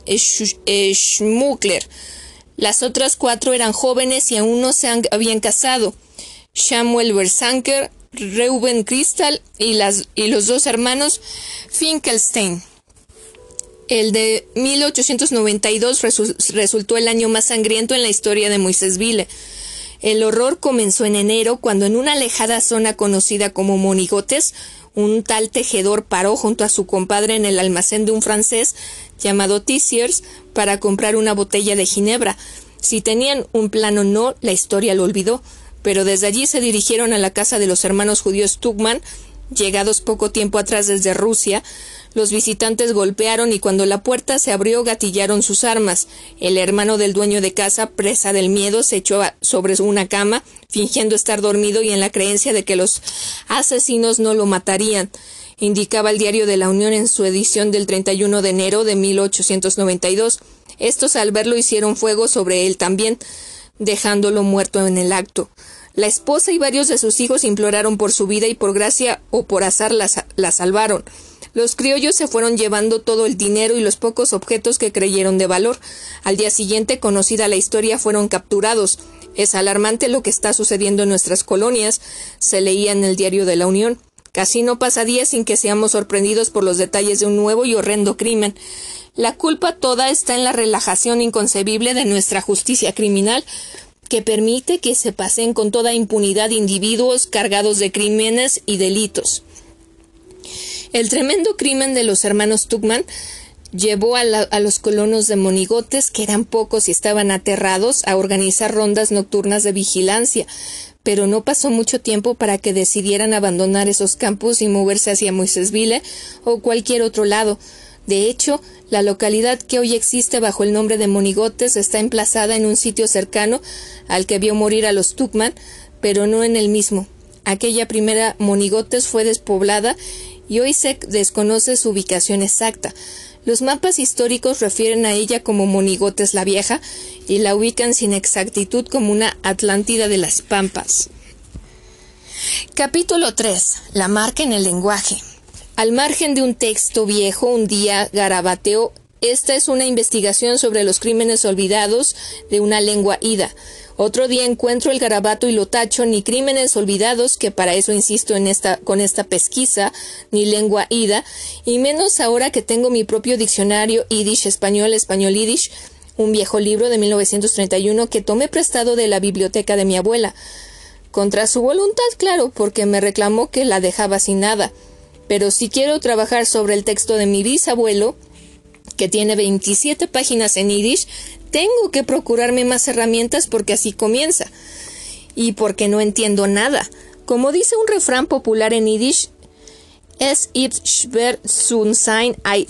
Schmuckler. Las otras 4 eran jóvenes y aún no se habían casado, Samuel Bersanker, Reuben Crystal y los 2 hermanos Finkelstein. El de 1892 resultó el año más sangriento en la historia de Moisésville. El horror comenzó en enero, cuando en una alejada zona conocida como Monigotes, un tal tejedor paró junto a su compadre en el almacén de un francés llamado Tissiers para comprar una botella de ginebra. Si tenían un plan o no, la historia lo olvidó, pero desde allí se dirigieron a la casa de los hermanos judíos Tughman, llegados poco tiempo atrás desde Rusia. Los visitantes golpearon y cuando la puerta se abrió gatillaron sus armas. El hermano del dueño de casa, presa del miedo, se echó sobre una cama, fingiendo estar dormido y en la creencia de que los asesinos no lo matarían. Indicaba el Diario de la Unión en su edición del 31 de enero de 1892. Estos al verlo hicieron fuego sobre él también, dejándolo muerto en el acto. La esposa y varios de sus hijos imploraron por su vida y por gracia o por azar la salvaron. Los criollos se fueron llevando todo el dinero y los pocos objetos que creyeron de valor. Al día siguiente, conocida la historia, fueron capturados. Es alarmante lo que está sucediendo en nuestras colonias, se leía en el Diario de la Unión. Casi no pasa día sin que seamos sorprendidos por los detalles de un nuevo y horrendo crimen. La culpa toda está en la relajación inconcebible de nuestra justicia criminal, que permite que se paseen con toda impunidad individuos cargados de crímenes y delitos. El tremendo crimen de los hermanos Tughman llevó a los colonos de monigotes, que eran pocos y estaban aterrados, a organizar rondas nocturnas de vigilancia, pero no pasó mucho tiempo para que decidieran abandonar esos campos y moverse hacia Moisésville o cualquier otro lado. De hecho, la localidad que hoy existe bajo el nombre de Monigotes está emplazada en un sitio cercano al que vio morir a los Tughman, pero no en el mismo. Aquella primera Monigotes fue despoblada y hoy se desconoce su ubicación exacta. Los mapas históricos refieren a ella como Monigotes la Vieja y la ubican sin exactitud como una Atlántida de las Pampas. Capítulo 3. La marca en el lenguaje. Al margen de un texto viejo, un día garabateó. Esta es una investigación sobre los crímenes olvidados de una lengua ida. Otro día encuentro el garabato y lo tacho, ni crímenes olvidados, que para eso insisto con esta pesquisa, ni lengua ida, y menos ahora que tengo mi propio diccionario Yiddish-español, español-Yiddish, un viejo libro de 1931 que tomé prestado de la biblioteca de mi abuela. Contra su voluntad, claro, porque me reclamó que la dejaba sin nada. Pero si quiero trabajar sobre el texto de mi bisabuelo, que tiene 27 páginas en Yiddish, tengo que procurarme más herramientas porque así comienza. Y porque no entiendo nada. Como dice un refrán popular en Yiddish, es ist schwer zu sein Eid.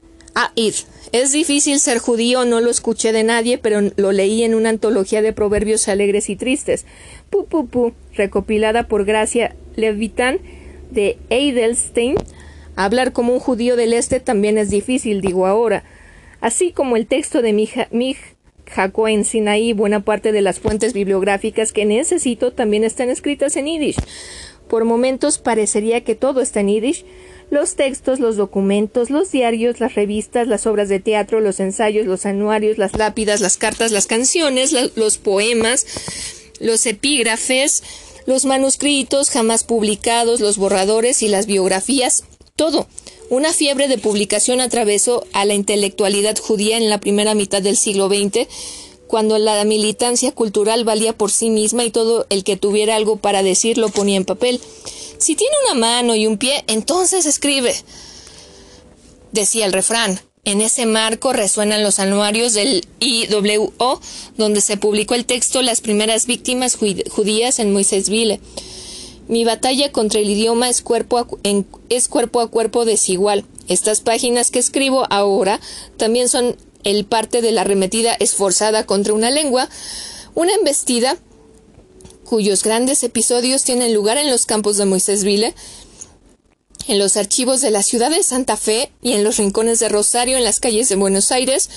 Es difícil ser judío, no lo escuché de nadie, pero lo leí en una antología de proverbios alegres y tristes. Recopilada por Gracia Levitan de Edelstein. Hablar como un judío del este también es difícil, digo ahora. Así como el texto de Mich Hakohen Sinaí, buena parte de las fuentes bibliográficas que necesito también están escritas en Yiddish. Por momentos parecería que todo está en Yiddish. Los textos, los documentos, los diarios, las revistas, las obras de teatro, los ensayos, los anuarios, las lápidas, las cartas, las canciones, los poemas, los epígrafes, los manuscritos jamás publicados, los borradores y las biografías, todo. Una fiebre de publicación atravesó a la intelectualidad judía en la primera mitad del siglo XX, cuando la militancia cultural valía por sí misma y todo el que tuviera algo para decir lo ponía en papel. Si tiene una mano y un pie, entonces escribe, decía el refrán. En ese marco resuenan los anuarios del IWO, donde se publicó el texto Las primeras víctimas judías en Moisésville. Mi batalla contra el idioma es cuerpo a cuerpo desigual. Estas páginas que escribo ahora también son el parte de la arremetida esforzada contra una lengua, una embestida cuyos grandes episodios tienen lugar en los campos de Moisésville, en los archivos de la ciudad de Santa Fe y en los rincones de Rosario, en las calles de Buenos Aires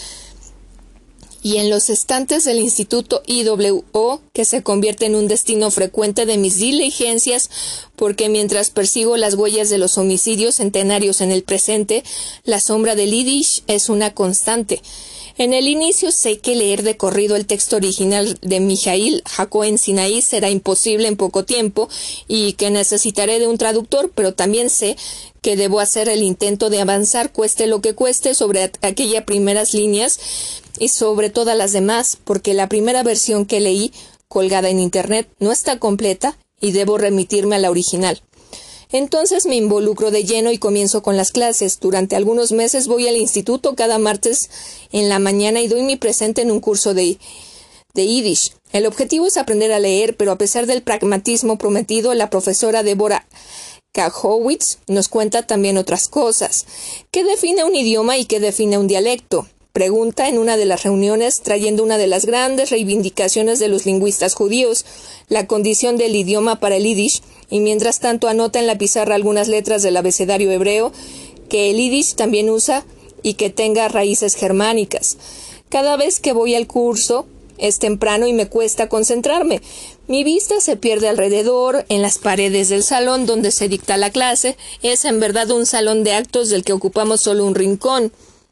y en los estantes del Instituto IWO, que se convierte en un destino frecuente de mis diligencias, porque mientras persigo las huellas de los homicidios centenarios en el presente, la sombra del Yiddish es una constante. En el inicio sé que leer de corrido el texto original de Mijail Hakohen Sinaí será imposible en poco tiempo y que necesitaré de un traductor, pero también sé que debo hacer el intento de avanzar cueste lo que cueste sobre aquellas primeras líneas y sobre todas las demás, porque la primera versión que leí, colgada en internet, no está completa y debo remitirme a la original. Entonces me involucro de lleno y comienzo con las clases. Durante algunos meses voy al instituto cada martes en la mañana y doy mi presente en un curso de de Yiddish. El objetivo es aprender a leer, pero a pesar del pragmatismo prometido, la profesora Deborah Kachowicz nos cuenta también otras cosas. ¿Qué define un idioma y qué define un dialecto? Pregunta en una de las reuniones, trayendo una de las grandes reivindicaciones de los lingüistas judíos, la condición del idioma para el Yiddish, y mientras tanto anota en la pizarra algunas letras del abecedario hebreo que el Yiddish también usa y que tenga raíces germánicas. Cada vez que voy al curso es temprano y me cuesta concentrarme. Mi vista se pierde alrededor, en las paredes del salón donde se dicta la clase. Es en verdad un salón de actos del que ocupamos solo un rincón.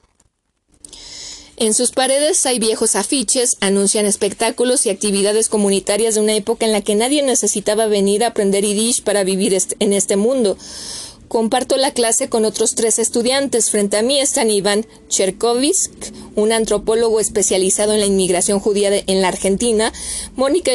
En sus paredes hay viejos afiches, anuncian espectáculos y actividades comunitarias de una época en la que nadie necesitaba venir a aprender Yiddish para vivir en este mundo. Comparto la clase con otros 3 estudiantes. Frente a mí están Iván Cherkovich, un antropólogo especializado en la inmigración judía en la Argentina, Mónica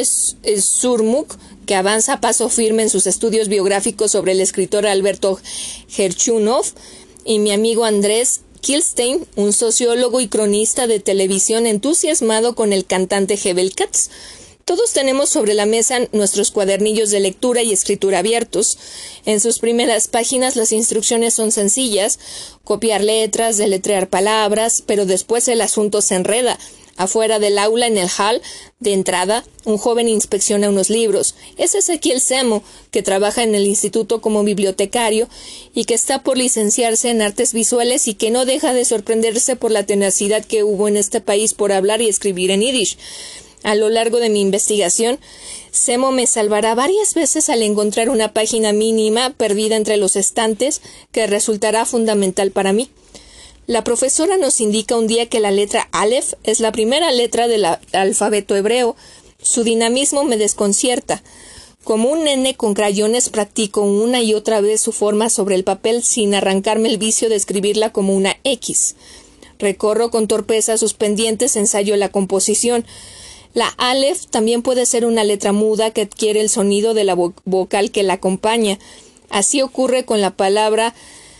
Surmuk, que avanza a paso firme en sus estudios biográficos sobre el escritor Alberto Gerchunov, y mi amigo Andrés Kilstein, un sociólogo y cronista de televisión entusiasmado con el cantante Hebel Katz. Todos tenemos sobre la mesa nuestros cuadernillos de lectura y escritura abiertos. En sus primeras páginas las instrucciones son sencillas: copiar letras, deletrear palabras, pero después el asunto se enreda. Afuera del aula, en el hall de entrada, un joven inspecciona unos libros. Es Ezequiel Semo, que trabaja en el instituto como bibliotecario y que está por licenciarse en artes visuales y que no deja de sorprenderse por la tenacidad que hubo en este país por hablar y escribir en Yiddish. A lo largo de mi investigación, Semo me salvará varias veces al encontrar una página mínima perdida entre los estantes que resultará fundamental para mí. La profesora nos indica un día que la letra Aleph es la primera letra del alfabeto hebreo. Su dinamismo me desconcierta. Como un nene con crayones practico una y otra vez su forma sobre el papel sin arrancarme el vicio de escribirla como una X. Recorro con torpeza sus pendientes, ensayo la composición. La Aleph también puede ser una letra muda que adquiere el sonido de la vocal que la acompaña. Así ocurre con la palabra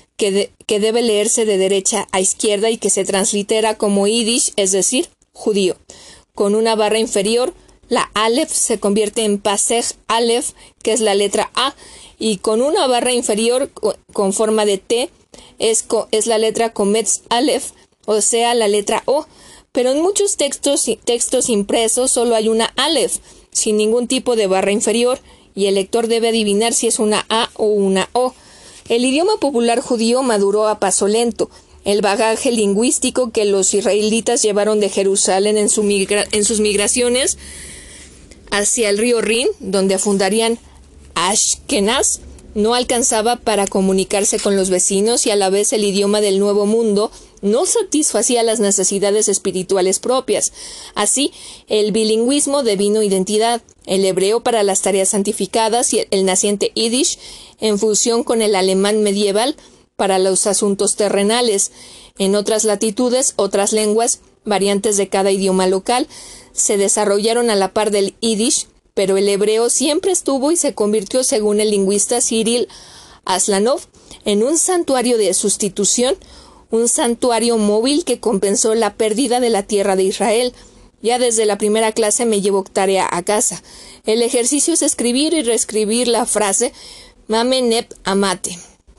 que debe leerse de derecha a izquierda y que se translitera como Yiddish, es decir, judío. Con una barra inferior, la Aleph se convierte en Pasej Aleph, que es la letra A, y con una barra inferior con forma de T es la letra Kometz Aleph, o sea, la letra O. Pero en muchos textos impresos solo hay una Aleph, sin ningún tipo de barra inferior, y el lector debe adivinar si es una A o una O. El idioma popular judío maduró a paso lento. El bagaje lingüístico que los israelitas llevaron de Jerusalén en sus migraciones hacia el río Rin, donde fundarían Ashkenaz, no alcanzaba para comunicarse con los vecinos, y a la vez el idioma del Nuevo Mundo no satisfacía las necesidades espirituales propias. Así, el bilingüismo devino identidad, el hebreo para las tareas santificadas y el naciente Yiddish en fusión con el alemán medieval para los asuntos terrenales. En otras latitudes, otras lenguas, variantes de cada idioma local, se desarrollaron a la par del Yiddish, pero el hebreo siempre estuvo y se convirtió, según el lingüista Cyril Aslanov, en un santuario de sustitución, un santuario móvil que compensó la pérdida de la tierra de Israel. Ya desde la primera clase me llevo tarea a casa. El ejercicio es escribir y reescribir la frase Mame Nep Amate.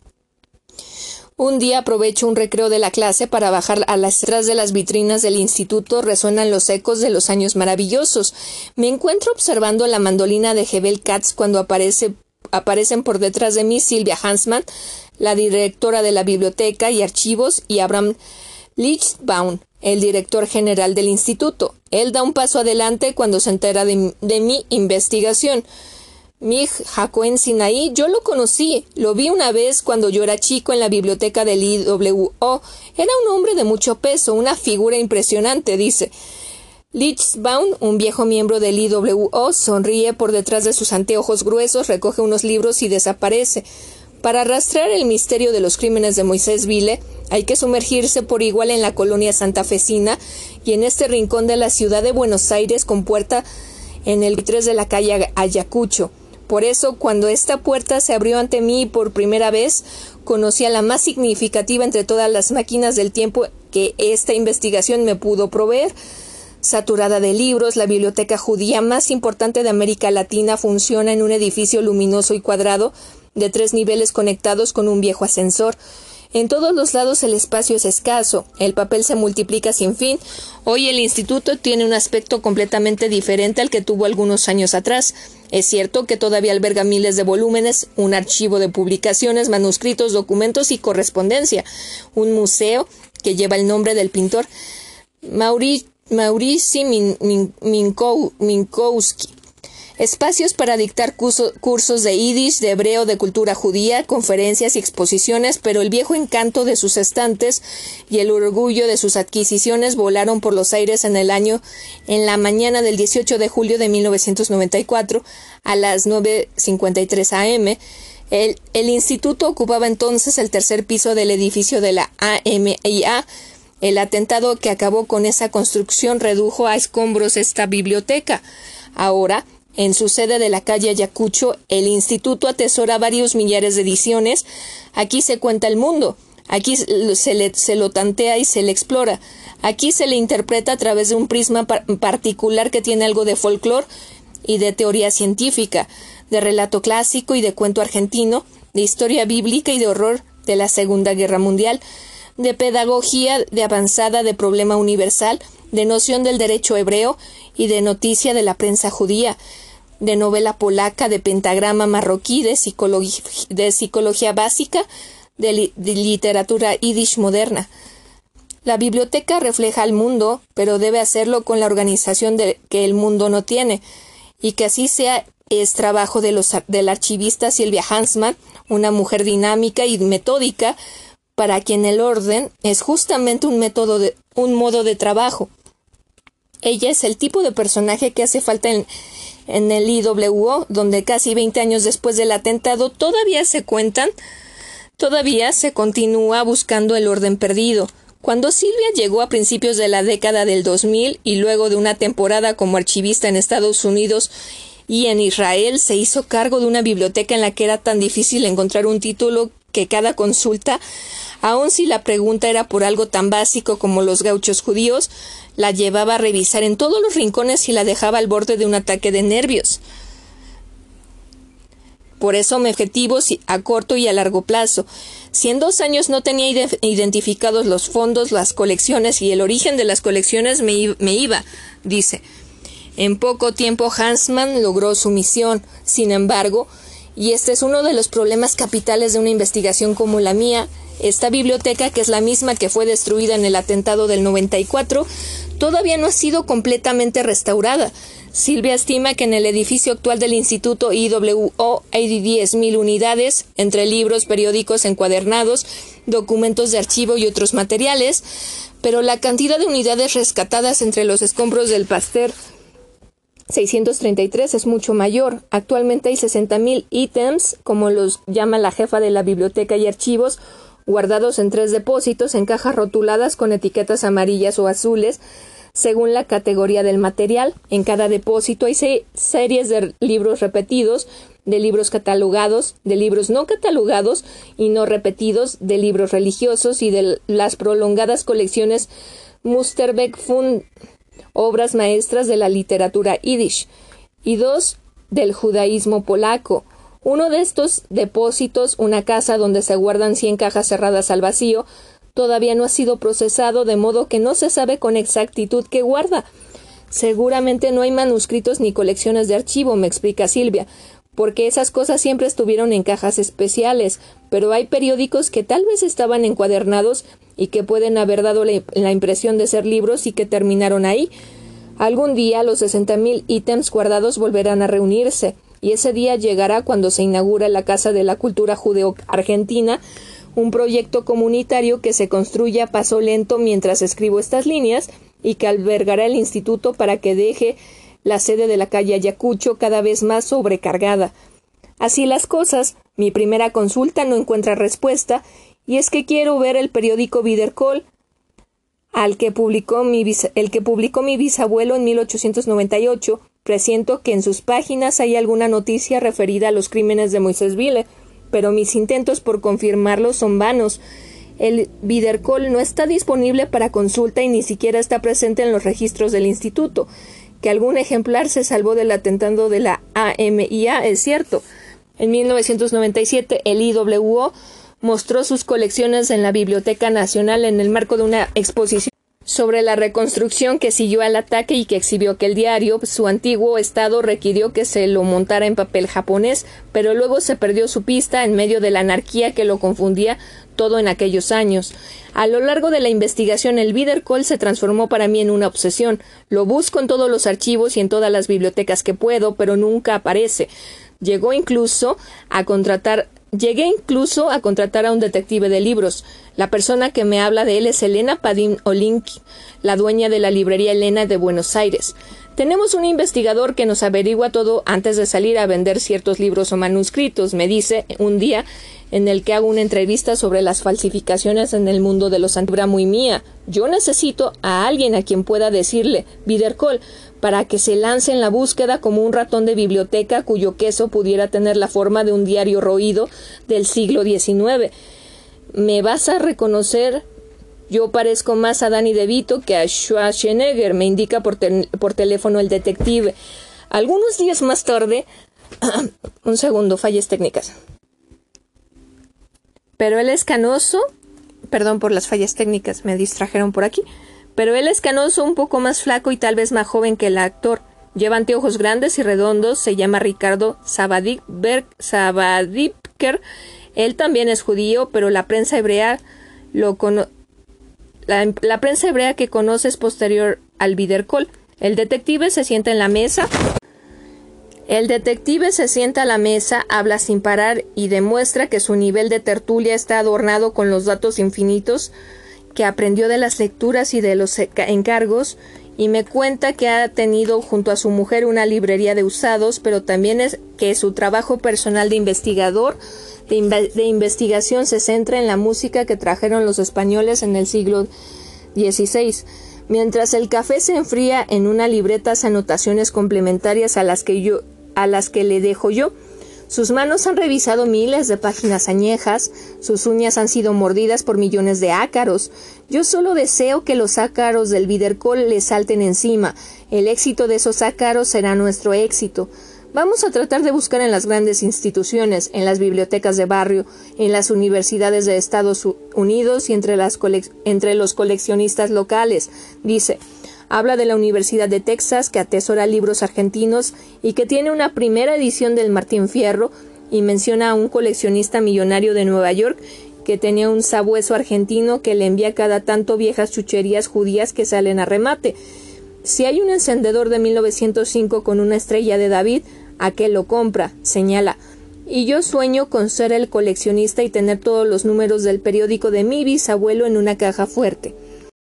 Un día aprovecho un recreo de la clase para bajar a las detrás de las vitrinas del instituto. Resuenan los ecos de los años maravillosos. Me encuentro observando la mandolina de Hebel Katz cuando aparecen por detrás de mí Silvia Hansman, la directora de la biblioteca y archivos, y Abraham Lichtbaum, el director general del instituto. Él da un paso adelante cuando se entera de mi investigación. Mig Hakohen Sinai, yo lo conocí, lo vi una vez cuando yo era chico en la biblioteca del IWO. Era un hombre de mucho peso, una figura impresionante, dice. Lichtbaum, un viejo miembro del IWO, sonríe por detrás de sus anteojos gruesos, recoge unos libros y desaparece. Para rastrear el misterio de los crímenes de Moisés Vile, hay que sumergirse por igual en la colonia santafesina y en este rincón de la ciudad de Buenos Aires con puerta en el 3 de la calle Ayacucho. Por eso, cuando esta puerta se abrió ante mí por primera vez, conocí a la más significativa entre todas las máquinas del tiempo que esta investigación me pudo proveer. saturada de libros, la biblioteca judía más importante de América Latina funciona en un edificio luminoso y cuadrado de 3 niveles conectados con un viejo ascensor. En todos los lados el espacio es escaso, el papel se multiplica sin fin. Hoy el instituto tiene un aspecto completamente diferente al que tuvo algunos años atrás. Es cierto que todavía alberga miles de volúmenes, un archivo de publicaciones, manuscritos, documentos y correspondencia, un museo que lleva el nombre del pintor Maurici Minkowski. Espacios para dictar cursos de yiddish, de hebreo, de cultura judía, conferencias y exposiciones, pero el viejo encanto de sus estantes y el orgullo de sus adquisiciones volaron por los aires en la mañana del 18 de julio de 1994 a las 9:53 a.m. El instituto ocupaba entonces el tercer piso del edificio de la AMIA. El atentado que acabó con esa construcción redujo a escombros esta biblioteca. Ahora, en su sede de la calle Ayacucho, el instituto atesora varios millares de ediciones. Aquí se cuenta el mundo, aquí se lo tantea y se le explora, aquí se le interpreta a través de un prisma particular que tiene algo de folclore y de teoría científica, de relato clásico y de cuento argentino, de historia bíblica y de horror de la Segunda Guerra Mundial, de pedagogía de avanzada, de problema universal, de noción del derecho hebreo y de noticia de la prensa judía, de novela polaca, de pentagrama marroquí, de psicología básica, de literatura yiddish moderna. La biblioteca refleja al mundo, pero debe hacerlo con la organización que el mundo no tiene, y que así sea es trabajo del archivista Silvia Hansman, una mujer dinámica y metódica, para quien el orden es justamente un modo de trabajo. Ella es el tipo de personaje que hace falta en el IWO, donde casi 20 años después del atentado todavía se continúa buscando el orden perdido. Cuando Silvia llegó a principios de la década del 2000 y luego de una temporada como archivista en Estados Unidos y en Israel, se hizo cargo de una biblioteca en la que era tan difícil encontrar un título que cada consulta, aun si la pregunta era por algo tan básico como los gauchos judíos, la llevaba a revisar en todos los rincones y la dejaba al borde de un ataque de nervios. Por eso me objetivos a corto y a largo plazo. Si en 2 años no tenía identificados los fondos, las colecciones y el origen de las colecciones, me iba, dice. En poco tiempo Hansman logró su misión. Sin embargo, y este es uno de los problemas capitales de una investigación como la mía, esta biblioteca, que es la misma que fue destruida en el atentado del 94, todavía no ha sido completamente restaurada. Silvia estima que en el edificio actual del Instituto IWO hay 10.000 unidades, entre libros, periódicos, encuadernados, documentos de archivo y otros materiales, pero la cantidad de unidades rescatadas entre los escombros del Pasteur 633 es mucho mayor. Actualmente hay 60.000 ítems, como los llama la jefa de la biblioteca y archivos, guardados en 3 depósitos en cajas rotuladas con etiquetas amarillas o azules, según la categoría del material. En cada depósito hay series de libros repetidos, de libros catalogados, de libros no catalogados y no repetidos, de libros religiosos y de las prolongadas colecciones Musterbeck Fund, obras maestras de la literatura yiddish, y 2 del judaísmo polaco. Uno de estos depósitos, una casa donde se guardan 100 cajas cerradas al vacío, todavía no ha sido procesado, de modo que no se sabe con exactitud qué guarda. Seguramente no hay manuscritos ni colecciones de archivo, me explica Silvia, porque esas cosas siempre estuvieron en cajas especiales, pero hay periódicos que tal vez estaban encuadernados y que pueden haber dado la impresión de ser libros y que terminaron ahí. Algún día los 60.000 ítems guardados volverán a reunirse, y ese día llegará cuando se inaugura la Casa de la Cultura Judeo-Argentina, un proyecto comunitario que se construye a paso lento mientras escribo estas líneas y que albergará el instituto para que deje la sede de la calle Ayacucho cada vez más sobrecargada. Así las cosas, mi primera consulta no encuentra respuesta, y es que quiero ver el periódico Wiederkoll, el que publicó mi bisabuelo en 1898. Presiento que en sus páginas hay alguna noticia referida a los crímenes de Moisés Vile, pero mis intentos por confirmarlo son vanos. El Biderkol no está disponible para consulta y ni siquiera está presente en los registros del instituto. Que algún ejemplar se salvó del atentado de la AMIA es cierto. En 1997, el IWO mostró sus colecciones en la Biblioteca Nacional en el marco de una exposición sobre la reconstrucción que siguió al ataque y que exhibió que el diario, su antiguo estado, requirió que se lo montara en papel japonés, pero luego se perdió su pista en medio de la anarquía que lo confundía todo en aquellos años. A lo largo de la investigación, el Biderkol se transformó para mí en una obsesión. Lo busco en todos los archivos y en todas las bibliotecas que puedo, pero nunca aparece. Llegué incluso a contratar a un detective de libros. La persona que me habla de él es Elena Padín Olinki, la dueña de la librería Elena de Buenos Aires. Tenemos un investigador que nos averigua todo antes de salir a vender ciertos libros o manuscritos, me dice un día en el que hago una entrevista sobre las falsificaciones en el mundo de los antiguos. Muy mía. Yo necesito a alguien a quien pueda decirle, Biderkol, para que se lance en la búsqueda como un ratón de biblioteca cuyo queso pudiera tener la forma de un diario roído del siglo XIX. ¿Me vas a reconocer? Yo parezco más a Danny DeVito que a Schwarzenegger, me indica por teléfono el detective. Algunos días más tarde... un segundo, fallas técnicas. Pero él es canoso... Perdón por las fallas técnicas, me distrajeron por aquí. Pero él es canoso, un poco más flaco y tal vez más joven que el actor. Lleva anteojos grandes y redondos, se llama Ricardo Sabadipker. Él también es judío, pero la prensa hebrea la prensa hebrea que conoce es posterior al Biderkol. El detective se sienta a la mesa, habla sin parar y demuestra que su nivel de tertulia está adornado con los datos infinitos que aprendió de las lecturas y de los encargos, y me cuenta que ha tenido junto a su mujer una librería de usados, pero también es que su trabajo personal de investigador de investigación se centra en la música que trajeron los españoles en el siglo XVI. Mientras el café se enfría, en una libreta hace anotaciones complementarias a las que le dejo yo. Sus manos han revisado miles de páginas añejas, sus uñas han sido mordidas por millones de ácaros. Yo solo deseo que los ácaros del Biderkol le salten encima. El éxito de esos ácaros será nuestro éxito. Vamos a tratar de buscar en las grandes instituciones, en las bibliotecas de barrio, en las universidades de Estados Unidos y entre los coleccionistas locales, dice. Habla de la Universidad de Texas, que atesora libros argentinos y que tiene una primera edición del Martín Fierro, y menciona a un coleccionista millonario de Nueva York que tenía un sabueso argentino que le envía cada tanto viejas chucherías judías que salen a remate. Si hay un encendedor de 1905 con una estrella de David, aquel lo compra, señala. Y yo sueño con ser el coleccionista y tener todos los números del periódico de mi bisabuelo en una caja fuerte.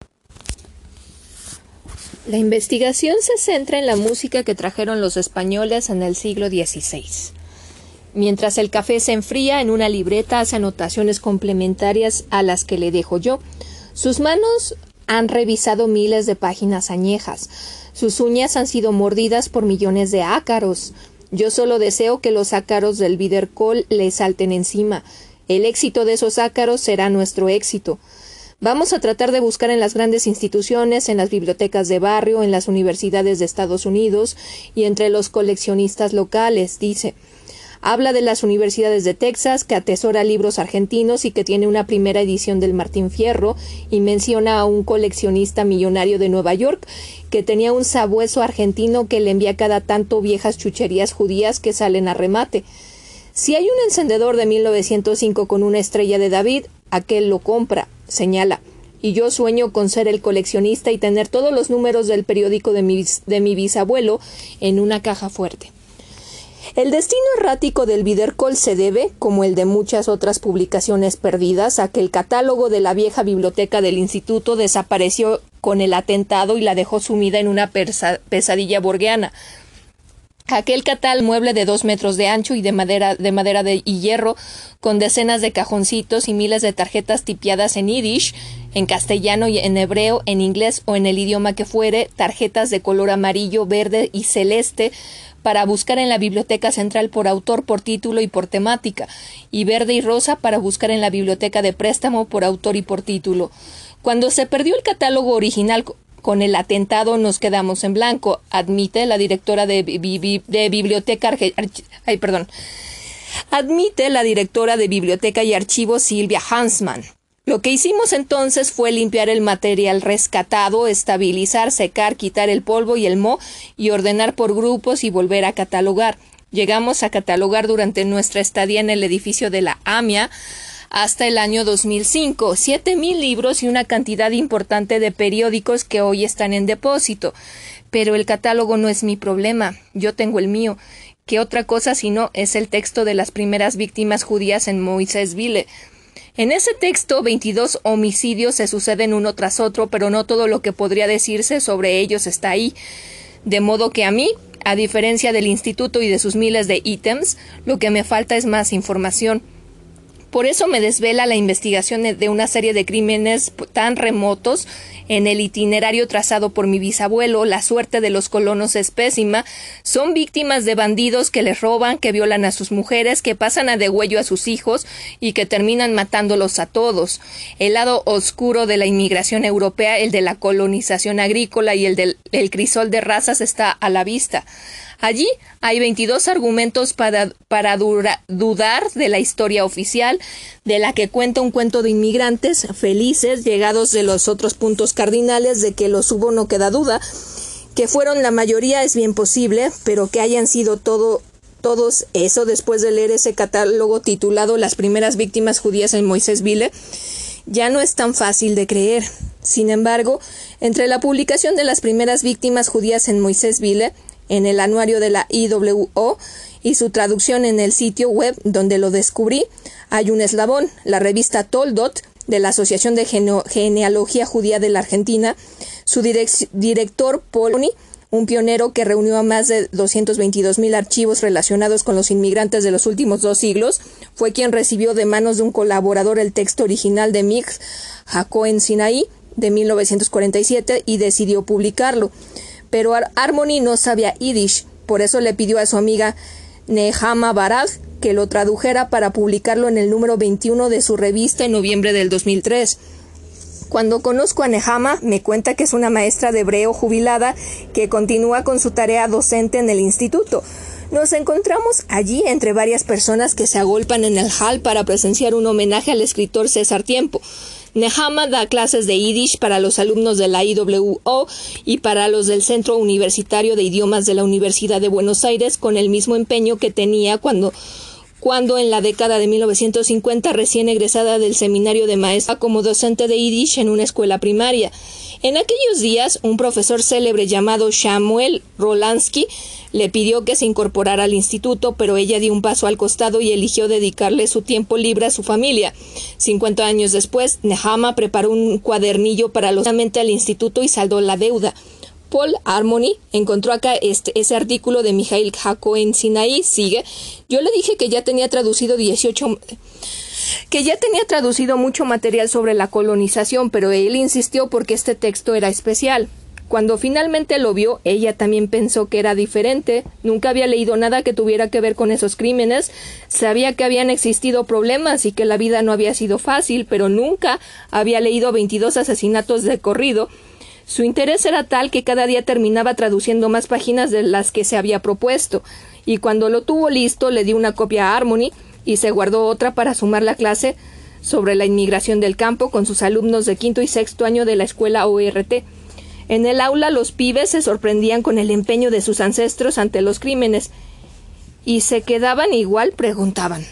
La investigación se centra en la música que trajeron los españoles en el siglo XVI. Mientras el café se enfría, en una libreta hace anotaciones complementarias a las que le dejo yo. Sus manos han revisado miles de páginas añejas. Sus uñas han sido mordidas por millones de ácaros. Yo solo deseo que los ácaros del Biderkol le salten encima. El éxito de esos ácaros será nuestro éxito. Vamos a tratar de buscar en las grandes instituciones, en las bibliotecas de barrio, en las universidades de Estados Unidos y entre los coleccionistas locales, dice. Habla de las universidades de Texas, que atesora libros argentinos y que tiene una primera edición del Martín Fierro, y menciona a un coleccionista millonario de Nueva York que tenía un sabueso argentino que le envía cada tanto viejas chucherías judías que salen a remate. Si hay un encendedor de 1905 con una estrella de David, aquel lo compra, señala. Y yo sueño con ser el coleccionista y tener todos los números del periódico de mi bisabuelo en una caja fuerte. El destino errático del Biderkol se debe, como el de muchas otras publicaciones perdidas, a que el catálogo de la vieja biblioteca del instituto desapareció con el atentado y la dejó sumida en una pesadilla borgiana. Aquel catálogo mueble de 2 metros de ancho y de madera y hierro, con decenas de cajoncitos y miles de tarjetas tipiadas en yiddish, en castellano y en hebreo, en inglés o en el idioma que fuere, tarjetas de color amarillo, verde y celeste para buscar en la biblioteca central por autor, por título y por temática, y verde y rosa para buscar en la biblioteca de préstamo por autor y por título. Cuando se perdió el catálogo original con el atentado nos quedamos en blanco, admite la directora de Biblioteca y Archivos Silvia Hansman. Lo que hicimos entonces fue limpiar el material rescatado, estabilizar, secar, quitar el polvo y el moho y ordenar por grupos y volver a catalogar. Llegamos a catalogar durante nuestra estadía en el edificio de la AMIA hasta el año 2005, 7,000 libros y una cantidad importante de periódicos que hoy están en depósito. Pero el catálogo no es mi problema, yo tengo el mío. ¿Qué otra cosa sino es el texto de las primeras víctimas judías en Moisésville? En ese texto, 22 homicidios se suceden uno tras otro, pero no todo lo que podría decirse sobre ellos está ahí. De modo que a mí, a diferencia del instituto y de sus miles de ítems, lo que me falta es más información. Por eso me desvela la investigación de una serie de crímenes tan remotos en el itinerario trazado por mi bisabuelo. La suerte de los colonos es pésima. Son víctimas de bandidos que les roban, que violan a sus mujeres, que pasan a degüello a sus hijos y que terminan matándolos a todos. El lado oscuro de la inmigración europea, el de la colonización agrícola y el del crisol de razas está a la vista. Allí hay 22 argumentos para dudar de la historia oficial, de la que cuenta un cuento de inmigrantes felices, llegados de los otros puntos cardinales de que los hubo no queda duda, que fueron la mayoría es bien posible, pero que hayan sido todos eso después de leer ese catálogo titulado Las primeras víctimas judías en Moisésville, ya no es tan fácil de creer. Sin embargo, entre la publicación de las primeras víctimas judías en Moisésville, en el anuario de la IWO y su traducción en el sitio web donde lo descubrí, hay un eslabón, la revista Toldot de la Asociación de Genealogía Judía de la Argentina, su director Poloni, un pionero que reunió a más de 222,000 archivos relacionados con los inmigrantes de los últimos 2 siglos, fue quien recibió de manos de un colaborador el texto original de Michal Hacohen Sinaí de 1947 y decidió publicarlo. Pero Harmony no sabía yiddish, por eso le pidió a su amiga Nehama Barad que lo tradujera para publicarlo en el número 21 de su revista en noviembre del 2003. Cuando conozco a Nehama, me cuenta que es una maestra de hebreo jubilada que continúa con su tarea docente en el instituto. Nos encontramos allí entre varias personas que se agolpan en el hall para presenciar un homenaje al escritor César Tiempo. Nehama da clases de yiddish para los alumnos de la IWO y para los del Centro Universitario de Idiomas de la Universidad de Buenos Aires con el mismo empeño que tenía cuando en la década de 1950, recién egresada del seminario de maestra como docente de yiddish en una escuela primaria. En aquellos días, un profesor célebre llamado Samuel Rolansky le pidió que se incorporara al instituto, pero ella dio un paso al costado y eligió dedicarle su tiempo libre a su familia. 50 años después, Nehama preparó un cuadernillo para al instituto y saldó la deuda. Paul Harmony encontró acá ese artículo de Michal Hacohen Sinaí, sigue. Yo le dije que ya tenía traducido mucho material sobre la colonización, pero él insistió porque este texto era especial. Cuando finalmente lo vio, ella también pensó que era diferente. Nunca había leído nada que tuviera que ver con esos crímenes. Sabía que habían existido problemas y que la vida no había sido fácil, pero nunca había leído 22 asesinatos de corrido. Su interés era tal que cada día terminaba traduciendo más páginas de las que se había propuesto, y cuando lo tuvo listo le dio una copia a Harmony y se guardó otra para sumar la clase sobre la inmigración del campo con sus alumnos de 5º y 6º año de la escuela ORT. En el aula los pibes se sorprendían con el empeño de sus ancestros ante los crímenes y se quedaban igual, preguntaban.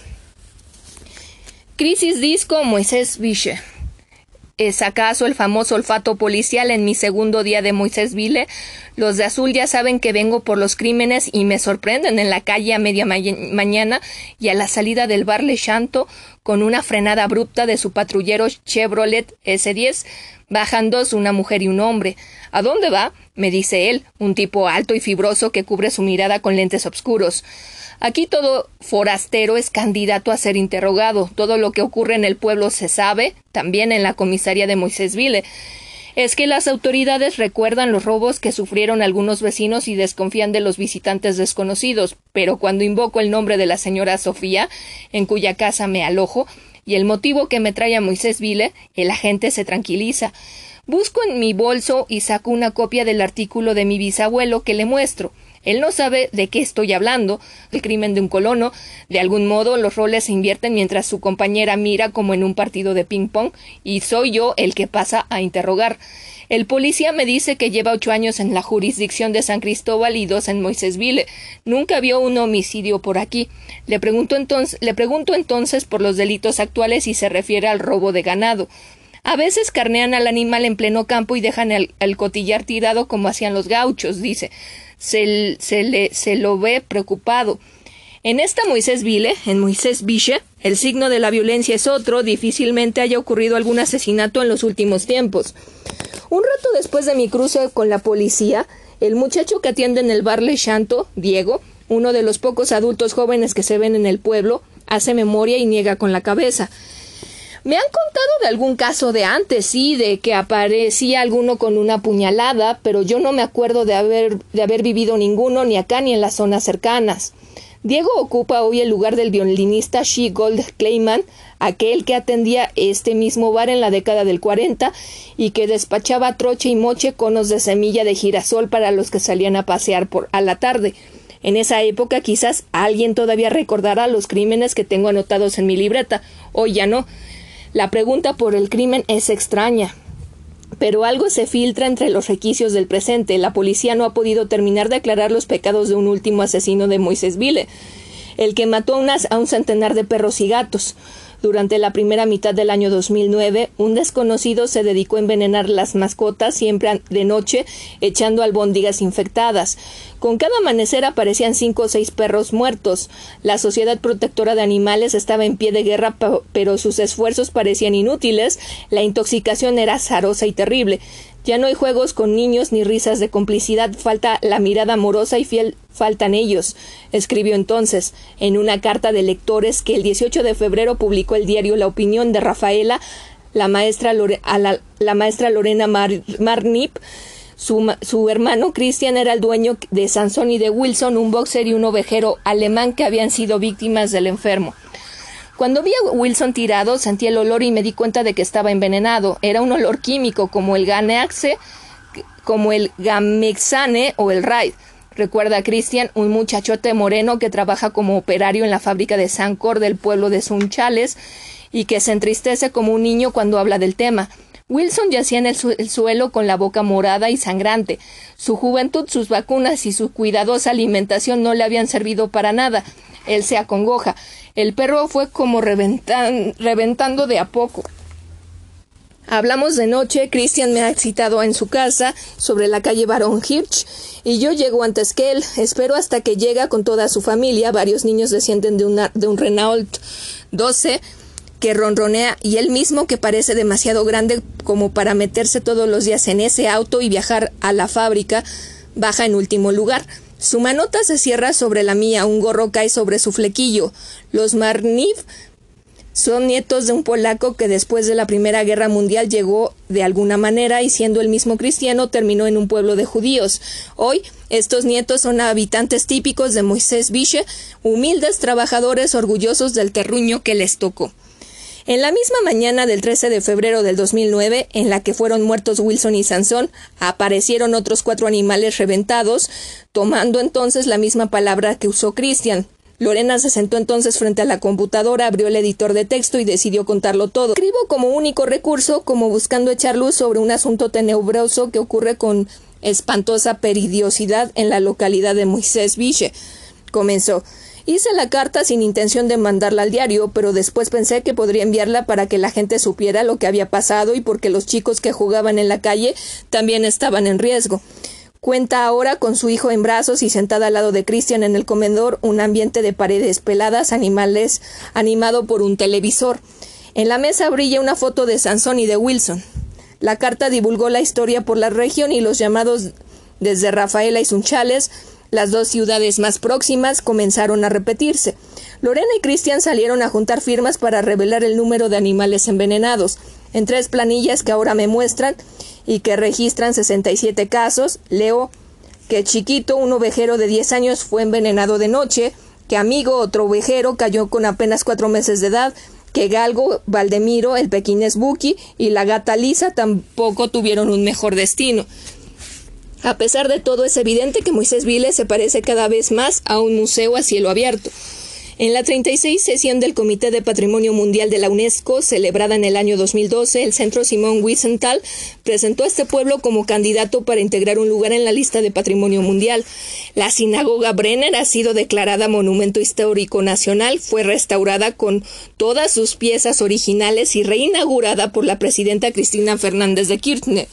Crisis disco Moisésville. ¿Es acaso el famoso olfato policial en mi segundo día de Moisésville? Los de azul ya saben que vengo por los crímenes y me sorprenden en la calle a media mañana y a la salida del bar Le Chanto con una frenada abrupta de su patrullero Chevrolet S10. Bajan dos, una mujer y un hombre. ¿A dónde va?, me dice él, un tipo alto y fibroso que cubre su mirada con lentes oscuros. Aquí todo forastero es candidato a ser interrogado. Todo lo que ocurre en el pueblo se sabe, también en la comisaría de Moisésville. Es que las autoridades recuerdan los robos que sufrieron algunos vecinos y desconfían de los visitantes desconocidos, pero cuando invoco el nombre de la señora Sofía, en cuya casa me alojo, y el motivo que me trae a Moisésville, el agente se tranquiliza. Busco en mi bolso y saco una copia del artículo de mi bisabuelo que le muestro. Él no sabe de qué estoy hablando, del crimen de un colono. De algún modo los roles se invierten mientras su compañera mira como en un partido de ping-pong, y soy yo el que pasa a interrogar. El policía me dice que lleva 8 años en la jurisdicción de San Cristóbal y 2 en Moisésville. Nunca vio un homicidio por aquí. Le pregunto entonces por los delitos actuales y se refiere al robo de ganado. A veces carnean al animal en pleno campo y dejan el cotillar tirado como hacían los gauchos, dice. Se lo ve preocupado. En esta Moisésville, en Moisésville, el signo de la violencia es otro. Difícilmente haya ocurrido algún asesinato en los últimos tiempos. Un rato después de mi cruce con la policía, el muchacho que atiende en el bar Le Chanto, Diego, uno de los pocos adultos jóvenes que se ven en el pueblo, hace memoria y niega con la cabeza. Me han contado de algún caso de antes, sí, de que aparecía alguno con una puñalada, pero yo no me acuerdo de haber vivido ninguno ni acá ni en las zonas cercanas. Diego ocupa hoy el lugar del violinista Shea Gold Clayman, aquel que atendía este mismo bar en la década del 40 y que despachaba troche y moche conos de semilla de girasol para los que salían a pasear a la tarde. En esa época quizás alguien todavía recordará los crímenes que tengo anotados en mi libreta. Hoy ya no. La pregunta por el crimen es extraña, pero algo se filtra entre los requisitos del presente. La policía no ha podido terminar de aclarar los pecados de un último asesino de Moisésville, el que mató a un centenar de perros y gatos. Durante la primera mitad del año 2009, un desconocido se dedicó a envenenar las mascotas siempre de noche, echando albóndigas infectadas. Con cada amanecer aparecían 5 o 6 perros muertos. La Sociedad Protectora de Animales estaba en pie de guerra, pero sus esfuerzos parecían inútiles. La intoxicación era azarosa y terrible. Ya no hay juegos con niños ni risas de complicidad, falta la mirada amorosa y fiel, faltan ellos, escribió entonces, en una carta de lectores que el 18 de febrero publicó el diario La Opinión de Rafaela, la maestra Lorena Marnip. Su hermano Christian era el dueño de Sansón y de Wilson, un boxer y un ovejero alemán que habían sido víctimas del enfermo. Cuando vi a Wilson tirado, sentí el olor y me di cuenta de que estaba envenenado. Era un olor químico, como el Gamexane o el Raid. Recuerda a Christian, un muchachote moreno que trabaja como operario en la fábrica de Sancor del pueblo de Sunchales y que se entristece como un niño cuando habla del tema. Wilson yacía en el suelo con la boca morada y sangrante. Su juventud, sus vacunas y su cuidadosa alimentación no le habían servido para nada. Él se acongoja. El perro fue como reventando de a poco. Hablamos de noche. Christian me ha citado en su casa sobre la calle Baron Hirsch y yo llego antes que él. Espero hasta que llega con toda su familia. Varios niños descienden de un Renault 12 que ronronea y él mismo, que parece demasiado grande como para meterse todos los días en ese auto y viajar a la fábrica, baja en último lugar. Su manota se cierra sobre la mía, un gorro cae sobre su flequillo. Los Marniv son nietos de un polaco que después de la Primera Guerra Mundial llegó de alguna manera y, siendo el mismo cristiano, terminó en un pueblo de judíos. Hoy, estos nietos son habitantes típicos de Moisésville, humildes trabajadores orgullosos del terruño que les tocó. En la misma mañana del 13 de febrero del 2009, en la que fueron muertos Wilson y Sansón, aparecieron otros 4 animales reventados, tomando entonces la misma palabra que usó Christian. Lorena se sentó entonces frente a la computadora, abrió el editor de texto y decidió contarlo todo. Escribo como único recurso, como buscando echar luz sobre un asunto tenebroso que ocurre con espantosa periodicidad en la localidad de Moisésville. Comenzó. Hice la carta sin intención de mandarla al diario, pero después pensé que podría enviarla para que la gente supiera lo que había pasado y porque los chicos que jugaban en la calle también estaban en riesgo. Cuenta ahora con su hijo en brazos y sentada al lado de Christian en el comedor, un ambiente de paredes peladas, animales, animado por un televisor. En la mesa brilla una foto de Sansón y de Wilson. La carta divulgó la historia por la región y los llamados desde Rafaela y Sunchales, las dos ciudades más próximas, comenzaron a repetirse. Lorena y Cristian salieron a juntar firmas para revelar el número de animales envenenados. En 3 planillas que ahora me muestran y que registran 67 casos, leo que Chiquito, un ovejero de 10 años, fue envenenado de noche, que Amigo, otro ovejero, cayó con apenas 4 meses de edad, que Galgo, Valdemiro, el pequinés Buki y la gata Lisa tampoco tuvieron un mejor destino. A pesar de todo, es evidente que Moisés Vile se parece cada vez más a un museo a cielo abierto. En la 36 sesión del Comité de Patrimonio Mundial de la UNESCO, celebrada en el año 2012, el Centro Simón Wiesenthal presentó a este pueblo como candidato para integrar un lugar en la lista de Patrimonio Mundial. La sinagoga Brenner ha sido declarada Monumento Histórico Nacional, fue restaurada con todas sus piezas originales y reinaugurada por la presidenta Cristina Fernández de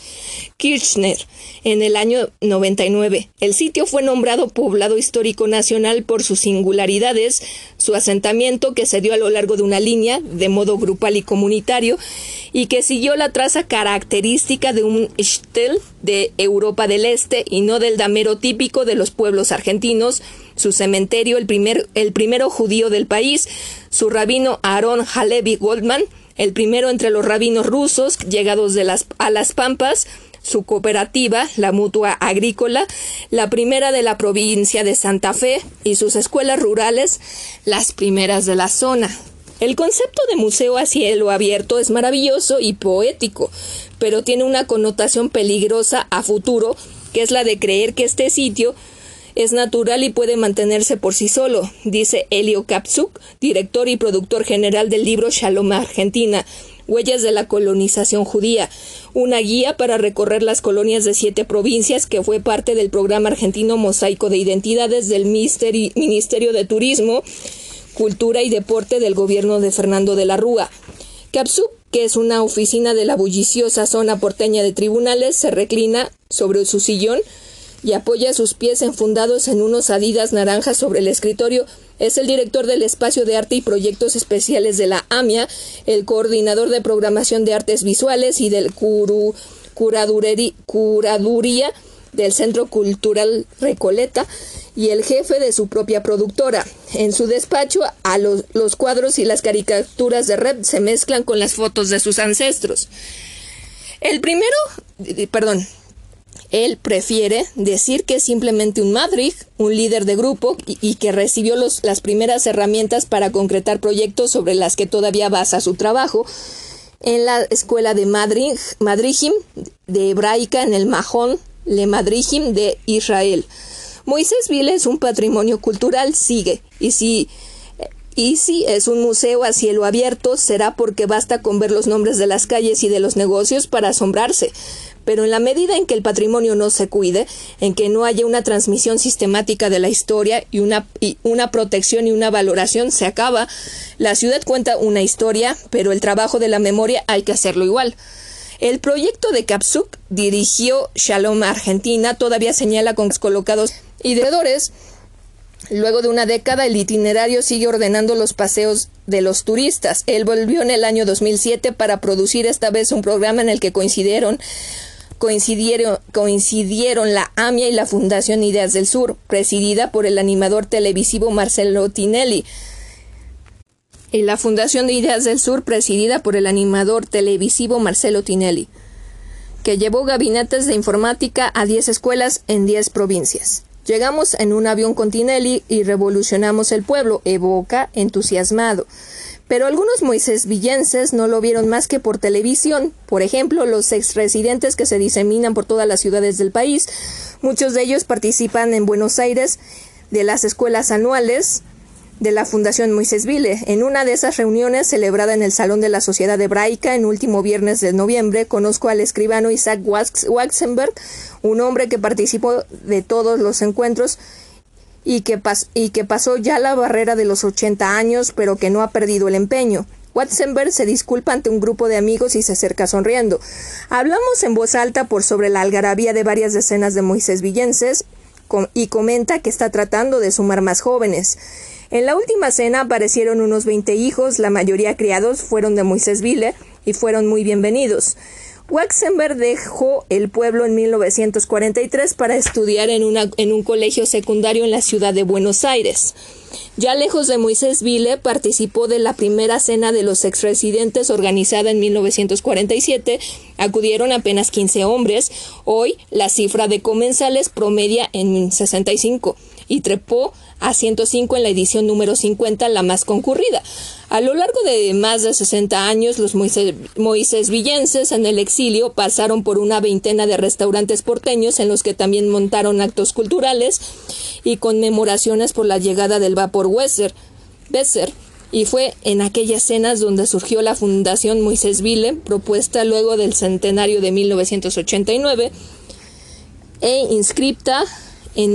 Kirchner en el año 99. El sitio fue nombrado Poblado Histórico Nacional por sus singularidades, su asentamiento que se dio a lo largo de una línea de modo grupal y comunitario y que siguió la traza característica de un shtetl de Europa del Este y no del damero típico de los pueblos argentinos, su cementerio el primero judío del país, su rabino Aaron Halevi Goldman, el primero entre los rabinos rusos llegados a las Pampas, su cooperativa, la Mutua Agrícola, la primera de la provincia de Santa Fe, y sus escuelas rurales, las primeras de la zona. El concepto de museo a cielo abierto es maravilloso y poético, pero tiene una connotación peligrosa a futuro, que es la de creer que este sitio es natural y puede mantenerse por sí solo, dice Elio Kapsuk, director y productor general del libro Shalom Argentina, Huellas de la colonización judía, una guía para recorrer las colonias de 7 provincias que fue parte del programa argentino Mosaico de Identidades del Ministerio de Turismo, Cultura y Deporte del gobierno de Fernando de la Rúa. Kapsuk, que es una oficina de la bulliciosa zona porteña de tribunales, se reclina sobre su sillón y apoya sus pies enfundados en unos Adidas naranjas sobre el escritorio. Es el director del Espacio de Arte y Proyectos Especiales de la AMIA, el coordinador de programación de artes visuales y del curaduría del Centro Cultural Recoleta y el jefe de su propia productora. En su despacho, los cuadros y las caricaturas de Rep se mezclan con las fotos de sus ancestros. Él prefiere decir que es simplemente un madrij, un líder de grupo, y que recibió las primeras herramientas para concretar proyectos sobre las que todavía basa su trabajo en la escuela de Madrijim de hebraica en el Mahon Le Madrijim de Israel. Moisés Vile es un patrimonio cultural, sigue, y si es un museo a cielo abierto, será porque basta con ver los nombres de las calles y de los negocios para asombrarse. Pero en la medida en que el patrimonio no se cuide, en que no haya una transmisión sistemática de la historia y una protección y una valoración, se acaba. La ciudad cuenta una historia, pero el trabajo de la memoria hay que hacerlo igual. El proyecto de Kapsuk dirigió Shalom Argentina, todavía señala con colocados y deudores. Luego de una década, el itinerario sigue ordenando los paseos de los turistas. Él volvió en el año 2007 para producir esta vez un programa en el que coincidieron la AMIA y la Fundación Ideas del Sur, presidida por el animador televisivo Marcelo Tinelli. Y la Fundación de Ideas del Sur, presidida por el animador televisivo Marcelo Tinelli, que llevó gabinetes de informática a 10 escuelas en 10 provincias. Llegamos en un avión con Tinelli y revolucionamos el pueblo, evoca entusiasmado. Pero algunos moisésvillenses no lo vieron más que por televisión. Por ejemplo, los exresidentes que se diseminan por todas las ciudades del país. Muchos de ellos participan en Buenos Aires de las escuelas anuales de la Fundación Moisés Vile. En una de esas reuniones, celebrada en el Salón de la Sociedad Hebraica, en último viernes de noviembre, conozco al escribano Isaac Waxenberg, un hombre que participó de todos los encuentros y que pasó ya la barrera de los 80 años, pero que no ha perdido el empeño. Waxenberg se disculpa ante un grupo de amigos y se acerca sonriendo. Hablamos en voz alta por sobre la algarabía de varias decenas de moisésvillenses y comenta que está tratando de sumar más jóvenes. En la última cena aparecieron unos 20 hijos, la mayoría criados fueron de Moisés Vile y fueron muy bienvenidos. Waxenberg dejó el pueblo en 1943 para estudiar en un colegio secundario en la ciudad de Buenos Aires. Ya lejos de Moisés Vile, participó de la primera cena de los exresidentes organizada en 1947. Acudieron apenas 15 hombres. Hoy la cifra de comensales promedia en 65 y trepó a 105 en la edición número 50, la más concurrida. A lo largo de más de 60 años, los moisesvillenses en el exilio pasaron por una veintena de restaurantes porteños en los que también montaron actos culturales y conmemoraciones por la llegada del vapor Besser, y fue en aquellas cenas donde surgió la Fundación Moisés Vile, propuesta luego del centenario de 1989 e inscripta en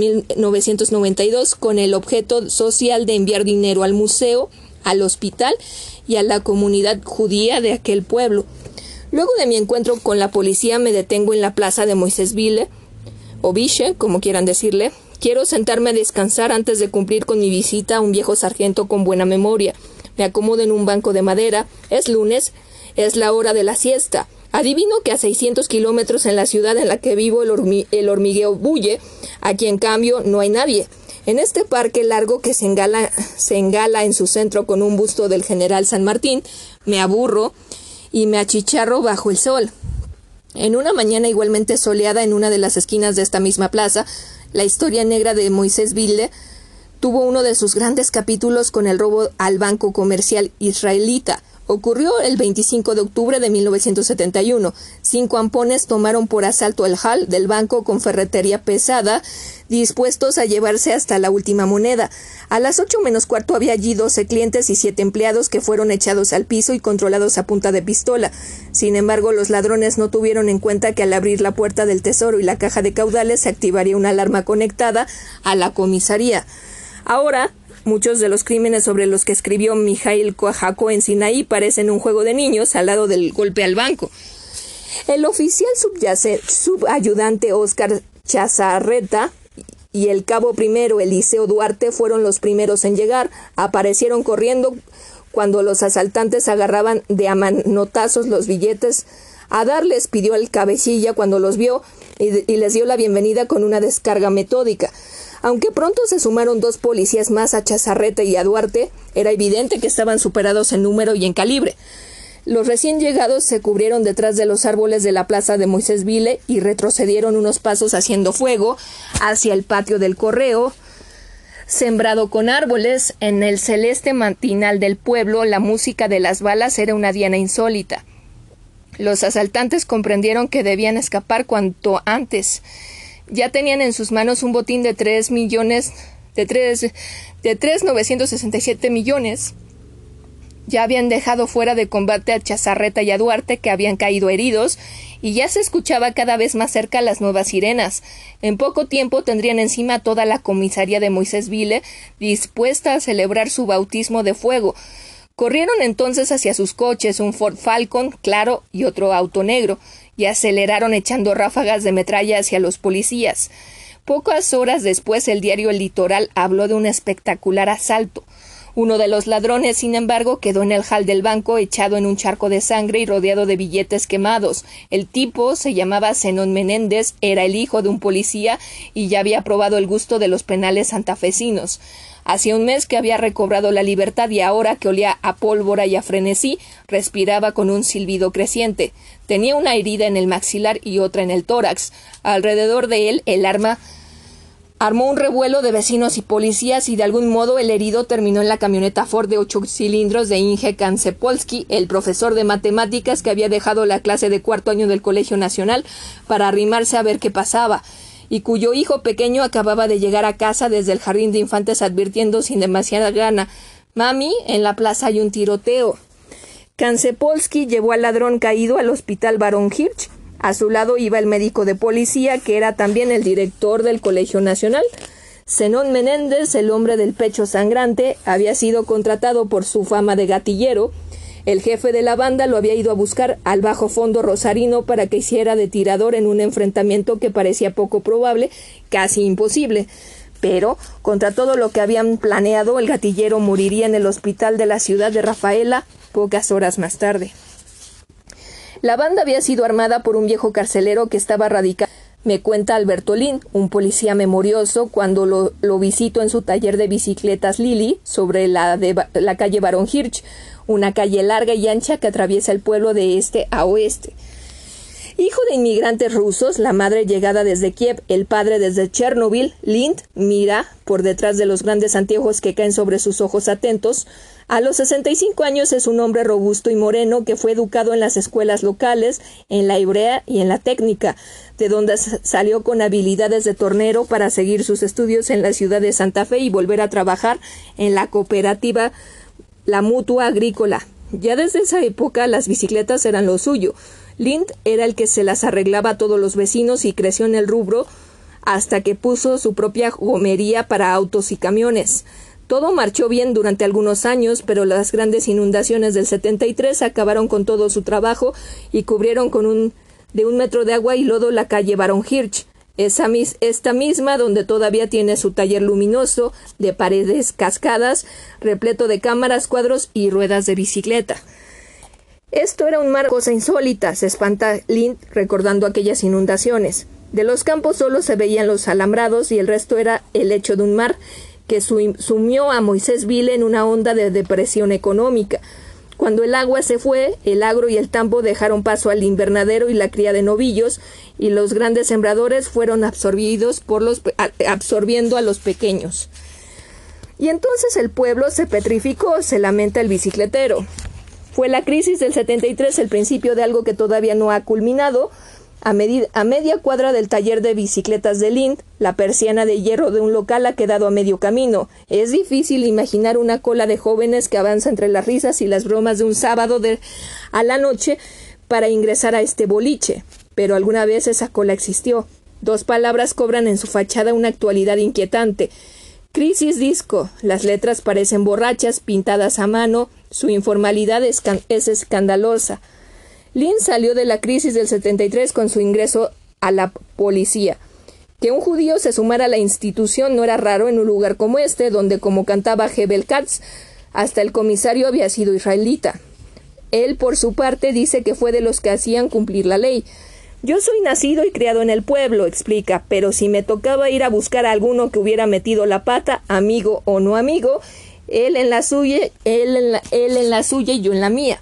1992 con el objeto social de enviar dinero al museo, al hospital y a la comunidad judía de aquel pueblo. Luego de mi encuentro con la policía me detengo en la plaza de Moisés Vile, o Viche, como quieran decirle. Quiero sentarme a descansar antes de cumplir con mi visita a un viejo sargento con buena memoria. Me acomodo en un banco de madera. Es lunes, es la hora de la siesta. Adivino que a 600 kilómetros en la ciudad en la que vivo el hormigueo bulle. Aquí, en cambio, no hay nadie. En este parque largo que se engala en su centro con un busto del general San Martín, me aburro y me achicharro bajo el sol. En una mañana igualmente soleada en una de las esquinas de esta misma plaza, la historia negra de Moisés Vile tuvo uno de sus grandes capítulos con el robo al banco comercial israelita. Ocurrió el 25 de octubre de 1971. 5 ampones tomaron por asalto el hall del banco con ferretería pesada, dispuestos a llevarse hasta la última moneda. A las 8:15 había allí 12 clientes y 7 empleados que fueron echados al piso y controlados a punta de pistola. Sin embargo, los ladrones no tuvieron en cuenta que al abrir la puerta del tesoro y la caja de caudales se activaría una alarma conectada a la comisaría. Ahora, muchos de los crímenes sobre los que escribió Mijail Cohen Sinaí parecen un juego de niños al lado del golpe al banco. El oficial subayudante Oscar Chazarreta y el cabo primero Eliseo Duarte fueron los primeros en llegar. Aparecieron corriendo cuando los asaltantes agarraban de a manotazos los billetes. Adar les pidió el cabecilla cuando los vio y les dio la bienvenida con una descarga metódica. Aunque pronto se sumaron 2 policías más a Chazarreta y a Duarte, era evidente que estaban superados en número y en calibre. Los recién llegados se cubrieron detrás de los árboles de la plaza de Moisés Vile y retrocedieron unos pasos haciendo fuego hacia el patio del correo, sembrado con árboles. En el celeste matinal del pueblo, la música de las balas era una diana insólita. Los asaltantes comprendieron que debían escapar cuanto antes. Ya tenían en sus manos un botín de 3.967 millones. Ya habían dejado fuera de combate a Chazarreta y a Duarte, que habían caído heridos, y ya se escuchaba cada vez más cerca las nuevas sirenas. En poco tiempo tendrían encima toda la comisaría de Moisés Vile, dispuesta a celebrar su bautismo de fuego. Corrieron entonces hacia sus coches, un Ford Falcon claro y otro auto negro, y aceleraron echando ráfagas de metralla hacia los policías. Pocas horas después, el diario El Litoral habló de un espectacular asalto. Uno de los ladrones, sin embargo, quedó en el hall del banco echado en un charco de sangre y rodeado de billetes quemados. El tipo se llamaba Zenón Menéndez, era el hijo de un policía y ya había probado el gusto de los penales santafesinos. Hacía un mes que había recobrado la libertad y ahora que olía a pólvora y a frenesí, respiraba con un silbido creciente. Tenía una herida en el maxilar y otra en el tórax. Alrededor de él, el arma armó un revuelo de vecinos y policías y de algún modo el herido terminó en la camioneta Ford de 8 cilindros de Inge Kansepolsky, el profesor de matemáticas que había dejado la clase de 4º año del Colegio Nacional para arrimarse a ver qué pasaba, y cuyo hijo pequeño acababa de llegar a casa desde el jardín de infantes advirtiendo sin demasiada gana: «Mami, en la plaza hay un tiroteo». Kansepolsky llevó al ladrón caído al hospital Barón Hirsch. A su lado iba el médico de policía, que era también el director del Colegio Nacional. Zenón Menéndez, el hombre del pecho sangrante, había sido contratado por su fama de gatillero. El jefe de la banda lo había ido a buscar al bajo fondo rosarino para que hiciera de tirador en un enfrentamiento que parecía poco probable, casi imposible. Pero, contra todo lo que habían planeado, el gatillero moriría en el hospital de la ciudad de Rafaela pocas horas más tarde. La banda había sido armada por un viejo carcelero que estaba radicado. Me cuenta Alberto Lin, un policía memorioso, cuando lo visito en su taller de bicicletas Lili, sobre la calle Barón Hirsch, una calle larga y ancha que atraviesa el pueblo de este a oeste. Hijo de inmigrantes rusos, la madre llegada desde Kiev, el padre desde Chernobyl, Lind mira, por detrás de los grandes anteojos que caen sobre sus ojos atentos. A los 65 años es un hombre robusto y moreno que fue educado en las escuelas locales, en la hebrea y en la técnica, de donde salió con habilidades de tornero para seguir sus estudios en la ciudad de Santa Fe y volver a trabajar en la cooperativa La Mutua Agrícola. Ya desde esa época las bicicletas eran lo suyo. Lind era el que se las arreglaba a todos los vecinos y creció en el rubro hasta que puso su propia gomería para autos y camiones. Todo marchó bien durante algunos años, pero las grandes inundaciones del 73 acabaron con todo su trabajo y cubrieron de 1 metro de agua y lodo la calle Barón Hirsch, esta misma donde todavía tiene su taller luminoso, de paredes cascadas, repleto de cámaras, cuadros y ruedas de bicicleta. Esto era un mar, cosa insólita, se espanta Lind recordando aquellas inundaciones. De los campos solo se veían los alambrados y el resto era el lecho de un mar que sumió a Moisésville en una onda de depresión económica. Cuando el agua se fue, el agro y el tambo dejaron paso al invernadero y la cría de novillos, y los grandes sembradores fueron absorbiendo a los pequeños. Y entonces el pueblo se petrificó, se lamenta el bicicletero. Fue la crisis del 73 el principio de algo que todavía no ha culminado. A media cuadra del taller de bicicletas de Lind, la persiana de hierro de un local ha quedado a medio camino. Es difícil imaginar una cola de jóvenes que avanza entre las risas y las bromas de un sábado a la noche para ingresar a este boliche. Pero alguna vez esa cola existió. 2 palabras cobran en su fachada una actualidad inquietante. Crisis disco. Las letras parecen borrachas, pintadas a mano. Su informalidad es escandalosa. Lind salió de la crisis del 73 con su ingreso a la policía. Que un judío se sumara a la institución no era raro en un lugar como este, donde, como cantaba Hebel Katz, hasta el comisario había sido israelita. Él, por su parte, dice que fue de los que hacían cumplir la ley. Yo soy nacido y criado en el pueblo, explica, pero si me tocaba ir a buscar a alguno que hubiera metido la pata, amigo o no amigo, él en la suya y yo en la mía.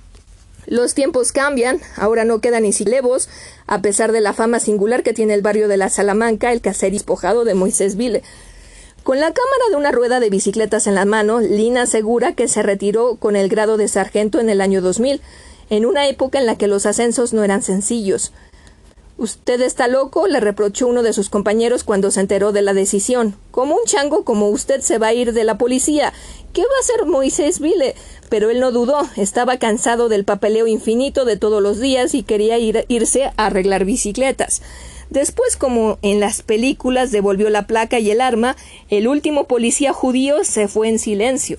Los tiempos cambian, ahora no quedan ni silebos, a pesar de la fama singular que tiene el barrio de la Salamanca, el caserío despojado de Moisésville. Con la cámara de una rueda de bicicletas en la mano, Lin asegura que se retiró con el grado de sargento en el año 2000, en una época en la que los ascensos no eran sencillos. «¿Usted está loco?», le reprochó uno de sus compañeros cuando se enteró de la decisión. «Como un chango como usted se va a ir de la policía. ¿Qué va a hacer Moisésville?». Pero él no dudó, estaba cansado del papeleo infinito de todos los días y quería irse a arreglar bicicletas. Después, como en las películas, devolvió la placa y el arma. El último policía judío se fue en silencio.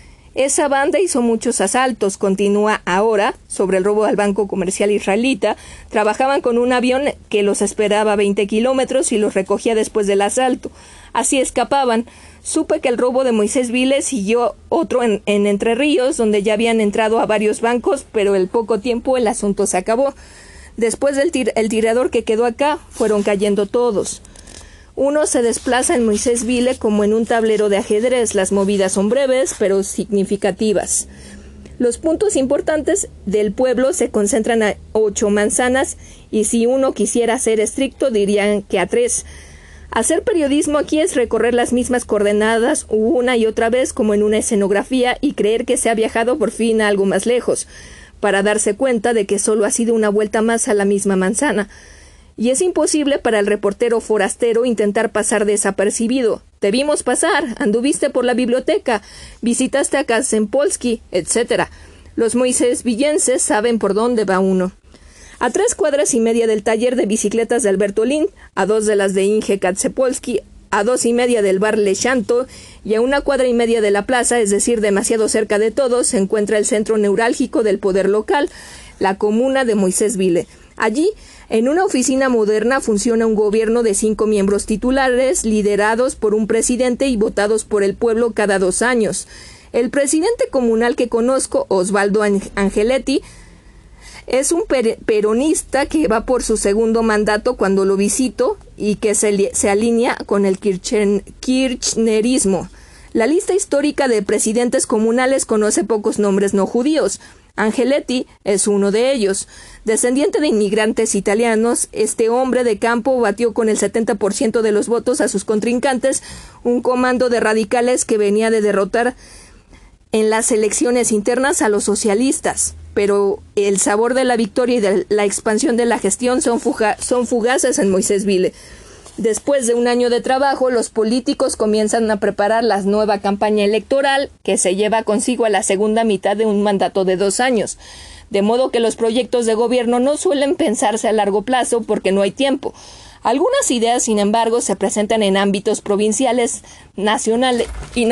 Esa banda hizo muchos asaltos, continúa ahora, sobre el robo al banco comercial israelita. Trabajaban con un avión que los esperaba a 20 kilómetros y los recogía después del asalto. Así escapaban. Supe que el robo de Moisésville siguió otro en Entre Ríos, donde ya habían entrado a varios bancos, pero al poco tiempo el asunto se acabó. Después del el tirador que quedó acá, fueron cayendo todos. Uno se desplaza en Moisésville como en un tablero de ajedrez. Las movidas son breves, pero significativas. Los puntos importantes del pueblo se concentran a 8 manzanas, y si uno quisiera ser estricto, dirían que a 3. Hacer periodismo aquí es recorrer las mismas coordenadas una y otra vez como en una escenografía y creer que se ha viajado por fin a algo más lejos, para darse cuenta de que solo ha sido una vuelta más a la misma manzana. Y es imposible para el reportero forastero intentar pasar desapercibido. Te vimos pasar, anduviste por la biblioteca, visitaste a Kaczempolski, etc. Los moisésvillenses saben por dónde va uno. A 3 cuadras y media del taller de bicicletas de Alberto Lin, a 2 de las de Inge Kaczempolski, a 2 y media del bar Le Chanto y a 1 cuadra y media de la plaza, es decir, demasiado cerca de todos, se encuentra el centro neurálgico del poder local, la comuna de Moisésville. Allí, en una oficina moderna, funciona un gobierno de 5 miembros titulares, liderados por un presidente y votados por el pueblo cada 2 años. El presidente comunal que conozco, Osvaldo Angeletti, Es un peronista que va por su segundo mandato cuando lo visito y que se alinea con el kirchnerismo. La lista histórica de presidentes comunales conoce pocos nombres no judíos. Angeletti es uno de ellos. Descendiente de inmigrantes italianos, este hombre de campo batió con el 70% de los votos a sus contrincantes, un comando de radicales que venía de derrotar en las elecciones internas a los socialistas. Pero el sabor de la victoria y de la expansión de la gestión son fugaces en Moisés Vile. Después de un año de trabajo, los políticos comienzan a preparar la nueva campaña electoral que se lleva consigo a la segunda mitad de un mandato de 2 años. De modo que los proyectos de gobierno no suelen pensarse a largo plazo porque no hay tiempo. Algunas ideas, sin embargo, se presentan en ámbitos provinciales, nacionales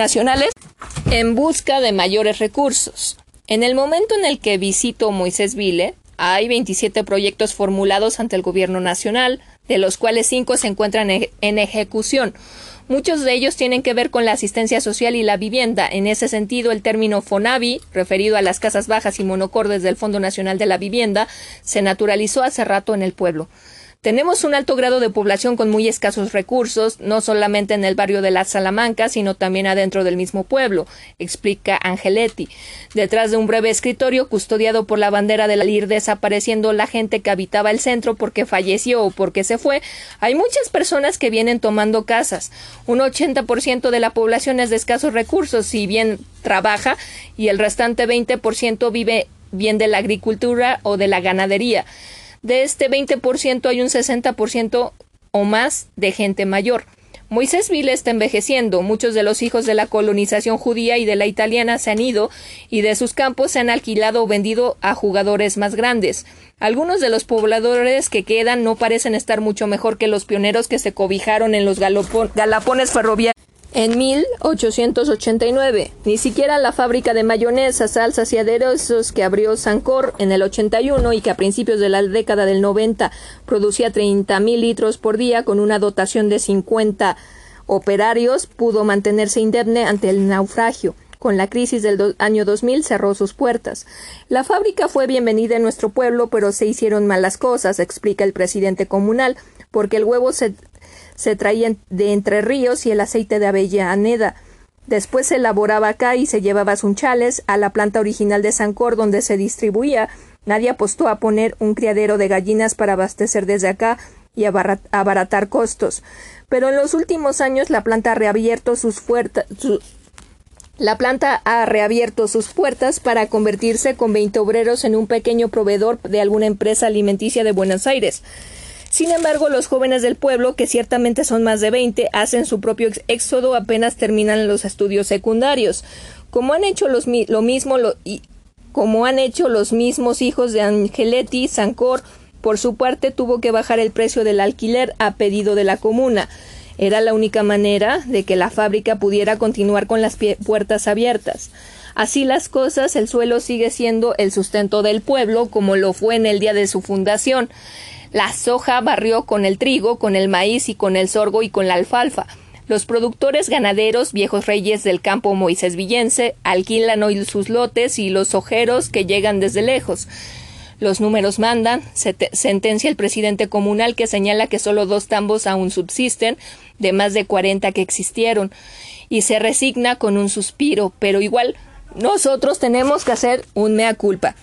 en busca de mayores recursos. En el momento en el que visito Moisés Vile, hay 27 proyectos formulados ante el gobierno nacional, de los cuales 5 se encuentran en ejecución. Muchos de ellos tienen que ver con la asistencia social y la vivienda. En ese sentido, el término FONAVI, referido a las casas bajas y monocordes del Fondo Nacional de la Vivienda, se naturalizó hace rato en el pueblo. Tenemos un alto grado de población con muy escasos recursos, no solamente en el barrio de la Salamanca, sino también adentro del mismo pueblo, explica Angeletti. Detrás de un breve escritorio custodiado por la bandera de la ir desapareciendo la gente que habitaba el centro porque falleció o porque se fue, hay muchas personas que vienen tomando casas. Un 80% de la población es de escasos recursos, si bien trabaja, y el restante 20% vive bien de la agricultura o de la ganadería. De este 20% hay un 60% o más de gente mayor. Moisés Vile está envejeciendo. Muchos de los hijos de la colonización judía y de la italiana se han ido y de sus campos se han alquilado o vendido a jugadores más grandes. Algunos de los pobladores que quedan no parecen estar mucho mejor que los pioneros que se cobijaron en los galapones ferroviarios en 1889. Ni siquiera la fábrica de mayonesa, salsas y aderezos que abrió Sancor en el 81 y que a principios de la década del 90 producía 30,000 litros por día con una dotación de 50 operarios, pudo mantenerse indemne ante el naufragio. Con la crisis del año 2000 cerró sus puertas. La fábrica fue bienvenida en nuestro pueblo, pero se hicieron malas cosas, explica el presidente comunal, porque el huevo se traía de Entre Ríos y el aceite de Avellaneda. Después se elaboraba acá y se llevaba a Sunchales, a la planta original de Sancor, donde se distribuía. Nadie apostó a poner un criadero de gallinas para abastecer desde acá y abaratar costos. Pero en los últimos años la planta ha reabierto sus puertas para convertirse con 20 obreros en un pequeño proveedor de alguna empresa alimenticia de Buenos Aires. Sin embargo, los jóvenes del pueblo, que ciertamente son más de 20, hacen su propio éxodo apenas terminan los estudios secundarios. Como han hecho los mismos hijos de Angeletti, Sancor, por su parte, tuvo que bajar el precio del alquiler a pedido de la comuna. Era la única manera de que la fábrica pudiera continuar con las puertas abiertas. Así las cosas, el suelo sigue siendo el sustento del pueblo, como lo fue en el día de su fundación. La soja barrió con el trigo, con el maíz y con el sorgo y con la alfalfa. Los productores ganaderos, viejos reyes del campo moisésvillense, alquilan hoy sus lotes y los ojeros que llegan desde lejos. Los números mandan, sentencia el presidente comunal que señala que solo 2 tambos aún subsisten, de más de 40 que existieron, y se resigna con un suspiro, pero igual nosotros tenemos que hacer un mea culpa.